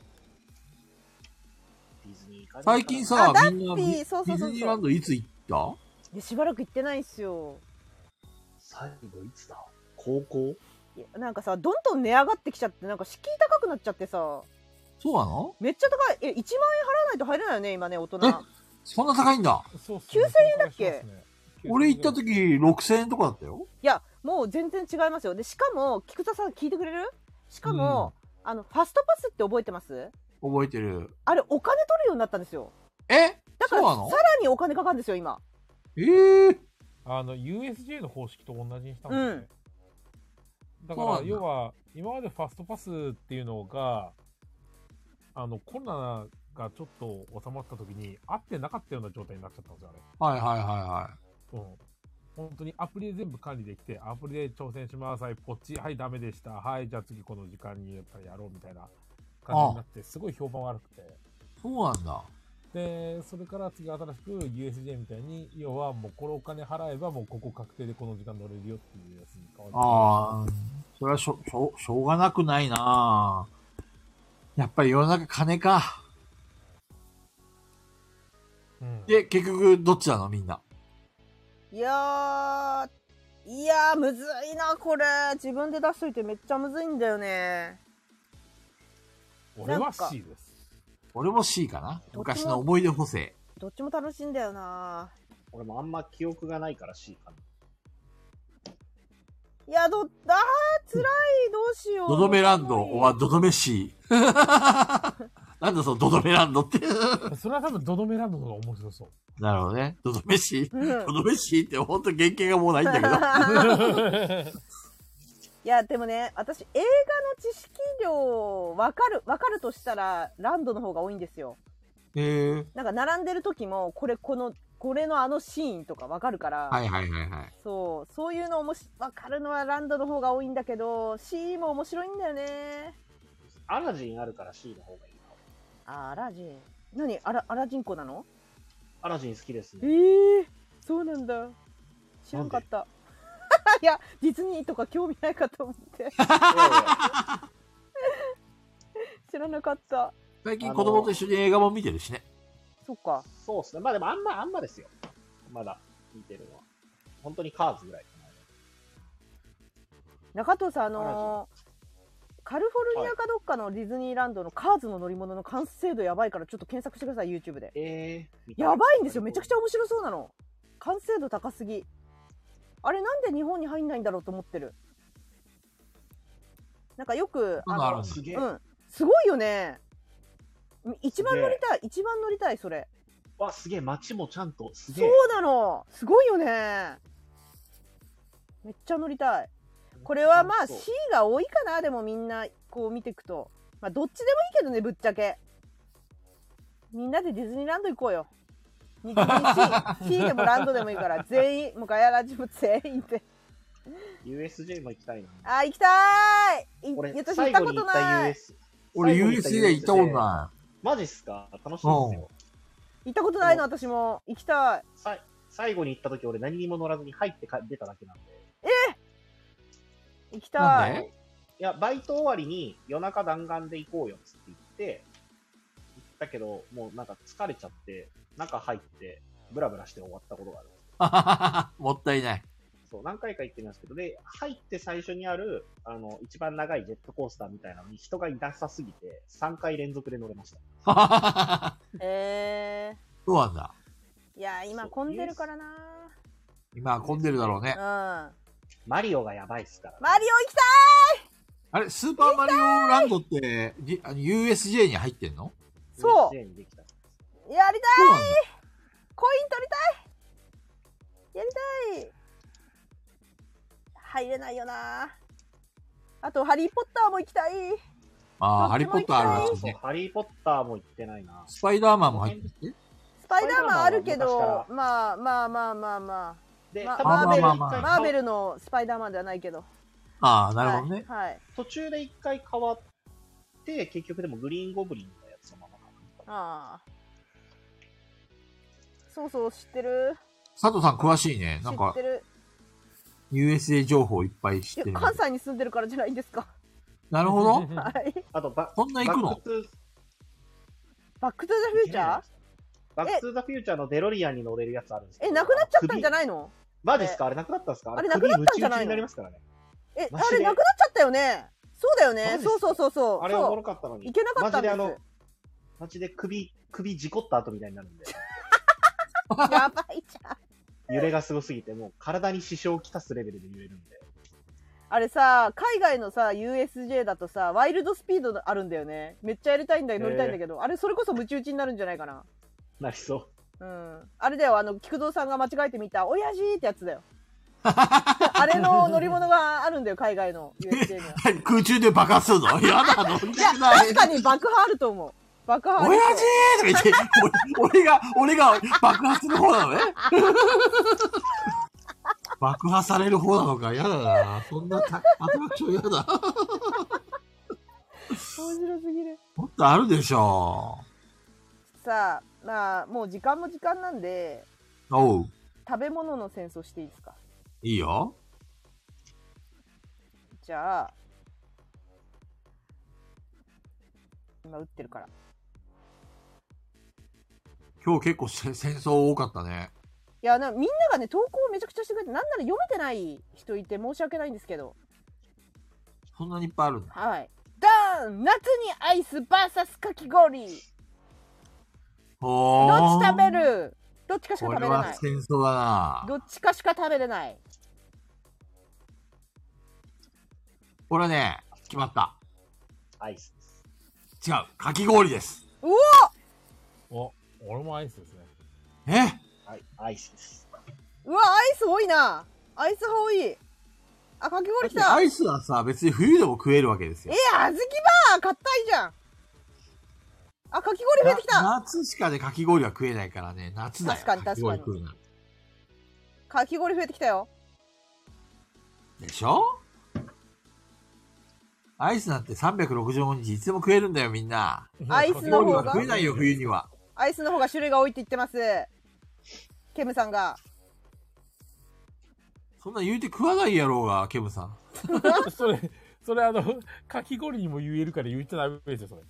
最近さ、みんなディズニーランドいつ行った？ いや、しばらく行ってないっすよ。 最後いつだ？高校？ なんかさ、どんどん値上がってきちゃって、なんか敷居高くなっちゃってさ。 そうなの？ めっちゃ高い。1万円払わないと入れないよね、今ね、大人。 そんな高いんだ。 9000円だっけ？ 俺行った時6000円とかだったよ。 いや、もう全然違いますよ。で、しかも、菊田さん聞いてくれる？しかも、ファストパスって覚えてます？ 覚えてる。 あれ、お金取るようになったんですよ。だから、さらにお金かかるんですよ、今。 USJ の方式と同じにしたんですね。だから、要は、今までファストパスっていうのが、コロナがちょっと収まった時に、合ってなかったような状態になっちゃったんですよ、あれ。 はい。 本当にアプリで全部管理できて、アプリで挑戦します。はい、ポチ、はい、ダメでした。はい、じゃあ次この時間にやっぱりやろうみたいな感じになって、すごい評判悪くて。 そうなんだ。 で、それから次新しく USJ みたいに、要はもうこのお金払えばもうここ確定でこの時間乗れるよっていうやつに変わって。 それはしょうがなくないな。やっぱり世の中金か。で、結局どっちなのみんな。 いやー、むずいな、これ。自分で出しといてめっちゃむずいんだよね。 俺は C です。 俺も C かな。昔の思い出補正。 どっちも楽しいんだよな。 俺もあんま記憶がないから C かな。 いや、辛い、どうしよう。 ドドメランドはドドメ C。なんだそのドドメランドって。 それは多分ドドメランドの方が面白そう。 なるほどね。ドドメ C。ドドメ C ってほんと原型がもうないんだけど。 いや、でもね、私、映画の知識量、わかるとしたら、ランドの方が多いんですよ。なんか、並んでる時も、これのあのシーンとかわかるから。そういうのわかるのはランドの方が多いんだけど、C も面白いんだよね。 アラジンあるから C の方がいいな。アラジン。何アラジンコなの？ アラジン好きですね。 そうなんだ。知らんかった。いや、ディズニーとか興味ないかと思って。知らなかった。 最近子供と一緒に映画も見てるしね。 そっか。 そうっすね。まあでもあんまですよ。まだ見てるのは。本当にカーズぐらいかな。中藤さん、カリフォルニアかどっかのディズニーランドのカーズの乗り物の完成度やばいからちょっと検索してください、YouTube で。やばいんですよ。めちゃくちゃ面白そうなの。完成度高すぎ。あれなんで日本に入んないんだろうと思ってる。なんかよく、すごいよね。一番乗りたい、それ。 わ、すげえ、街もちゃんと、すげえ。 そうなの。すごいよね。めっちゃ乗りたい。これはまあ C が多いかな。でもみんなこう見ていくと。まあどっちでもいいけどね、ぶっちゃけ。みんなでディズニーランド行こうよ。C でもランドでもいいから、全員、もうガヤラジも全員で。 USJ も行きたいな。 行きたーい。私行ったことない。 俺 USJ 行ったことない。 マジっすか？楽しいですよ。 行ったことないの、私も。行きたい。 最後に行った時俺何にも乗らずに入って出ただけなんで。 行きたい。 いや、バイト終わりに夜中弾丸で行こうよっつって言って、行ったけど、もうなんか疲れちゃって、中入って、ブラブラして終わったことがある。もったいない。 そう、何回か行ってるんですけど、で、入って最初にある、一番長いジェットコースターみたいなのに人がいなさすぎて、3回連続で乗れました。 そうなんだ。 いや、今混んでるからな。 今混んでるだろうね。 マリオがやばいっすから。 マリオ行きたあれ、スーパーマリオランドって、USJ に入ってんの？ そう。やりたいコイン取りたいやりたい入れないよな。あと、ハリーポッターも行きたい。 ハリーポッターあるらしいね。 ハリーポッターも行ってないな。 スパイダーマンも入ってる？ スパイダーマンあるけど、まあ。で、マーベルのスパイダーマンではないけど。 なるほどね。 はい。 途中で一回変わって、結局でもグリーンゴブリンのやつのままそう、知ってる。 佐藤さん詳しいね。なんか、USA 情報いっぱい知ってる。 関西に住んでるからじゃないんですか。 なるほど。 はい。 あと、 そんな行くの？ バックトゥザフューチャー？ バックトゥザフューチャーのデロリアンに乗れるやつあるんですけど。 なくなっちゃったんじゃないの？ マジっすか？あれなくなったんですか？ あれなくなったんじゃないの？ になりますからね。 あれなくなっちゃったよね。そうだよね。そう。 あれおもろかったのに。 いけなかったんです。 マジで首事故った後みたいになるんで。 やばいじゃん。揺れがすごすぎて、もう体に支障をきたすレベルで揺れるんで。 あれさ、海外のさ、USJ だとさ、ワイルドスピードあるんだよね。めっちゃやりたいんだけど、乗りたいんだけど、あれそれこそムチ打ちになるんじゃないかな。 なりそう。 あれだよ、菊蔵さんが間違えて見た、親父ってやつだよ。あれの乗り物があるんだよ、海外の USJ には。 空中で爆発するの？やだ、乗りたくない。 確かに爆破あると思う。爆破ある。 親父とか言って、俺が爆発する方なのね。爆破される方なのか、やだな。そんなアトラクションやだ。 面白すぎる。 もっとあるでしょ。 さあ、まあ、もう時間も時間なんで、 おう。 食べ物の戦争していいですか？ いいよ。 じゃあ、今打ってるから。 今日結構戦争多かったね。 いや、みんながね、投稿をめちゃくちゃしてくれて、なんなら読めてない人いて申し訳ないんですけど。 そんなにいっぱいあるんだ。 はい。ダーン！夏にアイス VS かき氷！どっち食べる？どっちかしか食べれない。 これは戦争だな。 どっちかしか食べれない。 これね、決まった。 アイスです。 違う、かき氷です。 うお！俺もアイスですね。 はい、アイスです。 うわ、アイス多いな。アイス派多い。あ、かき氷来た。 アイスはさ、別に冬でも食えるわけですよ。 あずきバー買ったいじゃん。あ、かき氷増えてきた。 夏しかでかき氷は食えないからね。夏だよ。 確かに。かき氷増えてきたよ。 でしょ？アイスなんて365日いつでも食えるんだよ、みんな。 アイスの方が食えないよ、冬には。 アイスの方が種類が多いって言ってます。ケムさんが。 そんな言うて食わないやろうが、ケムさん。 それかき氷にも言えるから言っちゃダメですよ、それ。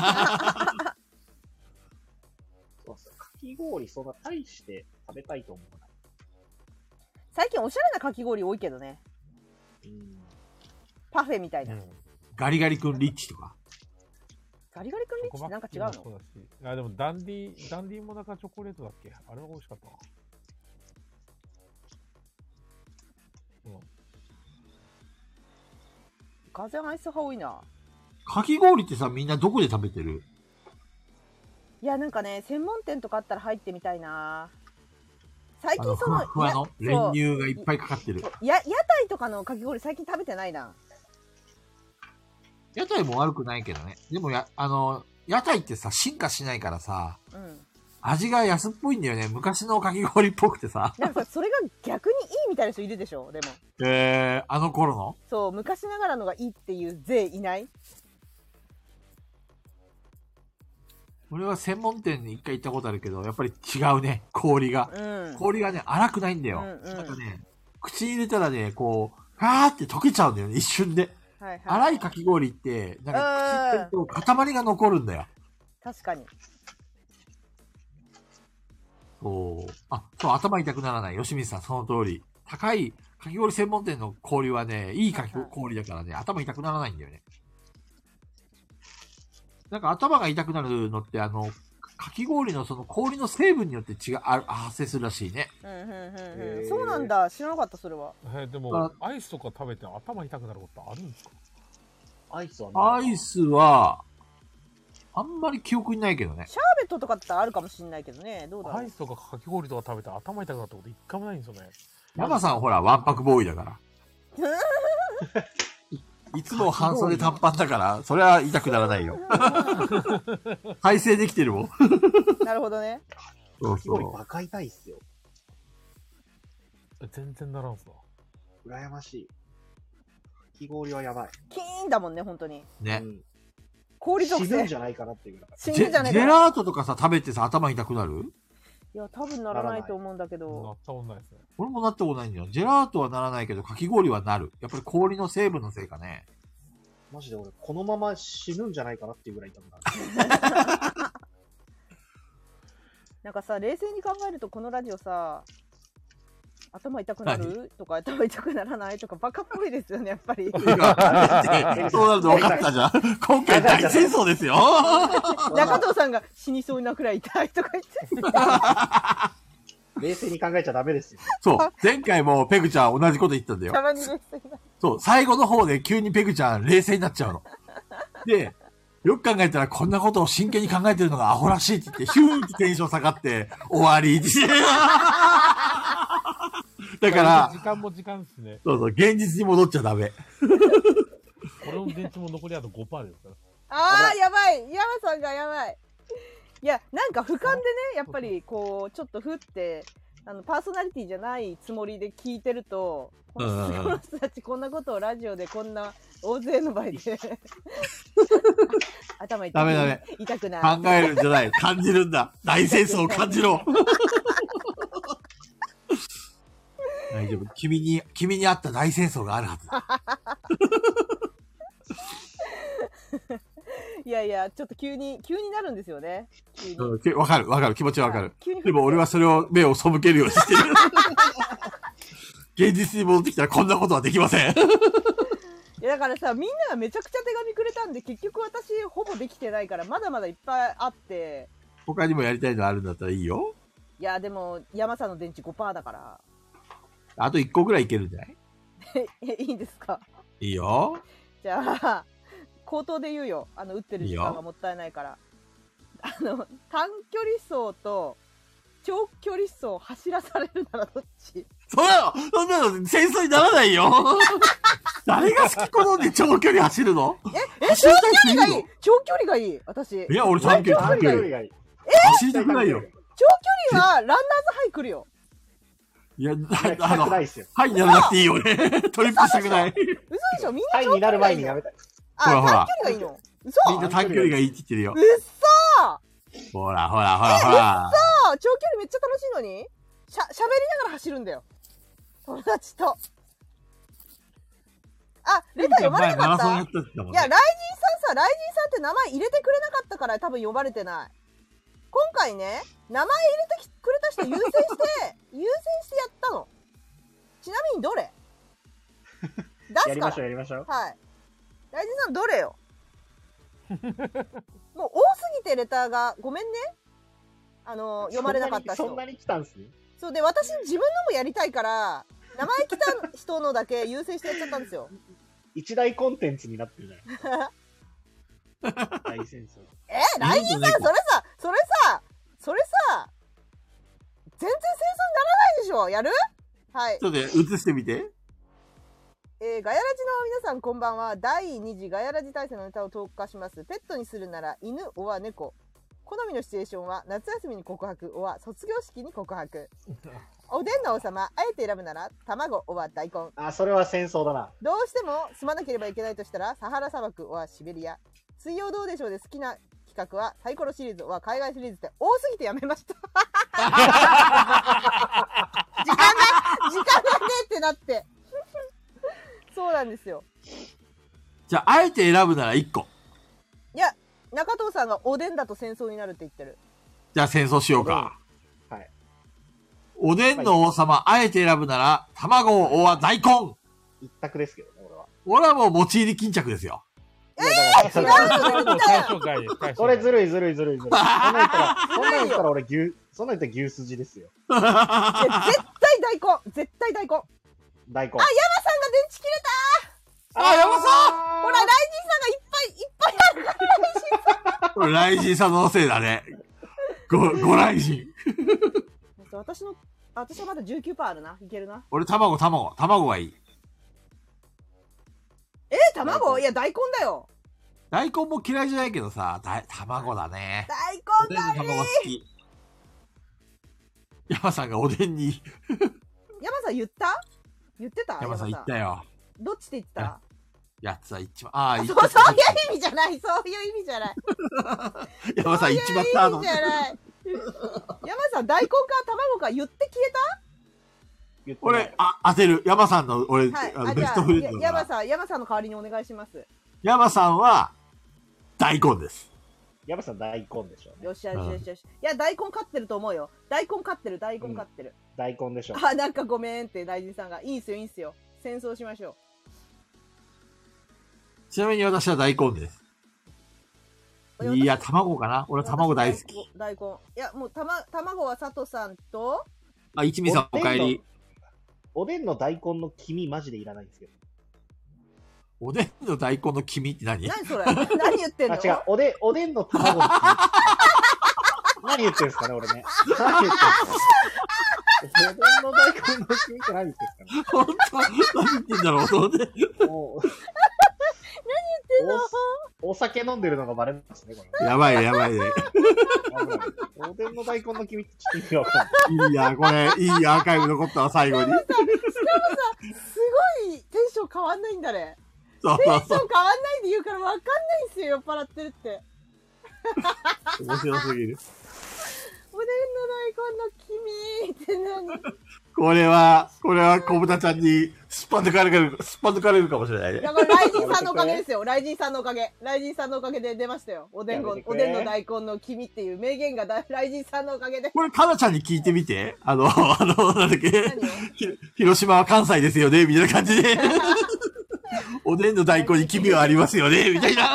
そうそう、かき氷、そんな大して食べたいと思わない。 最近おしゃれなかき氷多いけどね。パフェみたいな。 ガリガリ君リッチとか。 ガリガリ君リッチってなんか違うの？ でもダンディモナカチョコレートだっけ？あれは美味しかったな。 ガゼンアイス派多いな。 かき氷ってさ、みんなどこで食べてる？ いや、なんかね、専門店とかあったら入ってみたいな。最近ふわふわの練乳がいっぱいかかってる。 屋台とかのかき氷最近食べてないな。 屋台も悪くないけどね。でも屋台ってさ、進化しないからさ、味が安っぽいんだよね。昔のかき氷っぽくてさ。 なんかさ、それが逆にいいみたいな人いるでしょ、でも。 あの頃の？ そう、昔ながらのがいいっていう勢いない？ 俺は専門店に一回行ったことあるけど、やっぱり違うね、氷が。氷がね、粗くないんだよ。なんかね、口に入れたらね、こう、はーって溶けちゃうんだよね、一瞬で。粗いかき氷って、なんか口に入れると塊が残るんだよ。 確かに。 そう。そう、頭痛くならない。吉水さん、その通り。高いかき氷専門店の氷はね、いいかき氷だからね、頭痛くならないんだよね。なんか頭が痛くなるのって、かき氷のその氷の成分によって発生するらしいね。 そうなんだ。知らなかった、それは。 でも、アイスとか食べて頭痛くなることあるんですか？ アイスは、あんまり記憶にないけどね。 シャーベットとかってあるかもしんないけどね。どうだろう。 アイスとかかき氷とか食べて頭痛くなったこと一回もないんですよね。 山さんほら、わんぱくボーイだから。いつも半袖短パンだから、それは痛くならないよ。体勢できてるもん。 なるほどね。 そうそう。バカ痛いっすよ。 全然ならんすわ。 羨ましい。かき氷はやばい。 キーンだもんね、本当に。 ね。 氷属性。 死ぬんじゃないかなっていう。 死ぬんじゃないかな。ジェラートとかさ、食べてさ、頭痛くなる？ いや、多分ならないと思うんだけど。 なったことないですね。 俺もなったことないんだよ。ジェラートはならないけど、かき氷はなる。やっぱり氷の成分のせいかね。 マジで俺、このまま死ぬんじゃないかなっていうぐらい痛くなる。 なんかさ、冷静に考えるとこのラジオさ、頭痛くなるとか頭痛くならないとかバカっぽいですよね、やっぱり。そうなると分かったじゃん。今回大戦争ですよ。 中藤さんが死にそうなくらい痛いとか言って。 冷静に考えちゃダメですよ。 そう。前回もペグちゃん同じこと言ったんだよ。 たまに冷静な。 そう。最後の方で急にペグちゃん冷静になっちゃうの。で、よく考えたらこんなことを真剣に考えてるのがアホらしいって言って、ヒューンってテンション下がって終わり。だから、 時間も時間ですね。 そうそう、現実に戻っちゃダメ。 俺の電池も残りあと 5% ですから。 あー、やばい。山さんがやばい。いや、なんか俯瞰でね、やっぱりこう、ちょっとふって、パーソナリティじゃないつもりで聞いてると、この人たちこんなことをラジオでこんな大勢の前で頭痛くダメ痛くな考えるんじゃない。感じるんだ。大戦争を感じろ。大丈夫。君にあった大戦争があるはずだ。 いやいや、ちょっと急になるんですよね。 わかる。気持ちはわかる。でも俺はそれを目を背けるようにしてる。現実に戻ってきたらこんなことはできません。いやだからさ、みんながめちゃくちゃ手紙くれたんで、結局私ほぼできてないから、まだまだいっぱいあって。 他にもやりたいのあるんだったらいいよ。 いや、でも、山さんの電池 5% だから。 あと1個ぐらいいけるんじゃない？ いいんですか？ いいよ。 じゃあ、口頭で言うよ。打ってる時間がもったいないから。短距離走と長距離走走らされるならどっち？ そんなの戦争にならないよ。誰が好き好んで長距離走るの？ 長距離がいい。長距離がいい。私。 いや、俺短距離がいい。走りたくないよ。 長距離はランナーズハイ来るよ。 いや、ハイにならなくていいよね。トリップしたくない。 嘘でしょ？みんなハイになる前にやめたい。 ほらほら。 短距離がいいの？嘘？ みんな短距離がいいって言ってるよ。 うっそー！ほら。 うっそー！長距離めっちゃ楽しいのに喋りながら走るんだよ。友達と。あ、レター読まれなかった？いや、ライジンさんって名前入れてくれなかったから多分呼ばれてない。今回ね、名前入れてくれた人優先してやったの。ちなみにどれ？出すから。 やりましょう。 はい。ライジンさんどれよ？もう多すぎてレターがごめんね。読まれなかった人。 そんなに来たんすね。 そうで、私自分のもやりたいから名前来た人のだけ優先してやっちゃったんですよ。 一大コンテンツになってるじゃない。大戦争。 ライジンさんそれさ全然戦争にならないでしょ。やる？はい。 ちょっと映してみて。 ガヤラジの皆さんこんばんは。第2次ガヤラジ大戦のネタを投下します。ペットにするなら犬おは猫。好みのシチュエーションは夏休みに告白おは卒業式に告白。おでんの王様、あえて選ぶなら卵おは大根。 あ、それは戦争だな。 どうしても住まなければいけないとしたらサハラ砂漠おはシベリア。水曜どうでしょうで好きな企画はサイコロシリーズは海外シリーズって多すぎてやめました。時間がねってなって。そうなんですよ。 じゃあ、あえて選ぶなら1個。 いや、中藤さんがおでんだと戦争になるって言ってる。 じゃあ戦争しようか。 はい。 おでんの王様、あえて選ぶなら、卵おは大根。 一択ですけどね、俺は。 俺はもう持ち入り巾着ですよ。 違うそれずるい。そんなん言ったら俺そんなん言ったら牛すじですよ。 いや絶対大根。 大根。 あ、山さんが電池切れあ、山さんほら、ライジンさんがいっぱいあるから、 これ、ライジンさんのせいだね。ごライジン。 私はまだ19%あるな。いけるな。 俺、卵がいい。 卵？いや、大根だよ。 大根も嫌いじゃないけどさ、卵だね。 大根だね。 卵好き。山さんがおでんに。 山さん言ってた？ 山さん言ったよ。 どっちで言ったやつは一番、 そういう意味じゃない。そういう意味じゃない。 山さん一番タード。 そういう意味じゃない。山さん、大根か卵か言って消えた？ 俺、当てる。山さんの、俺、 はい、 ベストフレンド。 山さんの代わりにお願いします。 山さんは、大根です。 山さん大根でしょうね。 よし。いや、大根勝ってると思うよ。大根勝ってる。大根でしょ。 なんかごめんって、大臣さんが。いいんすよ。戦争しましょう。 ちなみに私は大根です。いや、卵かな？俺卵大好き。 大根。いや、もう卵は佐藤さんと、 一味さんお帰り。 おでんの大根の黄身マジでいらないんですけど。 おでんの大根の黄身って何それ何言ってんの？ 違う、おでんの卵の黄身。何言ってんすかね、俺ね。何言ってんすかおでんの大根の黄身って何言ってんすかね。 本当何言ってんだろう、おでん。 何言ってんの？ お酒飲んでるのがバレますね、これ。 やばいね。 おでんの大根の黄身ってちょっと意味わかんない。 いや、これ、いいアーカイブ残ったわ、最後に。しかもさ、 すごいテンション変わんないんだね。 そう。 テンション変わんないで言うからわかんないんすよ、酔っ払ってるって。 面白すぎる。 おでんの大根の黄身って何？ これは、小豚ちゃんにすっぱ抜かれるかもしれないね。 だから、ライジンさんのおかげですよ。ライジンさんのおかげで出ましたよ。おでんの大根の黄身っていう名言がライジンさんのおかげで。 これ、かなちゃんに聞いてみて。なんだっけ広島は関西ですよねみたいな感じで。おでんの大根に黄身はありますよねみたいな。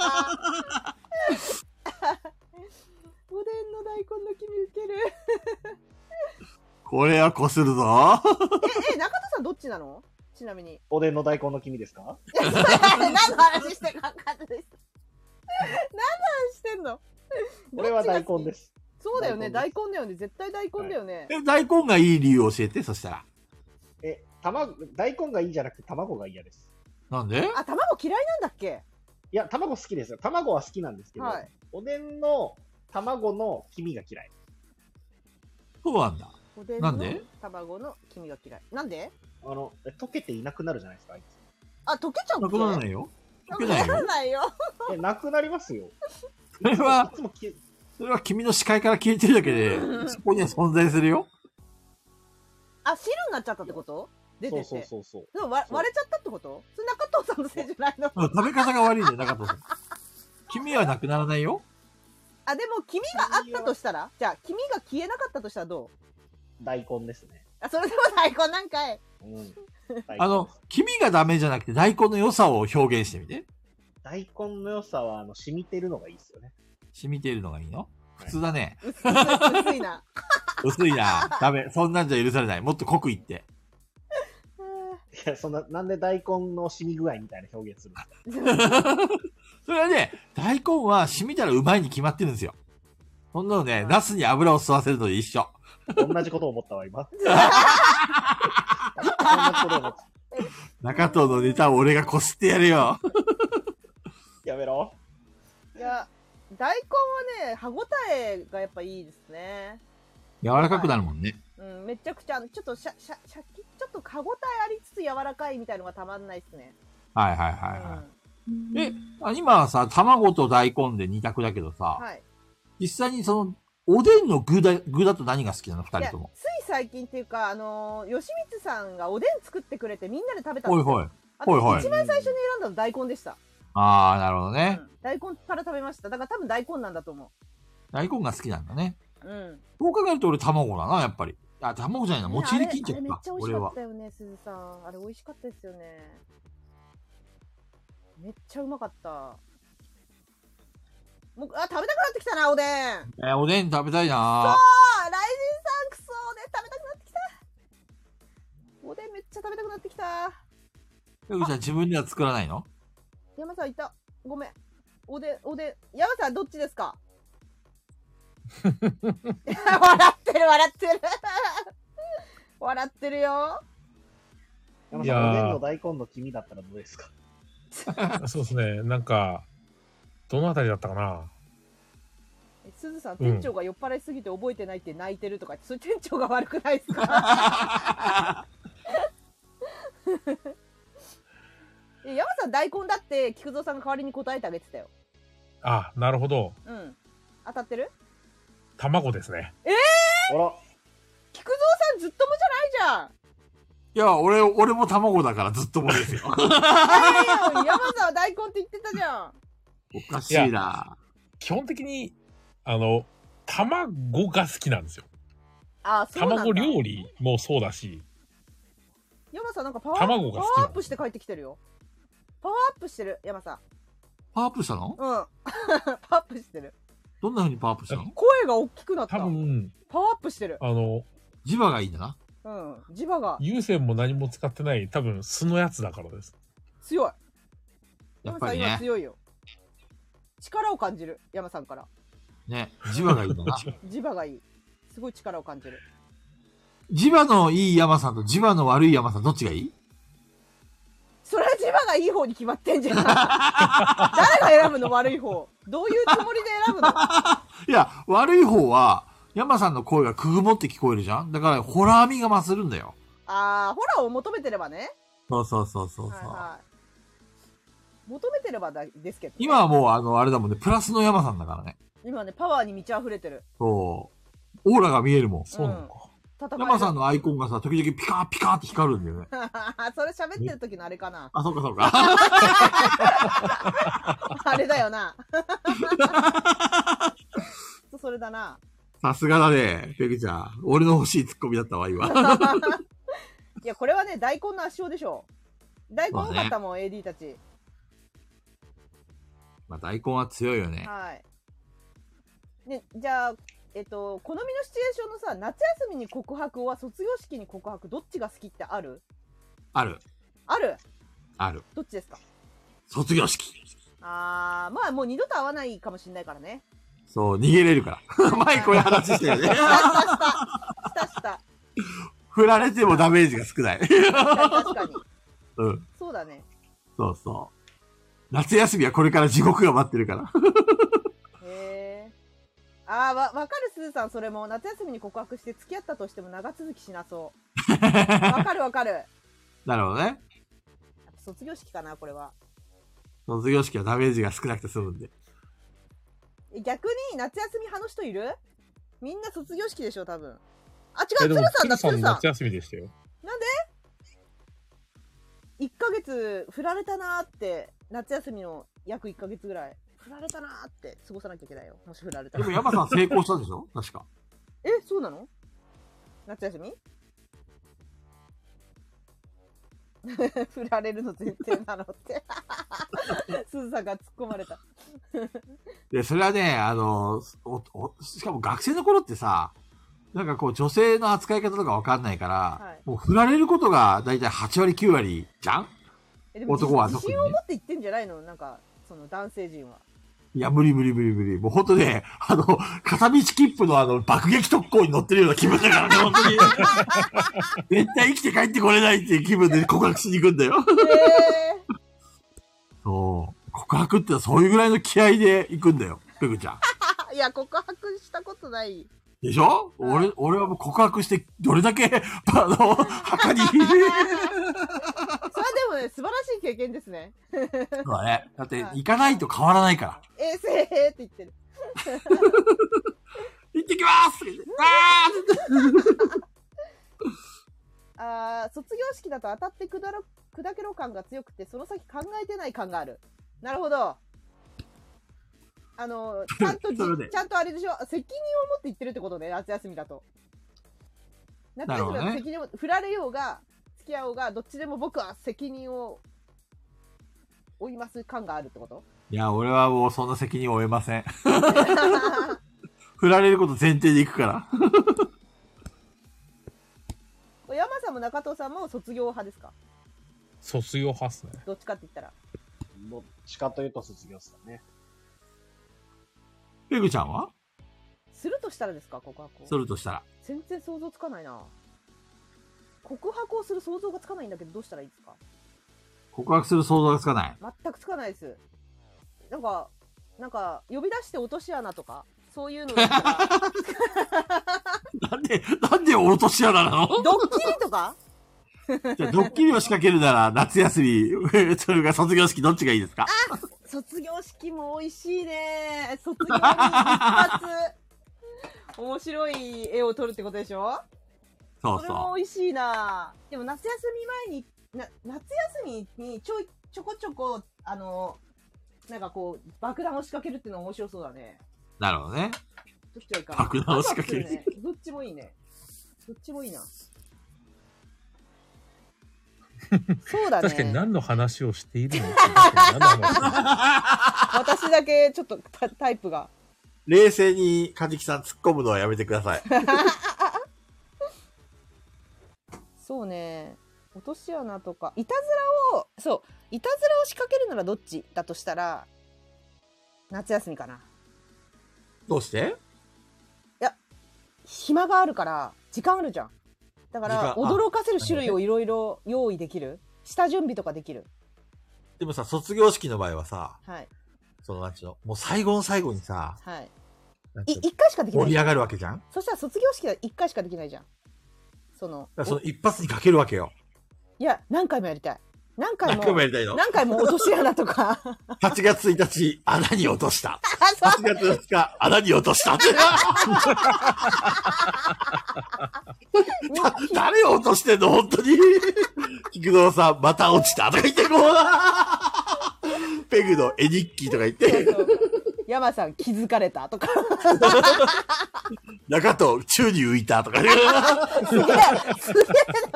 おでんの大根の黄身ウケる。 これはこするぞ。 中戸さんどっちなの？ちなみに。 おでんの大根の黄身ですか？ 何の話してかんかったです。何の話してんの？ 俺は大根です。 そうだよね、大根だよね。絶対大根だよね。 大根がいい理由を教えて、そしたら。 大根がいいじゃなくて卵が嫌です。 なんで？ 卵嫌いなんだっけ？ いや、卵好きですよ。卵は好きなんですけど、おでんの卵の黄身が嫌い。 そうなんだ。なんで？ 卵の黄身が嫌い。なんで？ 溶けていなくなるじゃないですか、あいつ。 あ、溶けちゃうの？ なくならないよ。 溶けないよ。 なくなりますよ。 それは君の視界から消えてるだけで、そこには存在するよ。 あ、汁になっちゃったってこと？出てて。 そう。 でも割れちゃったってこと？それ中藤さんのせいじゃないの？ 食べ方が悪いんだよ、中藤さん。黄身はなくならないよ。 あ、でも黄身があったとしたら？じゃあ、黄身が消えなかったとしたらどう？ 大根ですね。 あ、それでも大根なんかい。 黄身がダメじゃなくて大根の良さを表現してみて。 大根の良さは、染みてるのがいいですよね。 染みてるのがいいの？普通だね。 薄いな。 薄いな。ダメ。そんなんじゃ許されない。もっと濃くいって。 いや、なんで大根の染み具合みたいな表現するんですか？それはね、大根は染みたらうまいに決まってるんですよ。そんなのね、ナスに油を吸わせるので一緒。 同じことを思ったわ、今。 中藤のネタを俺がこすってやるよ。 やめろ。 いや、大根はね、歯ごたえがやっぱいいですね。 柔らかくなるもんね。 うん、めちゃくちゃ、ちょっとちょっと歯ごたえありつつ柔らかいみたいのがたまんないっすね。 はい。今はさ、卵と大根で2択だけどさ、実際におでんの具だと何が好きなの？二人とも。 つい最近っていうか、吉光さんがおでん作ってくれてみんなで食べたんですよ。一番最初に選んだの大根でした。 ああ、なるほどね、 大根から食べました。だから多分大根なんだと思う。 大根が好きなんだね。 うん。 そう考えると俺卵だな、やっぱり。あ、卵じゃないな、もち入り巾着か。 めっちゃ美味しかったよね、すずさん。あれ美味しかったですよね。めっちゃうまかった。食べたくなってきたな、おでん。 おでん食べたいな。 そうライジンさん、クソおでん食べたくなってきた。おでんめっちゃ食べたくなってきた。 ペグちゃん自分では作らないの？ 山さんいた。ごめん。おで、山さんどっちですか？笑ってる。笑ってるよ。 山さん、おでんの大根の黄身だったらどうですか？ そうですね。なんか、どのあたりだったかな。 すずさん、店長が酔っ払いすぎて覚えてないって泣いてるとか、それ店長が悪くないですか？山さん大根だって菊蔵さんが代わりに答えてあげてたよ。 あ、なるほど。 うん。当たってる？ 卵ですね。 あら。 菊蔵さんずっともじゃないじゃん。 いや、俺も卵だからずっともですよ。 山さんは大根って言ってたじゃん。 おかしいな。 基本的に、卵が好きなんですよ。 あ、そうなんだ。 卵料理もそうだし。 山さんなんかパワーアップして帰ってきてるよ。パワーアップしてる、山さん。 パワーアップしたの？ うん。パワーアップしてる。 どんな風にパワーアップしたの？ 声が大きくなった。 多分、 パワーアップしてる。 磁場がいいんだな。 うん。磁場が。 有線も何も使ってない、多分素のやつだからです。 強い。 やっぱりね。 山さん今強いよ。力を感じる、山さんから。 ね、磁場がいいんだな。 磁場がいい。すごい力を感じる。 磁場のいい山さんと磁場の悪い山さんどっちがいい？ それは磁場がいい方に決まってんじゃん。誰が選ぶの？悪い方。どういうつもりで選ぶの？ いや、悪い方は、山さんの声がくぐもって聞こえるじゃん？だから、ホラー味が増するんだよ。 あー、ホラーを求めてればね。 そう。 はいはい、求めてればですけど、ね。 今はもう、あれだもんね、プラスの山さんだからね。 今ね、パワーに満ち溢れてる。 そう。オーラが見えるもん。 そうなのか。 山さんのアイコンがさ、時々ピカーピカーって光るんだよね。 それ喋ってる時のあれかな。 あ、そうか。 あれだよな。それだな。 さすがだね、ペグちゃん。俺の欲しいツッコミだったわ、今。 いや、これはね、大根の圧勝でしょ。大根多かったもん、AD たち。 まあ、大根は強いよね。 はい。ね、じゃあ、好みのシチュエーションのさ、夏休みに告白は卒業式に告白、どっちが好きってある？ ある。 どっちですか？ 卒業式。 まあもう二度と会わないかもしれないからね。 そう、逃げれるから。前これ話したよね。 した。 振られてもダメージが少ない。 確かに。 うん。 そうだね。 そう。夏休みはこれから地獄が待ってるから。 へー。わかる、すずさん、それも。夏休みに告白して付き合ったとしても長続きしなそう。わかる。 なるほどね。 卒業式かな、これは。 卒業式はダメージが少なくて済むんで。 逆に夏休み派の人いる？みんな卒業式でしょ、多分。あ、違う、鶴さんだ、鶴さん。 夏休みでしたよ。 なんで ?1 ヶ月振られたなーって、夏休みの約1ヶ月ぐらい。振られたなーって過ごさなきゃいけないよ。もし振られたら。 でも山さん成功したでしょ確か。 そうなの？夏休み振られるの前提なのってすずさんが突っ込まれたで、それはね、しかも学生の頃ってさ、なんかこう女性の扱い方とかわかんないから、はい、もう振られることがだいたい8割9割じゃん？男は特に、ね。自信を持って言ってんじゃないの？なんか、その男性陣は。いや、無理。もうほんとね、片道切符の爆撃特攻に乗ってるような気分だからね、ほんとに。絶対生きて帰ってこれないっていう気分で告白しに行くんだよ。そう。告白ってそういうぐらいの気合で行くんだよ、ペグちゃん。 いや、告白したことない。 でしょ？俺はもう告白して、どれだけ、墓に。それはでもね、素晴らしい経験ですね。 そうだね。だって、行かないと変わらないから。 せーって言ってる。 行ってきます卒業式だと当たって砕けろ感が強くて、その先考えてない感がある。なるほど。ちゃんとあれでしょ、責任を持って言ってるってことね、夏休みだと。夏休みだと責任を、振られようが、付き合おうが、どっちでも僕は責任を負います感があるってこと？ いや、俺はもうそんな責任を負えません。振られること前提で行くから。 山さんも中藤さんも卒業派ですか？ 卒業派っすね。 どっちかって言ったら。 どっちかというと卒業っすよね。 ペグちゃんはするとしたらですか、告白を。 するとしたら。 全然想像つかないな。告白をする想像がつかないんだけど、どうしたらいいですか？ 告白する想像がつかない。 全くつかないです。なんか、呼び出して落とし穴とか、そういうのだったら。 なんで落とし穴なの？ ドッキリとか？ じゃあドッキリを仕掛けるなら、夏休み、それが卒業式どっちがいいですか？ あ、卒業式も美味しいね。卒業に一発。面白い絵を撮るってことでしょ？ そうそう。 それも美味しいな。でも夏休み前に、夏休みにちょこちょこ、なんかこう、爆弾を仕掛けるっていうのは面白そうだね。 なるほどね。 どっちがいいかな。 爆弾を仕掛ける。 ね、どっちもいいね。どっちもいいな。そうだね。 確かに何の話をしているの私だけちょっとタイプが。 冷静にカジキさん突っ込むのはやめてください。 そうね。落とし穴とか、いたずらを仕掛けるならどっちだとしたら、夏休みかな。 どうして？ いや、暇があるから、時間あるじゃん。だから、驚かせる種類をいろいろ用意できる。下準備とかできる。 でもさ、卒業式の場合はさ、 はい。 なんちゅうの、もう最後の最後にさ、 はい。一回しかできない。 盛り上がるわけじゃん？ そしたら卒業式は一回しかできないじゃん。その一発にかけるわけよ。 いや、何回もやりたい。何回もやりたいの？ 何回も落とし穴とか。 8月1日、穴に落とした。8月2日、穴に落とした。誰を落としてんの本当に。菊蔵さん、また落ちたとか言ってこう。ペグの絵日記とか言って。 そう山さん気づかれたとか。 中藤宙に浮いたとかね。 すげえ中藤さんすげえ。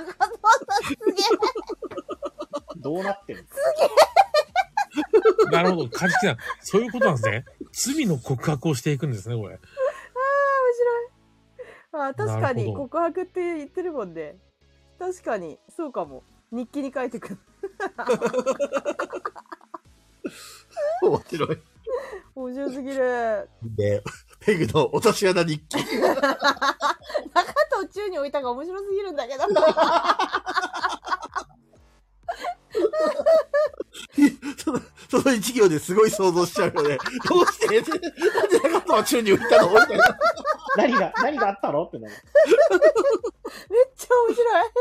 どうなってるの？ すげえ。なるほど、カジキさん、そういうことなんですね。罪の告白をしていくんですね、これ。 面白い。確かに告白って言ってるもんね。確かにそうかも。日記に書いてくる。 面白い。 面白すぎる。 で、ペグの落とし穴日記。 中藤宙に置いたが面白すぎるんだけど。 その一行ですごい想像しちゃうよね。どうしてなんで中藤は宙に浮いたのみたいな。 何があったのってなる。 めっちゃ面白い。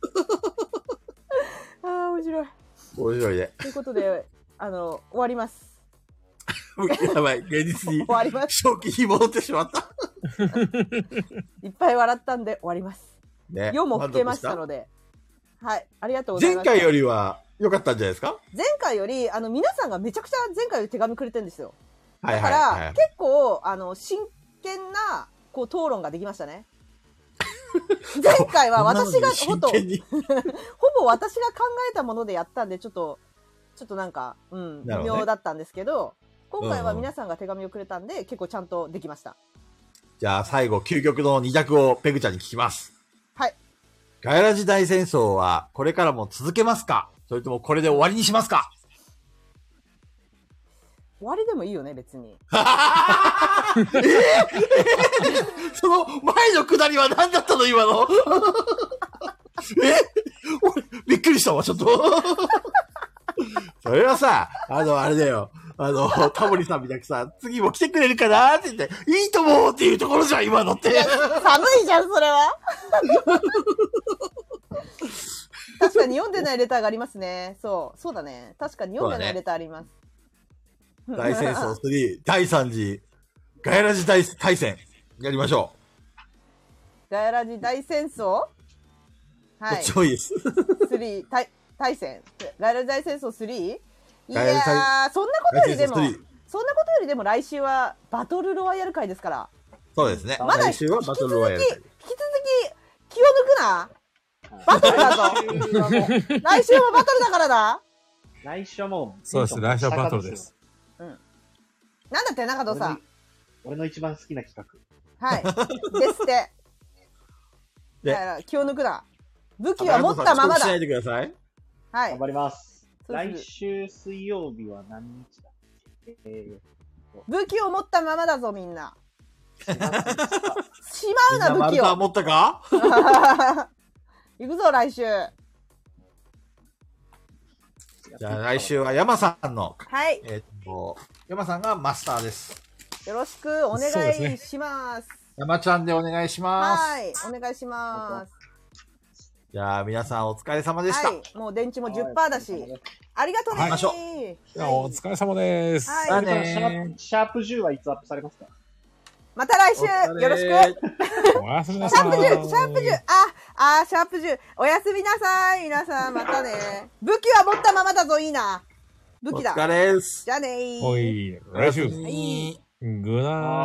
面白い。 面白いね。 ということで、終わります。 やばい、現実に。 終わります。 正気に戻ってしまった。 いっぱい笑ったんで終わります。 ね。 夜も更けましたので。はい、ありがとうございます。 前回よりは良かったんじゃないですか？ 前回より、皆さんがめちゃくちゃ前回より手紙くれてるんですよ。 はいはいだはい、 から、結構、真剣な、討論ができましたね。前回は私が、ほぼ私が考えたものでやったんで、ちょっとなんか、微妙だったんですけど、今回は皆さんが手紙をくれたんで、結構ちゃんとできました。 じゃあ最後、究極の2択をペグちゃんに聞きます。 はい。 ガヤラジ大戦争はこれからも続けますか？それともこれで終わりにしますか？ 終わりでもいいよね、別に。 その前のくだりは何だったの今の。俺、びっくりしたわ、ちょっと。それはさ、あれだよ。タモリさんみたいにさ、次も来てくれるかなって言って、いいと思うっていうところじゃん、今のって。 寒いじゃん、それは。確かに読んでないレターがありますね。そうだね。確かに読んでないレターあります。 大戦争3、第3次、ガヤラジ大戦、やりましょう。 ガヤラジ大戦争？はい。 どっちもいいです。 3、対戦。ガヤラジ大戦争 3？ いやー、そんなことよりでも来週はバトルロワイヤル会ですから。 そうですね。 まだ来週はバトルロワイヤル会。 引き続き、気を抜くな。バトルだぞ。来週はバトルだからな。 来週はもう。 そうです、来週はバトルです。 なんだって、中藤さん。 俺の一番好きな企画。はい。ですって。だから気を抜くな。武器は持ったままだ。 しないでください。 はい。 頑張ります。来週水曜日は何日だっけ？ 武器を持ったままだぞ、みんな。しまうな、武器を。 丸太持ったか？ 行くぞ、来週。 じゃあ来週は山さんの。 はい。 山さんがマスターです。 よろしくお願いします。 山ちゃんでお願いします。 はい、お願いします。 じゃあ皆さんお疲れ様でした。 はい、もう電池も 10% だし。ありがとうね。 はい、お疲れ様です。 はい。シャープ10はいつアップされますか？ また来週よろしく。 おやすみなさい。 シャープ10、シャープ10。シャープ10。おやすみなさい。皆さん、またね。武器は持ったままだぞ、いいな。武器だ。 お疲れです。 じゃあねー。 おい、来週。 はい。 グナー。